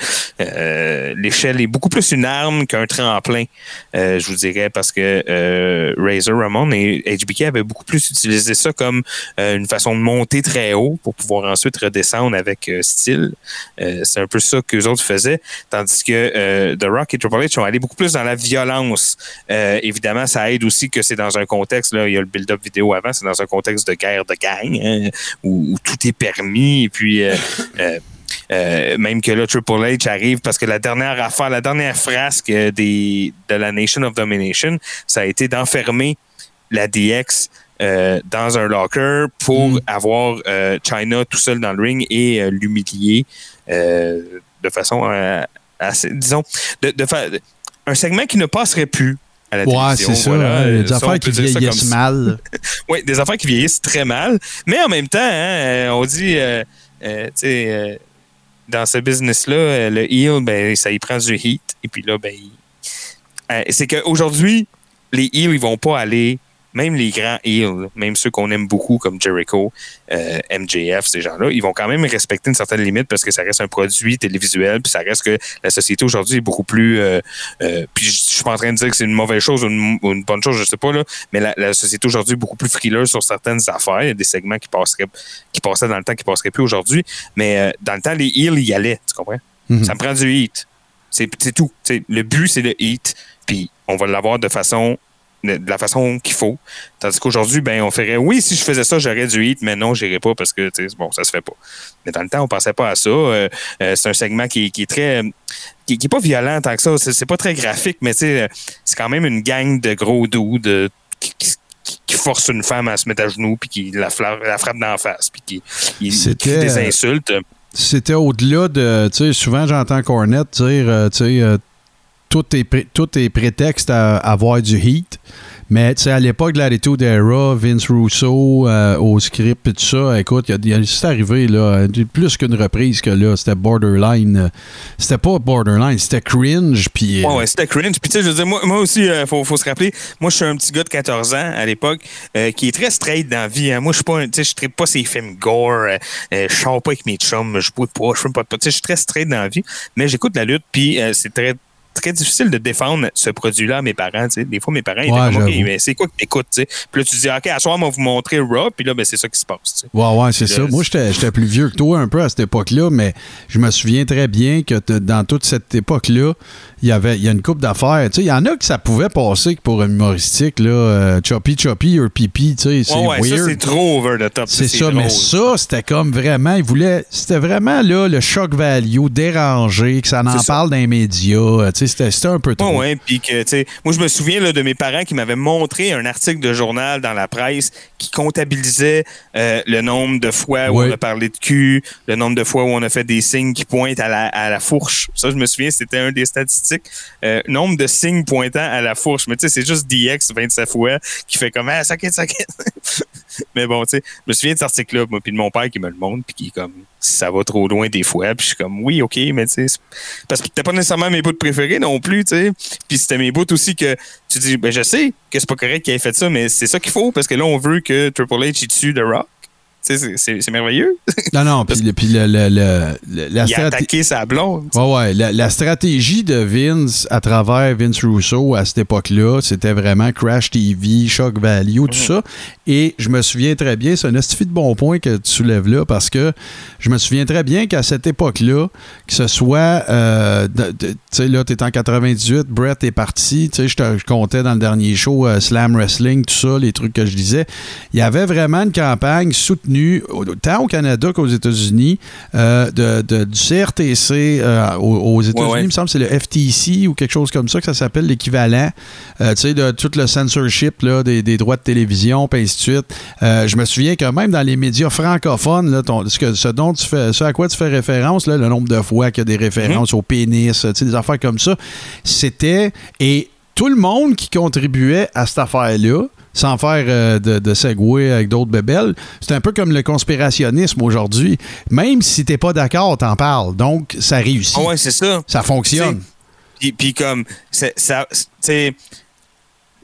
euh, l'échelle est beaucoup plus une arme qu'un tremplin, euh, je vous dirais, parce que euh, Razor Ramon et H B K avaient beaucoup plus utilisé ça comme euh, une façon de monter très haut pour pouvoir ensuite redescendre avec euh, style. Euh, c'est un peu ça qu'eux autres faisaient, tandis que euh, The Rock et Triple H sont allés beaucoup plus dans la violence. Euh, évidemment, ça aide aussi que c'est dans un contexte, là, il y a le build-up vidéo avant, c'est dans un contexte de guerre de gang, hein, où, où tout est permis, et puis euh, euh, euh, même que là, Triple H arrive parce que la dernière affaire, la dernière frasque des, de la Nation of Domination, ça a été d'enfermer la D X euh, dans un locker pour mm. avoir euh, Chyna tout seul dans le ring et euh, l'humilier euh, de façon euh, assez, disons, de, de fa- un segment qui ne passerait plus à la ouais, télévision. c'est ça. Voilà. Hein, des ça, affaires qui vieillissent mal. Oui, des affaires qui vieillissent très mal. Mais en même temps, hein, on dit, euh, euh, tu sais, euh, dans ce business-là, le heel, ben, ça y prend du heat. Et puis là, ben, il... euh, c'est qu'aujourd'hui, les heels, ils vont pas aller, même les grands heels, même ceux qu'on aime beaucoup comme Jericho, euh, M J F, ces gens-là, ils vont quand même respecter une certaine limite parce que ça reste un produit télévisuel, puis ça reste que la société aujourd'hui est beaucoup plus... Euh, euh, puis je suis pas en train de dire que c'est une mauvaise chose ou une, ou une bonne chose, je sais pas, là, mais la, la société aujourd'hui est beaucoup plus frileuse sur certaines affaires. Il y a des segments qui passeraient qui passaient dans le temps qui passeraient plus aujourd'hui, mais euh, dans le temps, les heels, ils y allaient, tu comprends? Mm-hmm. Ça me prend du heat. C'est, c'est tout. T'sais, le but, c'est le heat, puis on va l'avoir de façon... de la façon qu'il faut. Tandis qu'aujourd'hui, ben, on ferait, oui, si je faisais ça, j'aurais du hit, mais non, j'irais pas parce que, tu sais, bon, ça se fait pas. Mais dans le temps, on pensait pas à ça. Euh, euh, c'est un segment qui, qui est très, qui, qui est pas violent tant que ça. C'est, c'est pas très graphique, mais tu sais, c'est quand même une gang de gros dudes qui, qui, qui force une femme à se mettre à genoux puis qui la, fla- la frappe d'en face puis qui, il, qui crie des insultes. C'était au-delà de, tu sais, souvent j'entends Cornette dire, euh, tu sais, euh, tout est, pré- tout est prétexte à avoir du heat. Mais tu sais, à l'époque de l'Attitude Era, Vince Russo euh, au script et tout ça, écoute, il y a, c'est arrivé là, plus qu'une reprise que là, c'était borderline. Euh, c'était pas borderline, c'était cringe. Puis, euh, ouais, ouais, c'était cringe. Puis tu sais, je veux dire, moi, moi aussi, il euh, faut, faut se rappeler, moi je suis un petit gars de quatorze ans à l'époque euh, qui est très straight dans la vie. Hein. Moi, je suis pas, tu sais, je trippe pas ces films gore, euh, euh, je sors pas avec mes chums, je bois pas, je fume pas de pot. Tu sais, je suis très straight dans la vie, mais j'écoute la lutte, puis euh, c'est très très difficile de défendre ce produit-là à mes parents. T'sais. Des fois, mes parents, ils ouais, étaient comme, OK, mais c'est quoi que t'écoutes? T'sais? Puis là, tu dis, OK, à soir, on va vous montrer Raw, puis là, ben, c'est ça qui se passe. T'sais. Ouais, ouais, c'est puis ça. Là, Moi, j'étais, j'étais plus vieux que toi un peu à cette époque-là, mais je me souviens très bien que t- dans toute cette époque-là, il y avait il y a une couple d'affaires. Il y en a que ça pouvait passer pour un humoristique, là, euh, Choppy Choppy or Pipi, tu sais, c'est ouais, ouais, weird. Ça, c'est trop over the top. C'est, c'est ça, drôle. mais ça, c'était comme vraiment, il voulait, c'était vraiment là, le shock value dérangé, que ça en c'est parle ça. Dans les médias, tu sais, c'était, c'était un peu trop. Ouais, ouais, puis que, tu sais, moi, je me souviens là, de mes parents qui m'avaient montré un article de journal dans la presse qui comptabilisait euh, le nombre de fois où ouais. on a parlé de cul, le nombre de fois où on a fait des signes qui pointent à la, à la fourche. Ça, je me souviens, c'était un des statistiques. Euh, nombre de signes pointant à la fourche. Mais tu sais, c'est juste D X vingt-sept fois qui fait comme, ah, ça quitte, ça quitte. Mais bon, tu sais, je me souviens de cet article-là, moi, puis de mon père qui me le montre, puis qui est comme, ça va trop loin des fois, puis je suis comme, oui, OK, mais tu sais, parce que c'était pas nécessairement mes bouts préférés non plus, tu sais. Puis c'était mes bouts aussi que tu dis, ben, je sais que c'est pas correct qu'il ait fait ça, mais c'est ça qu'il faut, parce que là, on veut que Triple H, il tue The Rock. C'est, c'est, c'est merveilleux. Non, non, puis, puis le, le, le, le, la il a attaqué sa blonde. Ouais, ouais. La, la stratégie de Vince à travers Vince Russo à cette époque-là, c'était vraiment Crash T V, Shock Value, tout mm-hmm. ça. Et je me souviens très bien, c'est un astifi de bon point que tu soulèves là, parce que je me souviens très bien qu'à cette époque-là, que ce soit, euh, tu sais, là, t'es en quatre-vingt-dix-huit, Brett est parti, tu sais, je, te, je comptais dans le dernier show euh, Slam Wrestling, tout ça, les trucs que je disais. Il y avait vraiment une campagne soutenue tant au Canada qu'aux États-Unis, euh, de, de, du C R T C euh, aux, aux États-Unis, ouais, ouais. Il me semble que c'est le F T C ou quelque chose comme ça que ça s'appelle l'équivalent, euh, tu sais, de tout le censorship là, des, des droits de télévision, puis ainsi de suite. Euh, je me souviens que même dans les médias francophones, là, ton, ce, que, ce, dont tu fais, ce à quoi tu fais référence, là, le nombre de fois qu'il y a des références mmh. au pénis, tu sais, des affaires comme ça, c'était... Et tout le monde qui contribuait à cette affaire-là, sans faire euh, de, de segway avec d'autres bébelles, c'est un peu comme le conspirationnisme aujourd'hui. Même si t'es pas d'accord, t'en parles. Donc, ça réussit. Ah ouais, c'est ça. Ça fonctionne. Puis comme, c'est, ça, c'est,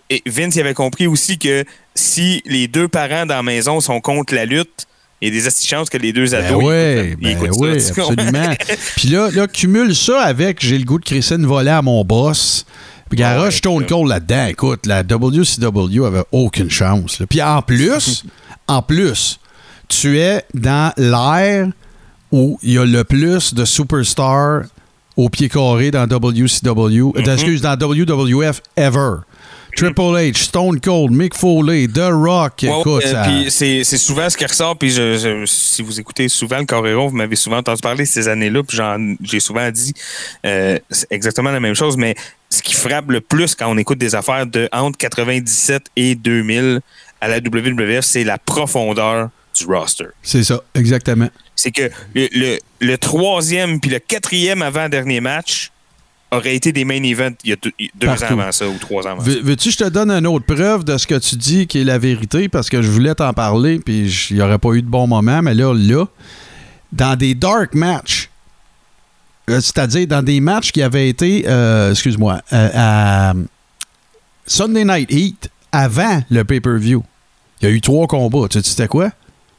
et Vince il avait compris aussi que si les deux parents dans la maison sont contre la lutte, il y a des chances que les deux ados ben ouais, ils, ben ils écoutent oui, ça. absolument. Puis là, là, cumule ça avec j'ai le goût de crisser une volée à mon boss. Garage ouais, Stone Cold là-dedans. Écoute, la W C W avait aucune chance. Là. Puis en plus, en plus, tu es dans l'ère où il y a le plus de superstars au pied carré dans W C W, mm-hmm. euh, excuse, dans W W F ever. Triple H, Stone Cold, Mick Foley, The Rock. Ouais, écoute, euh, ça... puis c'est, c'est souvent ce qui ressort. Puis je, je, si vous écoutez souvent le Coréon, vous m'avez souvent entendu parler ces années-là. Puis j'en, j'ai souvent dit euh, c'est exactement la même chose. Mais ce qui frappe le plus quand on écoute des affaires de entre quatre-vingt-dix-sept et deux mille à la W W F, c'est la profondeur du roster. C'est ça, exactement. C'est que le, le, le troisième puis le quatrième avant-dernier match aurait été des main events il y a deux, deux ans avant ça ou trois ans avant Veux, ça. Veux-tu que je te donne une autre preuve de ce que tu dis qui est la vérité? Parce que je voulais t'en parler, puis il n'y aurait pas eu de bon moment, mais là, là, dans des dark matchs, euh, c'est-à-dire dans des matchs qui avaient été, euh, excuse-moi, euh, à Sunday Night Heat, avant le pay-per-view, il y a eu trois combats. Tu sais, c'était quoi?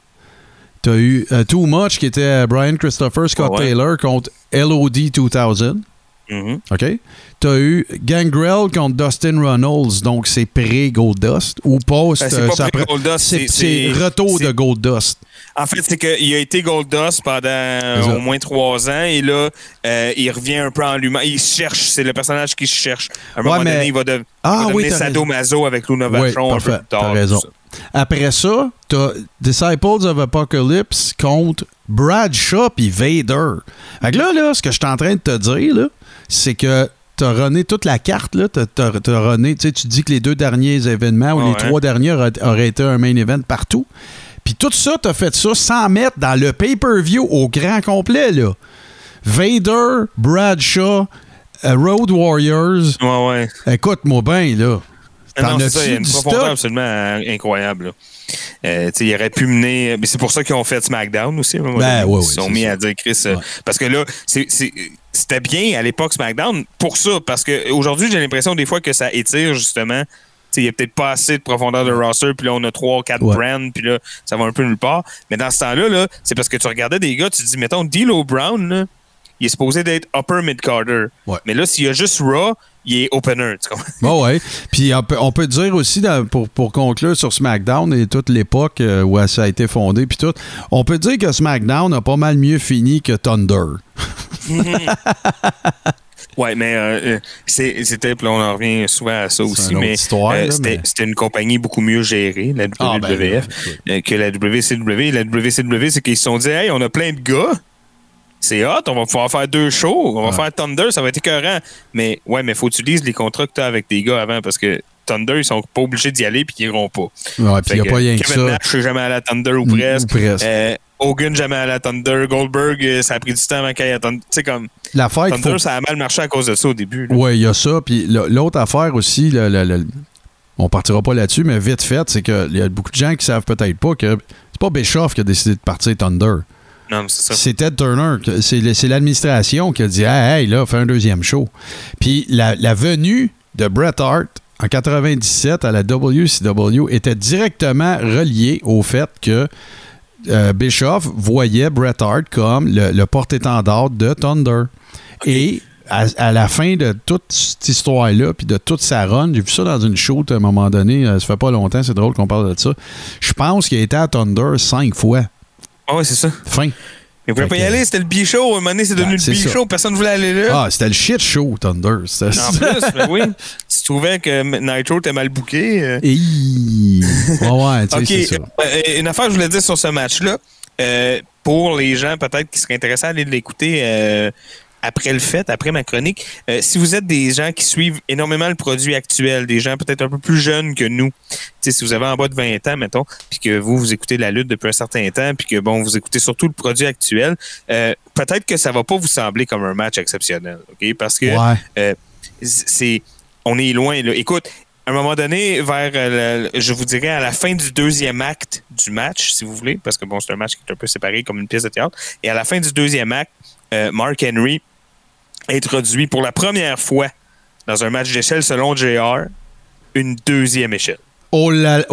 Tu as eu uh, Too Much, qui était Brian Christopher, Scott oh ouais. Taylor contre L O D deux mille. Mm-hmm. OK? Tu as eu Gangrel contre Dustin Runnels, donc c'est pré-Goldust ou post. Ben, c'est pas pré-Goldust, c'est, c'est, c'est retour c'est, de Goldust. En fait, c'est qu'il a été Goldust pendant au moins trois ans et là, euh, il revient un peu en lui-même. Il cherche, c'est le personnage qui se cherche. À un ouais, moment mais... donné, il va, de, ah, il va oui, devenir Sadomaso avec Luna Vachon oui, un peu plus tard. T'as raison. Après ça, t'as Disciples of Apocalypse contre Bradshaw puis Vader. Fait que là, là, ce que je suis en train de te dire, là, c'est que t'as runné toute la carte, là. T'as, t'as, t'as runné, tu sais, tu dis que les deux derniers événements ou oh, les ouais. trois derniers auraient, auraient été un main event partout. Puis tout ça, t'as fait ça sans mettre dans le pay-per-view au grand complet, là. Vader, Bradshaw, uh, Road Warriors. Ouais, ouais. Écoute-moi bien, là. Non, c'est ça, il y a une profondeur absolument incroyable. Là. Euh, il aurait pu mener. Mais c'est pour ça qu'ils ont fait SmackDown aussi. Ben, ouais, ils ouais, se sont mis ça. à dire Chris. Ouais. Parce que là, c'est, c'est, c'était bien à l'époque SmackDown pour ça. Parce qu'aujourd'hui, j'ai l'impression des fois que ça étire justement. Il n'y a peut-être pas assez de profondeur de roster, puis là, on a trois, quatre ouais. brands, puis là, ça va un peu nulle part. Mais dans ce temps-là, là, c'est parce que tu regardais des gars, tu te dis, mettons, D'Lo Brown, là, il est supposé d'être upper mid-carder. Ouais. Mais là, s'il y a juste Raw, il est opener. Tu comprends? Bon, ouais. Puis on peut, on peut dire aussi, dans, pour, pour conclure sur SmackDown et toute l'époque euh, où ça a été fondé, puis tout, on peut dire que SmackDown a pas mal mieux fini que Thunder. Oui, mais euh, c'est, c'était, puis là, on en revient souvent à ça c'est aussi, mais, histoire, euh, là, c'était, mais c'était une compagnie beaucoup mieux gérée, la W W F, ah, ben, euh, que la W C W. La W C W, c'est qu'ils se sont dit, hey, on a plein de gars, c'est hot, on va pouvoir faire deux shows, on va ouais. faire Thunder, ça va être écœurant. Mais ouais, mais faut que tu lises les contrats que tu as avec des gars avant, parce que Thunder, ils sont pas obligés d'y aller, puis ils iront pas. Ouais, puis il n'y a pas rien que ça. Kevin Nash, je suis jamais allé à Thunder ou presque. Ou presque. Euh, Hogan, jamais allé à Thunder. Goldberg, ça a pris du temps avant qu'il y ait à Thunder. Tu sais, comme. L'affaire Thunder, faut... ça a mal marché à cause de ça au début. Oui, il y a ça. Puis l'autre affaire aussi, le, le, le, on partira pas là-dessus, mais vite fait, c'est qu'il y a beaucoup de gens qui savent peut-être pas que c'est pas Bischoff qui a décidé de partir Thunder. Non, c'est ça. C'est Ted Turner. C'est, c'est l'administration qui a dit hey, hey, là, fais un deuxième show. Puis la, la venue de Bret Hart en quatre-vingt-dix-sept à la W C W était directement reliée au fait que euh, Bischoff voyait Bret Hart comme le, le porte-étendard de Thunder. Okay. Et à, à la fin de toute cette histoire-là, puis de toute sa run, j'ai vu ça dans une shoot à un moment donné, ça fait pas longtemps, c'est drôle qu'on parle de ça. Je pense qu'il a été à Thunder cinq fois. Ah oui, c'est ça. Fin. Mais vous pouvez pas y aller, c'était le B-show. À un moment donné, c'est devenu ben, c'est le B-show. Personne ne voulait aller là. Ah, c'était le shit show, Thunder. C'était... En plus, ben oui. Si tu trouvais que Nitro était mal booké. Euh... Et... ouais, ouais, tu sais, okay. c'est ça. Euh, une affaire que je voulais dire sur ce match-là, euh, pour les gens peut-être qui seraient intéressés à aller l'écouter euh, après le fait, après ma chronique, euh, si vous êtes des gens qui suivent énormément le produit actuel, des gens peut-être un peu plus jeunes que nous, t'sais, si vous avez en bas de vingt ans, mettons, puis que vous, vous écoutez la lutte depuis un certain temps, puis que, bon, vous écoutez surtout le produit actuel, euh, peut-être que ça va pas vous sembler comme un match exceptionnel, OK? Parce que ouais. euh, c'est, on est loin, là. Écoute, à un moment donné, vers, euh, le, je vous dirais, à la fin du deuxième acte du match, si vous voulez, parce que, bon, c'est un match qui est un peu séparé comme une pièce de théâtre, et à la fin du deuxième acte, euh, Mark Henry introduit pour la première fois dans un match d'échelle selon J R une deuxième échelle. Oh là,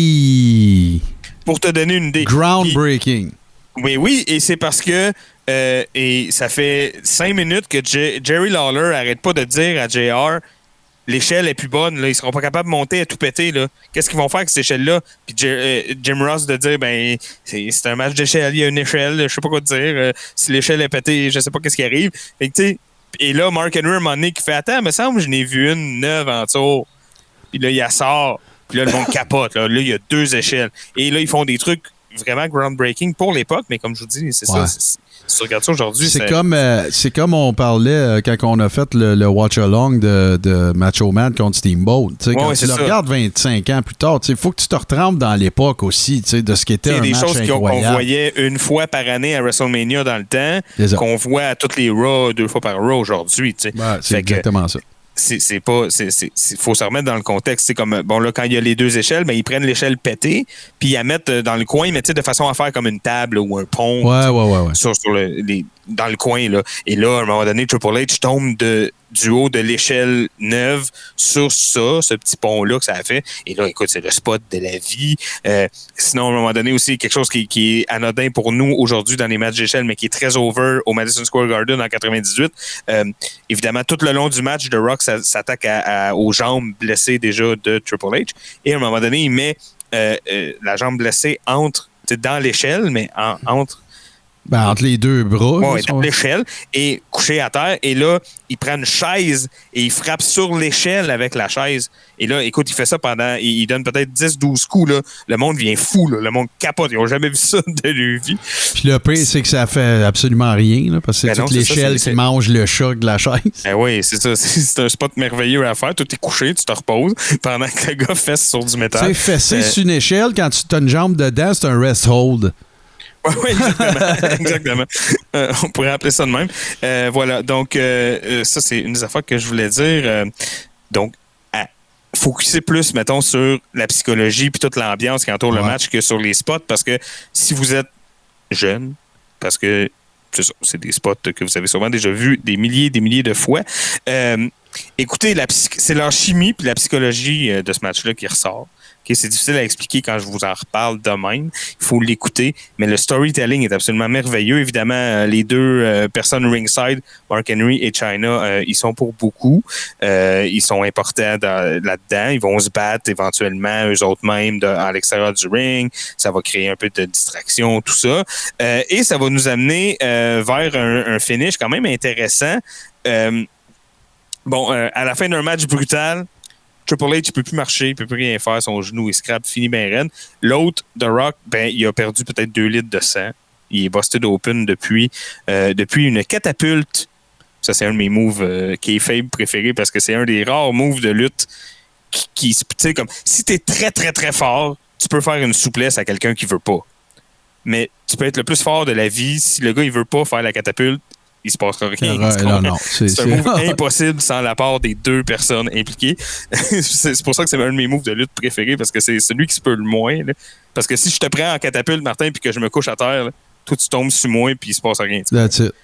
oui! Pour te donner une idée. Groundbreaking. Oui, oui, et c'est parce que euh, et ça fait cinq minutes que J- Jerry Lawler arrête pas de dire à J R l'échelle est plus bonne, là, ils seront pas capables de monter à tout péter. Là. Qu'est-ce qu'ils vont faire avec cette échelle-là? Puis J- euh, Jim Ross de dire ben c'est, c'est un match d'échelle, il y a une échelle, je sais pas quoi te dire. Euh, si l'échelle est pétée, je sais pas qu'est-ce qui arrive. Fait que, tu sais, et là, Mark Henry, à un moment donné, qui fait attends, me semble, je n'ai vu une neuve en dessous. Puis là, il sort. Puis là, le monde capote. Là, là il y a deux échelles. Et là, ils font des trucs vraiment groundbreaking pour l'époque, mais comme je vous dis, c'est ouais. ça. C'est, si tu regardes ça aujourd'hui, c'est, c'est... Comme, euh, c'est comme on parlait euh, quand on a fait le, le watch-along de, de Macho Man contre Steamboat. Ouais, quand ouais, tu le ça. regardes vingt-cinq ans plus tard, il faut que tu te retrempes dans l'époque aussi de ce qui était un match incroyable. Il y a des choses qu'on voyait une fois par année à WrestleMania dans le temps, qu'on voit à toutes les Raw deux fois par Raw aujourd'hui. Ouais, c'est fait exactement que, ça. C'est, c'est pas. C'est, c'est, c'est, faut se remettre dans le contexte. C'est comme, bon, là, quand il y a les deux échelles, ben, ils prennent l'échelle pétée, puis ils la mettent dans le coin, mais de façon à faire comme une table là, ou un pont. Ouais, ouais, ouais. ouais. Sur, sur le, les, dans le coin, là. Et là, à un moment donné, Triple H tombe de, du haut de l'échelle neuve sur ça, ce petit pont-là que ça a fait. Et là, écoute, c'est le spot de la vie. Euh, sinon, à un moment donné aussi, quelque chose qui, qui est anodin pour nous aujourd'hui dans les matchs d'échelle, mais qui est très over au Madison Square Garden en quatre-vingt-dix-huit. Euh, évidemment, tout le long du match, The Rock s'attaque à, à, aux jambes blessées déjà de Triple H. Et à un moment donné, il met euh, euh, la jambe blessée entre, dans l'échelle, mais en, entre... Ben, entre les deux bras. Ouais, dans l'échelle, et couché à terre. Et là, il prend une chaise et il frappe sur l'échelle avec la chaise. Et là, écoute, il fait ça pendant... Il, il donne peut-être dix douze coups. Là. Le monde vient fou. Là. Le monde capote. Ils n'ont jamais vu ça de leur vie. Puis le pire, c'est que ça fait absolument rien. Là, parce que c'est ben toute non, l'échelle c'est ça, c'est, qui c'est... mange le choc de la chaise. Ben oui, c'est ça. C'est, c'est un spot merveilleux à faire. Tout est couché, tu te reposes pendant que le gars fesse sur du métal. Tu sais, fesser euh... sur une échelle, quand tu as une jambe dedans, c'est un rest hold. Oui, exactement. exactement. Euh, on pourrait appeler ça de même. Euh, voilà, donc euh, ça, c'est une des affaires que je voulais dire. Euh, donc, à focuser plus, mettons, sur la psychologie puis toute l'ambiance qui entoure ouais. le match que sur les spots, parce que si vous êtes jeune, parce que c'est ça, c'est des spots que vous avez sûrement déjà vus des milliers et des milliers de fois, euh, écoutez, la psy- c'est leur chimie puis la psychologie de ce match-là qui ressort. Okay, c'est difficile à expliquer quand je vous en reparle de même. Il faut l'écouter. Mais le storytelling est absolument merveilleux. Évidemment, euh, les deux euh, personnes ringside, Mark Henry et Chyna, euh, ils sont pour beaucoup. Euh, ils sont importants dans, là-dedans. Ils vont se battre éventuellement eux autres mêmes de, à l'extérieur du ring. Ça va créer un peu de distraction, tout ça. Euh, et ça va nous amener euh, vers un, un finish quand même intéressant. Euh, bon, euh, à la fin d'un match brutal, Triple H, il peut plus marcher, il peut plus rien faire, son genou, il scrape, fini ben raide. L'autre, The Rock, ben, il a perdu peut-être deux litres de sang. Il est busted open depuis, euh, depuis une catapulte. Ça, c'est un de mes moves euh, qui est faible préféré parce que c'est un des rares moves de lutte qui, qui tu sais, comme, si t'es très, très, très fort, tu peux faire une souplesse à quelqu'un qui veut pas. Mais tu peux être le plus fort de la vie. Si le gars, il veut pas faire la catapulte, il se passera rien. Ouais, non, non, c'est, c'est un move impossible sans la part des deux personnes impliquées. c'est, c'est pour ça que c'est un de mes moves de lutte préférés, parce que c'est celui qui se peut le moins. Là. Parce que si je te prends en catapulte, Martin, puis que je me couche à terre, là, toi, tu tombes sur moi, puis il se passe rien. That's it.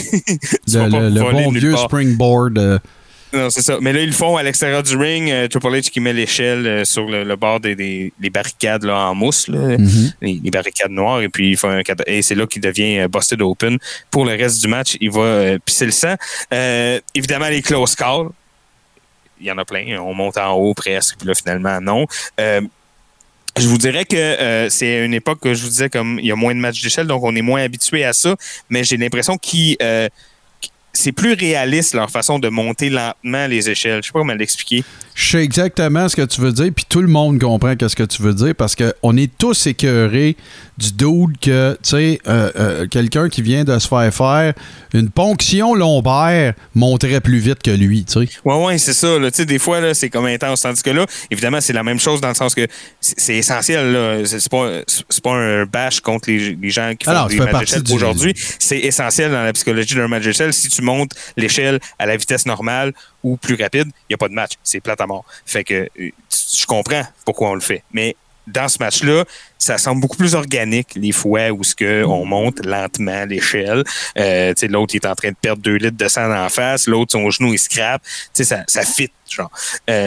le le, le bon vieux part. Springboard. Euh... Non, c'est ça. Mais là, ils le font à l'extérieur du ring. Euh, Triple H qui met l'échelle euh, sur le, le bord des, des les barricades là, en mousse, là, mm-hmm. les, les barricades noires. Et puis, il fait un, et c'est là qu'il devient euh, busted open. Pour le reste du match, il va euh, pisser le sang. Euh, évidemment, les close calls. Il y en a plein. On monte en haut presque. Puis là, finalement, non. Euh, Je vous dirais que euh, c'est une époque que je vous disais comme il y a moins de matchs d'échelle, donc on est moins habitué à ça. Mais j'ai l'impression qu'ils... Euh, c'est plus réaliste leur façon de monter lentement les échelles. Je sais pas comment l'expliquer. Je sais exactement ce que tu veux dire, puis tout le monde comprend ce que tu veux dire, parce qu'on est tous écœurés du dude que, tu sais, euh, euh, quelqu'un qui vient de se faire faire une ponction lombaire monterait plus vite que lui, tu sais. Ouais, ouais, c'est ça. Tu sais, des fois, là, c'est comme intense. Tandis que là, évidemment, c'est la même chose dans le sens que c'est, c'est essentiel. Là. C'est, c'est, pas, c'est pas un bash contre les, les gens qui font Alors, des matchs d'échelle du... aujourd'hui. C'est essentiel dans la psychologie d'un match d'échelle. Si tu montes l'échelle à la vitesse normale ou plus rapide, il n'y a pas de match. C'est plate à mort. Fait que je comprends pourquoi on le fait. Mais dans ce match-là, ça semble beaucoup plus organique les fois où ce que on monte lentement l'échelle. Euh, l'autre, il est en train de perdre deux litres de sang en face. L'autre, son genou, il scrape. Ça, ça fit, genre. Euh,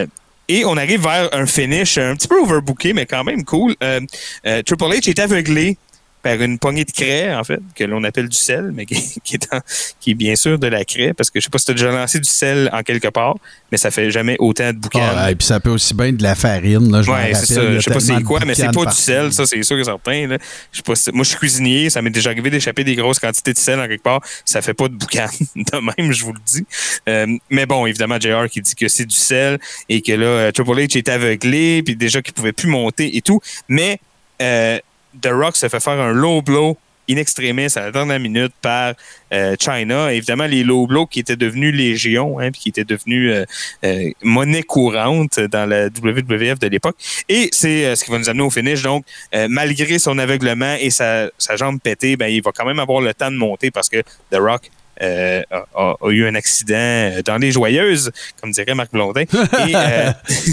Et on arrive vers un finish un petit peu overbooké, mais quand même cool. Euh, euh, Triple H est aveuglé par une poignée de craie, en fait, que l'on appelle du sel, mais qui, qui, est, en, qui est bien sûr de la craie, parce que je sais pas si tu as déjà lancé du sel en quelque part, mais ça fait jamais autant de boucan. Ah, et puis ça peut aussi bien de la farine. Là, je ouais, c'est ça. Je sais pas c'est quoi, mais c'est pas partout. du sel, ça, c'est sûr et certain. Là. Je sais pas si... Moi, je suis cuisinier, ça m'est déjà arrivé d'échapper des grosses quantités de sel en quelque part. Ça fait pas de boucan, de même, je vous le dis. Euh, mais bon, évidemment, J R qui dit que c'est du sel et que là, Triple H est aveuglé, puis déjà qu'il pouvait plus monter et tout. Mais euh, The Rock se fait faire un low blow in extremis à la dernière minute par euh, Chyna. Évidemment, les low blows qui étaient devenus légion, hein, puis qui étaient devenus euh, euh, monnaie courante dans la W W F de l'époque. Et c'est euh, ce qui va nous amener au finish. Donc, euh, malgré son aveuglement et sa, sa jambe pétée, ben, il va quand même avoir le temps de monter parce que The Rock Euh, a, a eu un accident dans les Joyeuses, comme dirait Marc Blondin. Et, euh,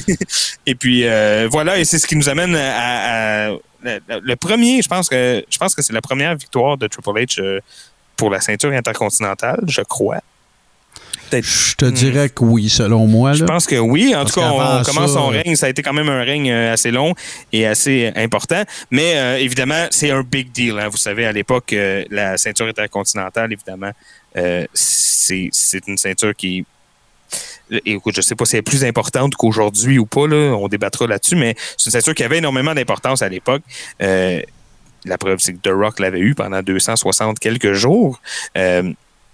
et puis euh, voilà, et c'est ce qui nous amène à, à, à le, le premier, je pense que je pense que c'est la première victoire de Triple H euh, pour la ceinture intercontinentale, je crois. Peut-être. Je te dirais que oui, selon moi. Là. Je pense que oui. En Parce tout cas, on, on commence ça, son règne. Ça a été quand même un règne assez long et assez important. Mais euh, évidemment, c'est un big deal. Hein. Vous savez, à l'époque, euh, la ceinture intercontinentale, évidemment, euh, c'est, c'est une ceinture qui... Écoute, je ne sais pas si elle est plus importante qu'aujourd'hui ou pas. Là. On débattra là-dessus. Mais c'est une ceinture qui avait énormément d'importance à l'époque. Euh, la preuve, c'est que The Rock l'avait eu pendant deux cent soixante quelques jours. Euh,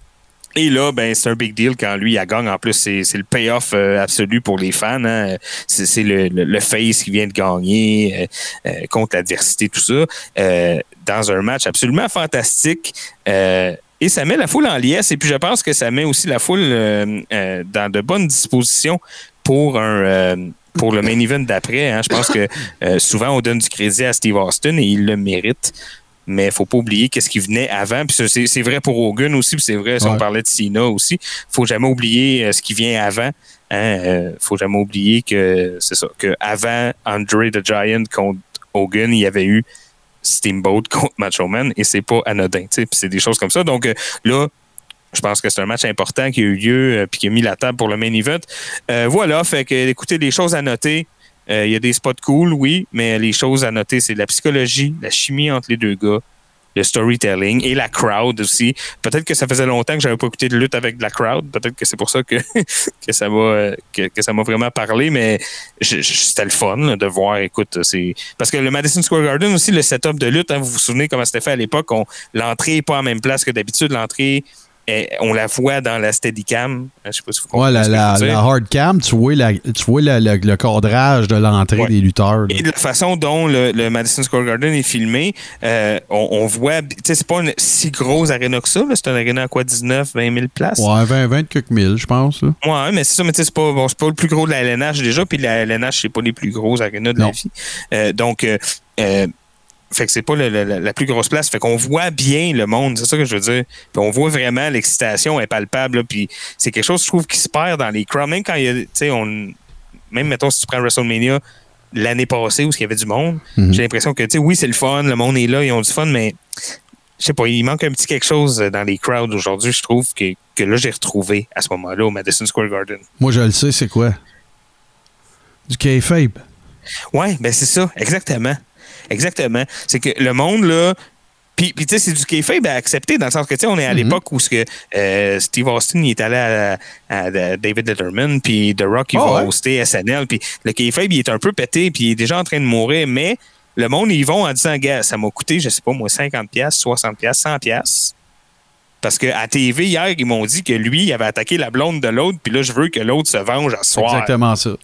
Et là, ben c'est un big deal quand lui, il gagne. En plus, c'est, c'est le payoff euh, absolu pour les fans. Hein. C'est, c'est le, le, le face qui vient de gagner euh, euh, contre l'adversité, tout ça, euh, dans un match absolument fantastique. Euh, et ça met la foule en liesse. Et puis, je pense que ça met aussi la foule euh, euh, dans de bonnes dispositions pour un... Euh, pour le main event d'après. Hein. Je pense que euh, souvent, on donne du crédit à Steve Austin et il le mérite. Mais il ne faut pas oublier qu'est-ce qui venait avant. Puis c'est, c'est vrai pour Hogan aussi, puis c'est vrai si ouais. on parlait de Cena aussi. Il ne faut jamais oublier euh, ce qui vient avant. Il hein. ne euh, faut jamais oublier que c'est ça, que avant Andre the Giant contre Hogan, il y avait eu Steamboat contre Macho Man et c'est pas anodin. Puis c'est des choses comme ça. Donc euh, là, je pense que c'est un match important qui a eu lieu euh, puis qui a mis la table pour le main event. Euh, voilà, fait que écoutez, des choses à noter. Il euh, y a des spots cool, oui, mais les choses à noter, c'est la psychologie, la chimie entre les deux gars, le storytelling et la crowd aussi. Peut-être que ça faisait longtemps que j'avais pas écouté de lutte avec de la crowd. Peut-être que c'est pour ça que, que ça m'a que, que ça m'a vraiment parlé, mais je, je, c'était le fun là, de voir. Écoute, c'est parce que le Madison Square Garden aussi, le setup de lutte, hein, vous vous souvenez comment c'était fait à l'époque. On, l'entrée n'est pas à la même place que d'habitude. L'entrée Et on la voit dans la Steadicam. Je sais pas si vous comprenez. Ouais, la, la, la hardcam, tu vois, la, tu vois la, la, le cadrage de l'entrée ouais. des lutteurs. Là. Et de la façon dont le, le Madison Square Garden est filmé, euh, on, on voit. Tu sais, c'est pas une si grosse aréna que ça. Là. C'est une aréna à quoi, dix-neuf, vingt mille places? Ouais, vingt, vingt quelques mille, je pense. Là. Ouais, mais c'est ça, mais tu sais, c'est pas, bon, c'est pas le plus gros de la L N H déjà, puis la L N H, c'est pas les plus grosses arénas de non. la vie. Euh, donc, euh, euh, fait que c'est pas le, le, la plus grosse place. Fait qu'on voit bien le monde, c'est ça que je veux dire. Puis on voit vraiment l'excitation est palpable. Là, puis c'est quelque chose, je trouve, qui se perd dans les crowds. Même quand il y a, tu sais, on... Même, mettons, si tu prends WrestleMania l'année passée où il y avait du monde, mm-hmm. j'ai l'impression que, tu sais, oui, c'est le fun, le monde est là, ils ont du fun, mais je sais pas, il manque un petit quelque chose dans les crowds aujourd'hui, je trouve, que, que là, j'ai retrouvé à ce moment-là au Madison Square Garden. Moi, je le sais, c'est quoi? Du kayfabe. Ouais, ben c'est ça, exactement. Exactement. C'est que le monde, là, puis tu sais, c'est du kayfabe à accepter dans le sens que, tu sais, on est à mm-hmm. l'époque où ce que, euh, Steve Austin, il est allé à, à, à David Letterman, puis The Rock, il oh, va ouais. hoster S N L, puis le kayfabe, il est un peu pété, puis il est déjà en train de mourir, mais le monde, ils vont en disant, gars, ça m'a coûté, je sais pas, moi, cinquante dollars, soixante dollars, cent dollars. Parce qu'à T V, hier, ils m'ont dit que lui, il avait attaqué la blonde de l'autre, puis là, je veux que l'autre se venge à ce soir. Exactement ça.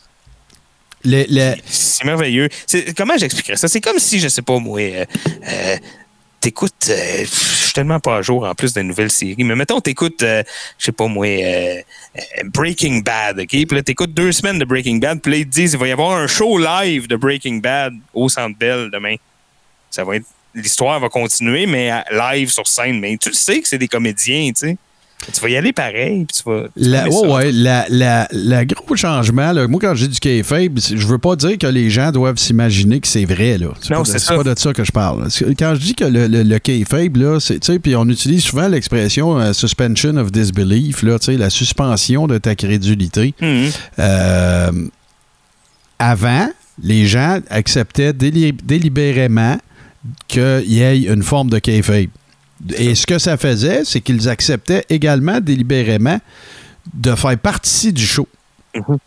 Le, le... C'est merveilleux. C'est, comment j'expliquerais ça? C'est comme si, je sais pas, moi, euh, euh, t'écoutes, euh, je suis tellement pas à jour en plus de nouvelles séries, mais mettons, t'écoutes, euh, je sais pas, moi, euh, euh, Breaking Bad, OK? Puis là, t'écoutes deux semaines de Breaking Bad, puis là, ils te disent, il va y avoir un show live de Breaking Bad au Centre Bell demain. Ça va être, l'histoire va continuer, mais live sur scène. Mais tu le sais que c'est des comédiens, tu sais. Tu vas y aller pareil, puis tu vas... Tu la, ouais, ouais, la, la, la gros changement, là, moi, quand j'ai du kayfabe, je veux pas dire que les gens doivent s'imaginer que c'est vrai, là. C'est, non, pas, c'est, c'est pas de ça que je parle. Quand je dis que le, le, le kayfabe, là, c'est, tu sais, puis on utilise souvent l'expression uh, suspension of disbelief, là, tu sais, la suspension de ta crédulité. Mm-hmm. Euh... avant, les gens acceptaient déli- délibérément qu'il y ait une forme de kayfabe. Et ce que ça faisait, c'est qu'ils acceptaient également délibérément de faire partie du show. Mm-hmm.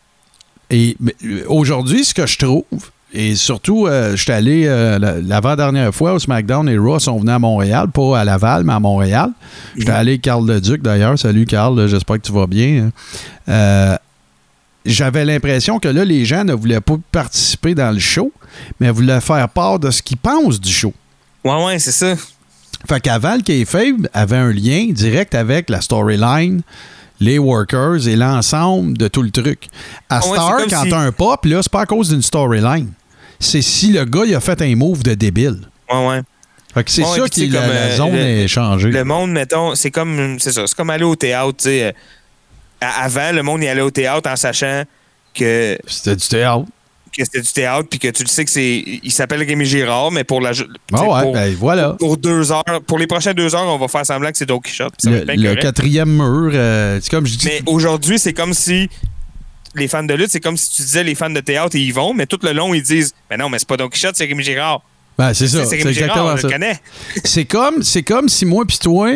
Et aujourd'hui, ce que je trouve, et surtout, euh, je suis allé euh, l'avant-dernière fois au SmackDown et Raw sont venus à Montréal, pas à Laval, mais à Montréal. Mm-hmm. J'étais allé avec Carl Leduc, d'ailleurs. Salut, Carl, j'espère que tu vas bien. Euh, j'avais l'impression que là, les gens ne voulaient pas participer dans le show, mais voulaient faire part de ce qu'ils pensent du show. Ouais, ouais, c'est ça. Fait qu'avant, le kayfabe avait un lien direct avec la storyline, les workers et l'ensemble de tout le truc. À ouais, Star, quand si... t'as un pop, là, c'est pas à cause d'une storyline. C'est si le gars, il a fait un move de débile. Ouais, ouais. Fait que c'est ouais, ça ouais, qui la, la, la zone le, est changée. Le monde, mettons, c'est comme c'est ça, c'est comme aller au théâtre, tu sais. Avant, le monde y allait au théâtre en sachant que c'était du théâtre. Que c'était du théâtre, puis que tu le sais que c'est. Il s'appelle Rémi Girard, mais pour la. Ah ouais, pour, ben voilà. Pour deux heures, pour les prochaines deux heures, on va faire semblant que c'est Don Quichotte. Le, le quatrième mur, euh, c'est comme je dis. Mais aujourd'hui, c'est comme si. Les fans de lutte, c'est comme si tu disais les fans de théâtre, ils y vont, mais tout le long, ils disent mais non, mais c'est pas Don Quichotte, c'est Rémi Girard. Ben, c'est ça. C'est, c'est Rémi Girard, exactement je ça. le connais. C'est comme, c'est comme si moi, puis toi,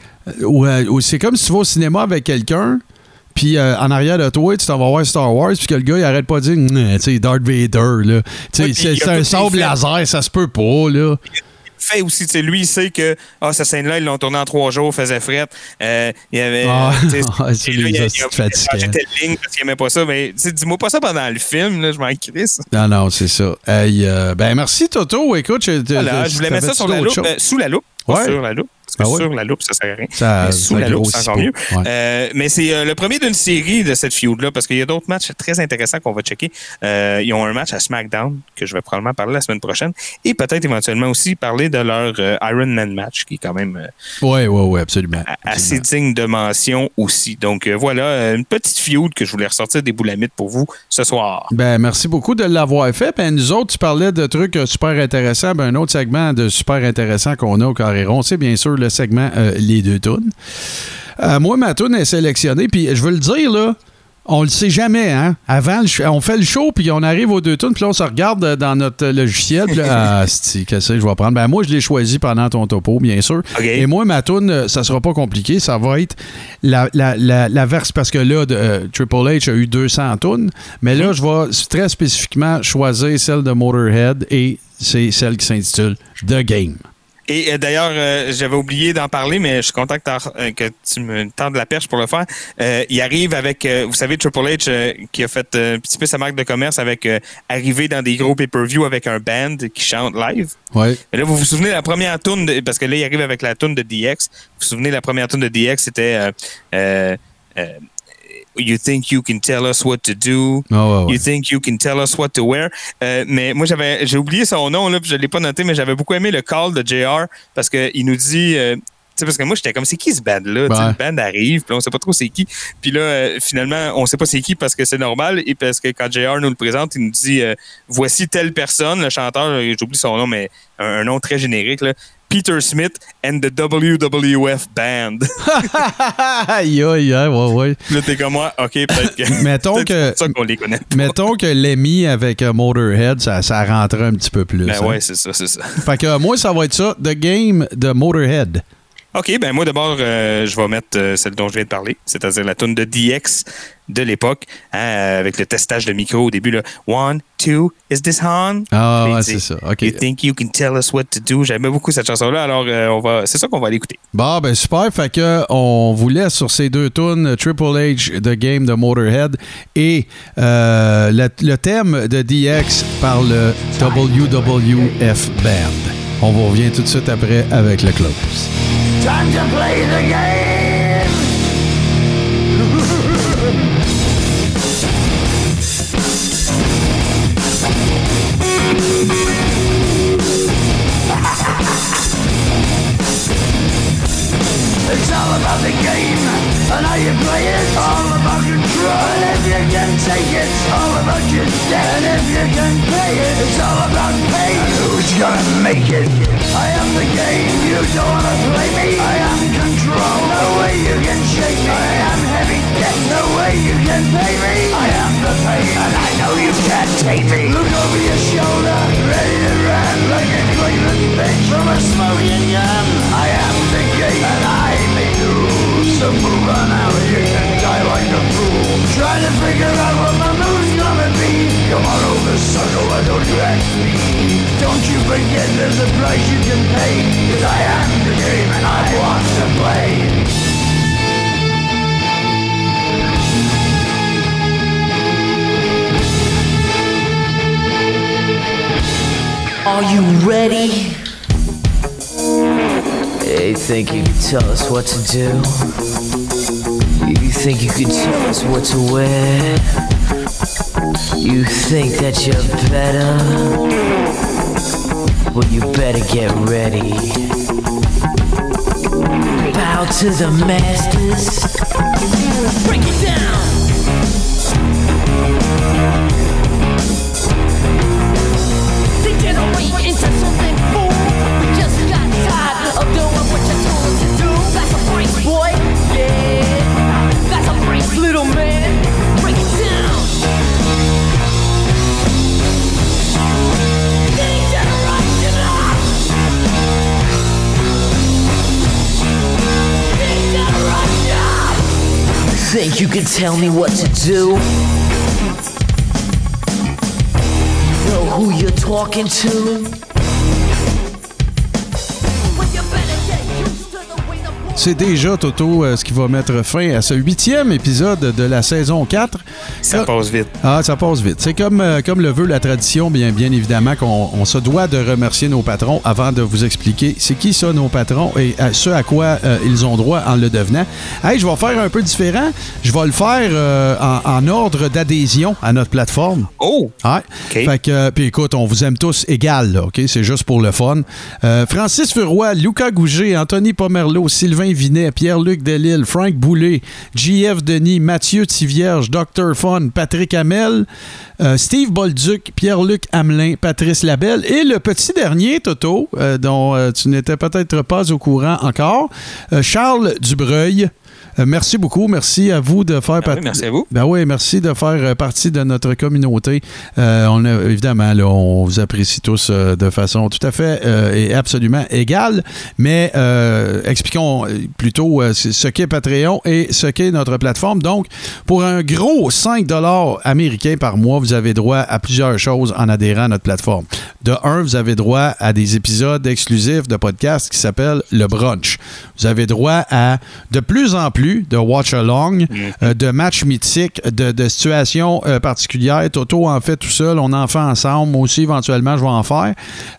ou, ou c'est comme si tu vas au cinéma avec quelqu'un. Puis euh, en arrière de toi, tu t'en vas voir Star Wars, puis que le gars, il arrête pas de dire, tu sais, Darth Vader, là. Tu sais, ouais, c'est, c'est un sable laser, ça se peut pas, là. Fait aussi, tu sais, lui, il sait que ah, cette scène-là, ils l'ont tournée en trois jours, faisait fret. Euh, il y avait. Ah, ah, c'est lui, il a changé telle ligne parce qu'il aimait pas ça. Mais dis-moi pas ça pendant le film, là, je m'en crisse. Non, non, c'est ça. Hey, euh, ben merci, Toto. Écoute, je, voilà, je voulais mettre ça sur la loupe, euh, sous la loupe. Ouais. Sur la loupe. Parce que ah ouais. sur la loupe, ça sert à rien. Ça, mais sous ça la loupe, ça sent mieux. Ouais. Euh, mais c'est euh, le premier d'une série de cette feud-là, parce qu'il y a d'autres matchs très intéressants qu'on va checker. Euh, ils ont un match à SmackDown, que je vais probablement parler la semaine prochaine, et peut-être éventuellement aussi parler de leur euh, Iron Man match, qui est quand même euh, oui, oui, oui, absolument. assez absolument. digne de mention aussi. Donc euh, voilà, une petite feud que je voulais ressortir des boulamites pour vous ce soir. Ben merci beaucoup de l'avoir fait. Ben, nous autres, tu parlais de trucs super intéressants. Ben, un autre segment de super intéressant qu'on a au Carré Rond, c'est bien sûr le segment euh, Les deux tounes. Euh, moi, ma toune est sélectionnée, puis je veux le dire, là, on le sait jamais, hein? Avant, on fait le show, puis on arrive aux deux tounes, puis là, on se regarde dans notre logiciel, puis là, ah, c'est qu'est-ce que je vais prendre? Ben, moi, je l'ai choisi pendant ton topo, bien sûr. Okay. Et moi, ma toune, ça sera pas compliqué, ça va être la, la, la, la verse, parce que là, de, euh, Triple H a eu deux cents tounes, mais là, je vais très spécifiquement choisir celle de Motorhead, et c'est celle qui s'intitule The Game. Et euh, d'ailleurs, euh, j'avais oublié d'en parler, mais je suis content que, euh, que tu me tendes la perche pour le faire. Euh, il arrive avec, euh, vous savez, Triple H euh, qui a fait euh, un petit peu sa marque de commerce avec euh, arriver dans des gros pay-per-view avec un band qui chante live. Ouais. Et là, vous vous souvenez de la première tune, de, parce que là, il arrive avec la tune de D X. Vous vous souvenez de la première tune de D X, c'était euh, euh, euh, You think you can tell us what to do. Oh, ouais, ouais. You think you can tell us what to wear. Euh, mais moi, j'avais, j'ai oublié son nom, là, puis je ne l'ai pas noté, mais j'avais beaucoup aimé le call de J R parce qu'il nous dit. Euh, tu sais, parce que moi, j'étais comme, c'est qui ce band-là? Ouais. Le band arrive, puis on sait pas trop c'est qui. Puis là, euh, finalement, on sait pas c'est qui parce que c'est normal et parce que quand J R nous le présente, il nous dit euh, voici telle personne, le chanteur, j'oublie son nom, mais un, un nom très générique, là. Peter Smith and the W W F Band. Aïe, aïe, aïe, ouais, ouais. Là, t'es comme moi, OK, peut-être que, mettons peut-être que, c'est ça qu'on les connaît pas. Mettons que Lemmy avec uh, Motorhead, ça, ça rentrait un petit peu plus. Ben hein? ouais, c'est ça, c'est ça. Fait que euh, moi, ça va être ça, The Game de Motorhead. OK, ben moi d'abord, euh, je vais mettre euh, celle dont je viens de parler, c'est-à-dire la tune de D X de l'époque, hein, avec le testage de micro au début, là. One, two, is this on? Ah, ouais, c'est ça. OK. You think you can tell us what to do? J'aimais beaucoup cette chanson-là, alors euh, on va, c'est ça qu'on va aller écouter. Bon, ben super. Fait que on vous laisse sur ces deux tunes, Triple H, The Game de Motorhead, et euh, le, le thème de D X par le W W F Band. On vous revient tout de suite après avec le close. Time to play the game! It's all about the game and how you play it. All about control, and if you can take it, it's all about your debt. And if you can pay it, it's all about pain. And who's gonna make it? I am the game, you don't wanna play me. I am control. control. No way you can shake me. I am heavy debt. No way you can pay me. I am the pain, and I know you can't take me. Look over your shoulder, ready to run like a Cleveland bitch from a smoking gun. I am the gate, and I may lose. So move on out, you can die like a fool. Trying to figure out what my move's gonna be. Come on over, sucker, why don't you ask me? Don't you forget there's a price you can pay. Cause I am the game and I want to play. Are you ready? Hey, think you can tell us what to do? You think you can tell us what to wear? You think that you're better? Well, you better get ready. Bow to the masters. Break it down! Degenerate into something fool. We just got tired of doing what you told us to do. That's a break, boy. Yeah, that's a break, little man. Break it down. Degeneration up. Degeneration. Think you can tell me what to do? Know who you're talking to? C'est déjà, Toto, euh, ce qui va mettre fin à ce huitième épisode de la saison quatre. Ça passe vite. Ah, ça passe vite. C'est comme, euh, comme le veut la tradition, bien, bien évidemment, qu'on on se doit de remercier nos patrons avant de vous expliquer c'est qui ça, nos patrons, et à ce à quoi euh, ils ont droit en le devenant. Hey, je vais faire un peu différent. Je vais le faire euh, en, en ordre d'adhésion à notre plateforme. Oh! Ouais. Okay. Fait que, euh, puis écoute, on vous aime tous égal, là, OK? C'est juste pour le fun. Euh, Francis Furoy, Lucas Gouget, Anthony Pomerleau, Sylvain Vinet, Pierre-Luc Delisle, Frank Boulay, J F Denis, Mathieu Tivierge, docteur Fun, Patrick Hamel, euh, Steve Bolduc, Pierre-Luc Hamelin, Patrice Labelle et le petit dernier, Toto, euh, dont euh, tu n'étais peut-être pas au courant encore, euh, Charles Dubreuil. Euh, merci beaucoup. Merci à vous de faire partie. Ah oui, merci à vous. Ben oui, merci de faire euh, partie de notre communauté. Euh, on a, évidemment, là, on vous apprécie tous euh, de façon tout à fait euh, et absolument égale. Mais euh, expliquons plutôt euh, ce qu'est Patreon et ce qu'est notre plateforme. Donc, pour un gros cinq dollars américains par mois, vous avez droit à plusieurs choses en adhérant à notre plateforme. De un, vous avez droit à des épisodes exclusifs de podcasts qui s'appellent Le Brunch. Vous avez droit à de plus en plus de watch-along, mm-hmm. euh, de matchs mythiques, de, de situations euh, particulières. Toto en fait tout seul, on en fait ensemble. Moi aussi, éventuellement, je vais en faire.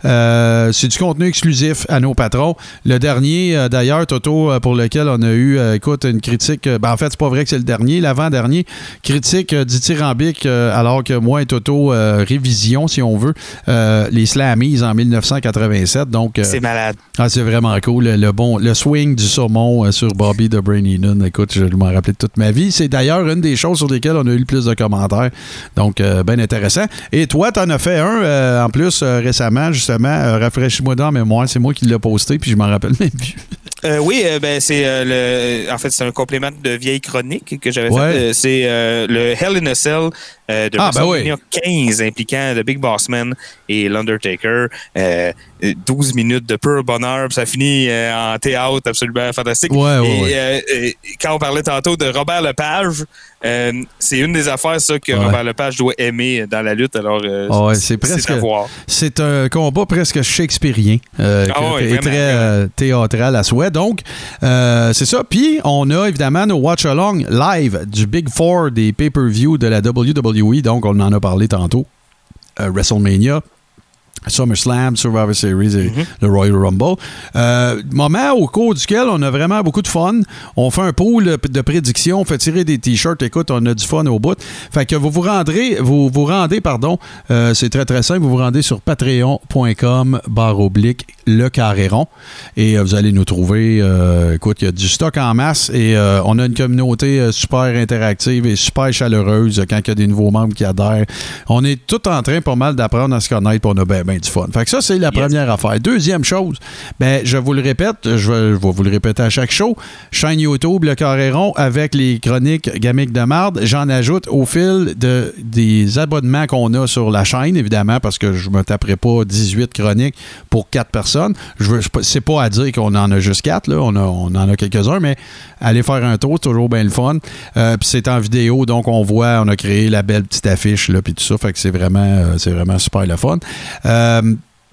Euh, c'est du contenu exclusif à nos patrons. Le dernier, euh, d'ailleurs, Toto, euh, pour lequel on a eu, euh, écoute, une critique... Euh, ben, en fait, c'est pas vrai que c'est le dernier. L'avant-dernier, critique euh, dithyrambique, euh, alors que moi et Toto, euh, révision, si on veut, euh, les Slammies en dix-neuf cent quatre-vingt-sept. Donc, euh, c'est malade. Ah, c'est vraiment cool. Le, le, bon, le swing du saumon euh, sur Bobby the Brain Heenan. Écoute, je m'en rappelais toute ma vie. C'est d'ailleurs une des choses sur lesquelles on a eu le plus de commentaires. Donc, euh, bien intéressant. Et toi, t'en as fait un, euh, en plus, euh, récemment, justement. Euh, rafraîchis-moi dans la mémoire. C'est moi qui l'ai posté, puis je m'en rappelle même plus. Euh, oui, euh, ben c'est euh, le. En fait, c'est un complément de vieille chronique que j'avais ouais. fait. Euh, c'est euh, le Hell in a Cell euh, de ah, WrestleMania ben oui. quinze impliquant The Big Boss Man et l'Undertaker. Euh, douze minutes de pur bonheur, puis ça finit euh, en théâtre absolument fantastique. Ouais, ouais, et ouais. Euh, quand on parlait tantôt de Robert Lepage, euh, c'est une des affaires ça que ouais. Robert Lepage doit aimer dans la lutte. Alors, euh, ouais, c'est, c'est presque. C'est à voir. C'est un combat presque shakespearien euh, ah, ouais, et vraiment, très euh, théâtral à souhait. Donc, euh, c'est ça. Puis, on a évidemment nos watch-along live du Big Four des pay-per-view de la W W E. Donc, on en a parlé tantôt. Euh, WrestleMania, SummerSlam, Survivor Series et mm-hmm. le Royal Rumble. Euh, moment au cours duquel on a vraiment beaucoup de fun. On fait un pool de prédictions, on fait tirer des t-shirts. Écoute, on a du fun au bout. Fait que vous vous rendrez, vous vous rendez, pardon, euh, c'est très très simple, vous vous rendez sur patreon.com barre oblique le carré rond et euh, vous allez nous trouver. Euh, écoute, il y a du stock en masse et euh, on a une communauté euh, super interactive et super chaleureuse quand il y a des nouveaux membres qui adhèrent. On est tout en train pas mal d'apprendre à se connaître. On a ben, bien du fun. Fait que ça, c'est la yes. première affaire. Deuxième chose, ben, je vous le répète, je vais, je vais vous le répéter à chaque show, chaîne YouTube, Le Carré-Rond, avec les chroniques Gamiques de marde, j'en ajoute au fil de, des abonnements qu'on a sur la chaîne, évidemment, parce que je me taperai pas dix-huit chroniques pour quatre personnes. Je veux, c'est pas à dire qu'on en a juste quatre, là. On, a, on en a quelques-uns, mais allez faire un tour, c'est toujours bien le fun. Euh, puis c'est en vidéo, donc on voit, on a créé la belle petite affiche, là, puis tout ça, fait que c'est vraiment, euh, c'est vraiment super le fun. Euh,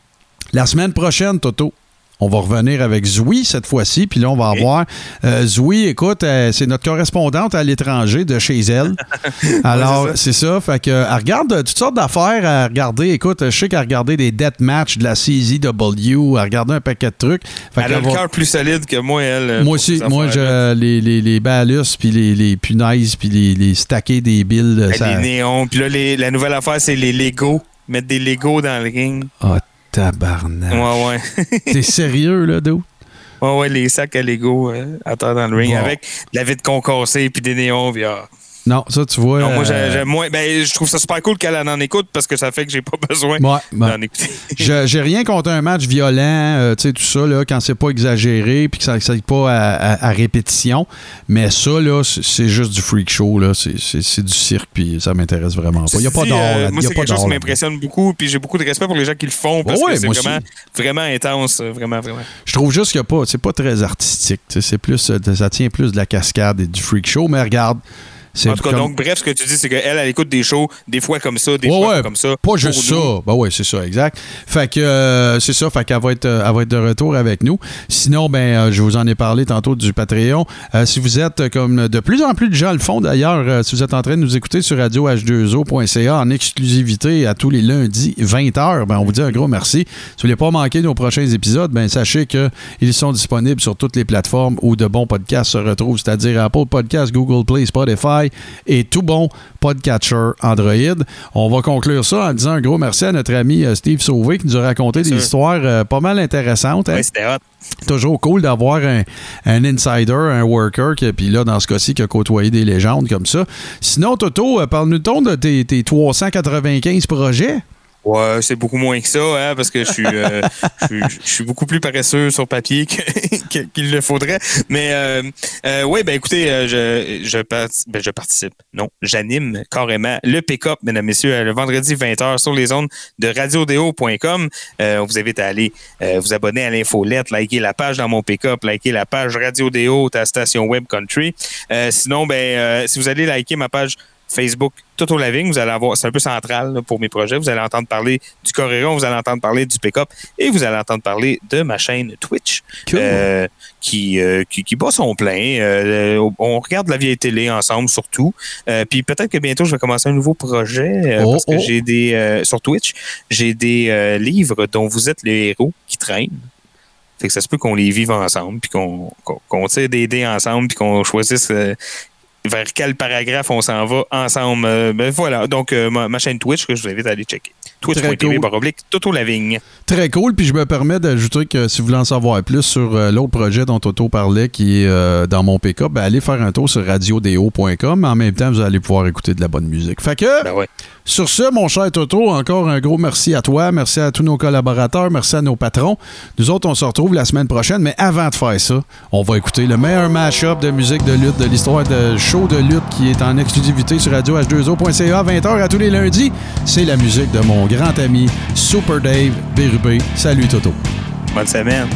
la semaine prochaine, Toto, on va revenir avec Zoui cette fois-ci, puis là, on va okay. avoir... Euh, Zoui, écoute, euh, c'est notre correspondante à l'étranger de chez elle. Alors, ouais, c'est, ça. c'est ça. Fait que, elle regarde toutes sortes d'affaires à regarder. Écoute, je sais qu'elle a regardé des deathmatch de la C Z W, elle a regardé un paquet de trucs. Fait elle a le va... cœur plus solide que moi, elle. Moi aussi. Moi, je, les, les, les ballus, puis les, les punaises, puis les, les stackés des billes. Ça... Les néons. Puis là, les, la nouvelle affaire, c'est les Legos. Mettre des Legos dans le ring. Ah, tabarnak. Ouais, ouais. T'es sérieux, là, d'où? Ouais, ouais, les sacs à Lego euh, à terre dans le ring, bon. Avec de la vitre concassée puis des néons. Puis, ah. Non, ça, tu vois. Non, moi, euh... j'aime moins. Ben, je trouve ça super cool qu'elle en écoute parce que ça fait que j'ai pas besoin ouais, ben, d'en écouter. je, j'ai rien contre un match violent, euh, tu sais, tout ça, là, quand c'est pas exagéré puis que ça n'est pas à, à, à répétition. Mais ça, là, c'est, c'est juste du freak show, là. C'est, c'est, c'est du cirque puis ça m'intéresse vraiment pas. Il n'y a pas d'or. Euh, moi, y a c'est pas quelque chose qui m'impressionne beaucoup puis j'ai beaucoup de respect pour les gens qui le font parce oh, ouais, que c'est vraiment, vraiment intense. Vraiment, vraiment. Je trouve juste qu'il y a pas. C'est pas très artistique. C'est plus, ça tient plus de la cascade et du freak show. Mais regarde. C'est en tout cas, comme... donc, bref, ce que tu dis, c'est qu'elle, elle écoute des shows, des fois comme ça, des ouais, fois ouais, comme ça. Pas juste ça. Ben oui, c'est ça, exact. Fait que, euh, c'est ça, fait qu'elle va être, elle va être de retour avec nous. Sinon, ben, euh, je vous en ai parlé tantôt du Patreon. Euh, si vous êtes, comme de plus en plus de gens le font d'ailleurs, euh, si vous êtes en train de nous écouter sur radio h deux o point c a en exclusivité à tous les lundis, vingt heures, ben, on vous dit un gros merci. Si vous voulez pas manquer nos prochains épisodes, ben, sachez qu'ils sont disponibles sur toutes les plateformes où de bons podcasts se retrouvent, c'est-à-dire Apple Podcasts, Google Play, Spotify et tout bon podcatcher Android. On va conclure ça en disant un gros merci à notre ami euh, Steve Sauvé qui nous a raconté des histoires euh, pas mal intéressantes. Hein? Oui, c'était hot. Toujours cool d'avoir un, un insider, un worker, qui, puis là, dans ce cas-ci, qui a côtoyé des légendes comme ça. Sinon, Toto, euh, parle-nous donc de tes, tes trois cent quatre-vingt-quinze projets. Ouais, c'est beaucoup moins que ça, hein, parce que je suis, euh, je suis, je suis beaucoup plus paresseux sur papier que, que, qu'il le faudrait. Mais euh, euh, oui, ben écoutez, euh, je, je, ben, je participe. Non, j'anime carrément le pick-up, mesdames et messieurs, le vendredi vingt heures sur les ondes de radio d o point com. Euh, on vous invite à aller euh, vous abonner à l'infolette, liker la page dans mon pick-up, liker la page Radio D O, ta station Web Country. Euh, sinon, ben euh, si vous allez liker ma page Facebook Toto Lavigne, vous allez avoir, c'est un peu central là, pour mes projets, vous allez entendre parler du Coréron, vous allez entendre parler du pick-up et vous allez entendre parler de ma chaîne Twitch cool. euh, qui, euh, qui qui bat son plein. Euh, on regarde la vieille télé ensemble surtout. Euh, puis peut-être que bientôt je vais commencer un nouveau projet euh, oh, parce que oh. j'ai des euh, sur Twitch, j'ai des euh, livres dont vous êtes les héros qui traînent. Fait que ça se peut qu'on les vive ensemble puis qu'on, qu'on, qu'on tire des dés ensemble puis qu'on choisisse euh, vers quel paragraphe on s'en va ensemble. Euh, ben voilà, donc euh, ma, ma chaîne Twitch que je vous invite à aller checker. twitch point t v barre oblique Toto Lavigne. Très cool, puis je me permets d'ajouter que si vous voulez en savoir plus sur euh, l'autre projet dont Toto parlait, qui est euh, dans mon pick-up, ben allez faire un tour sur radio d o point com. En même temps, vous allez pouvoir écouter de la bonne musique. Fait que, ben ouais. Sur ce, mon cher Toto, encore un gros merci à toi, merci à tous nos collaborateurs, merci à nos patrons. Nous autres, on se retrouve la semaine prochaine, mais avant de faire ça, on va écouter le meilleur mash-up de musique de lutte de l'histoire de show de lutte qui est en exclusivité sur radio h deux o point c a, vingt heures à tous les lundis. C'est la musique de mon grand ami Super Dave Bérubé. Salut Toto. Bonne semaine.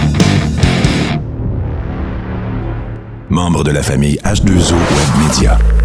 Membre de la famille H deux O Web Media.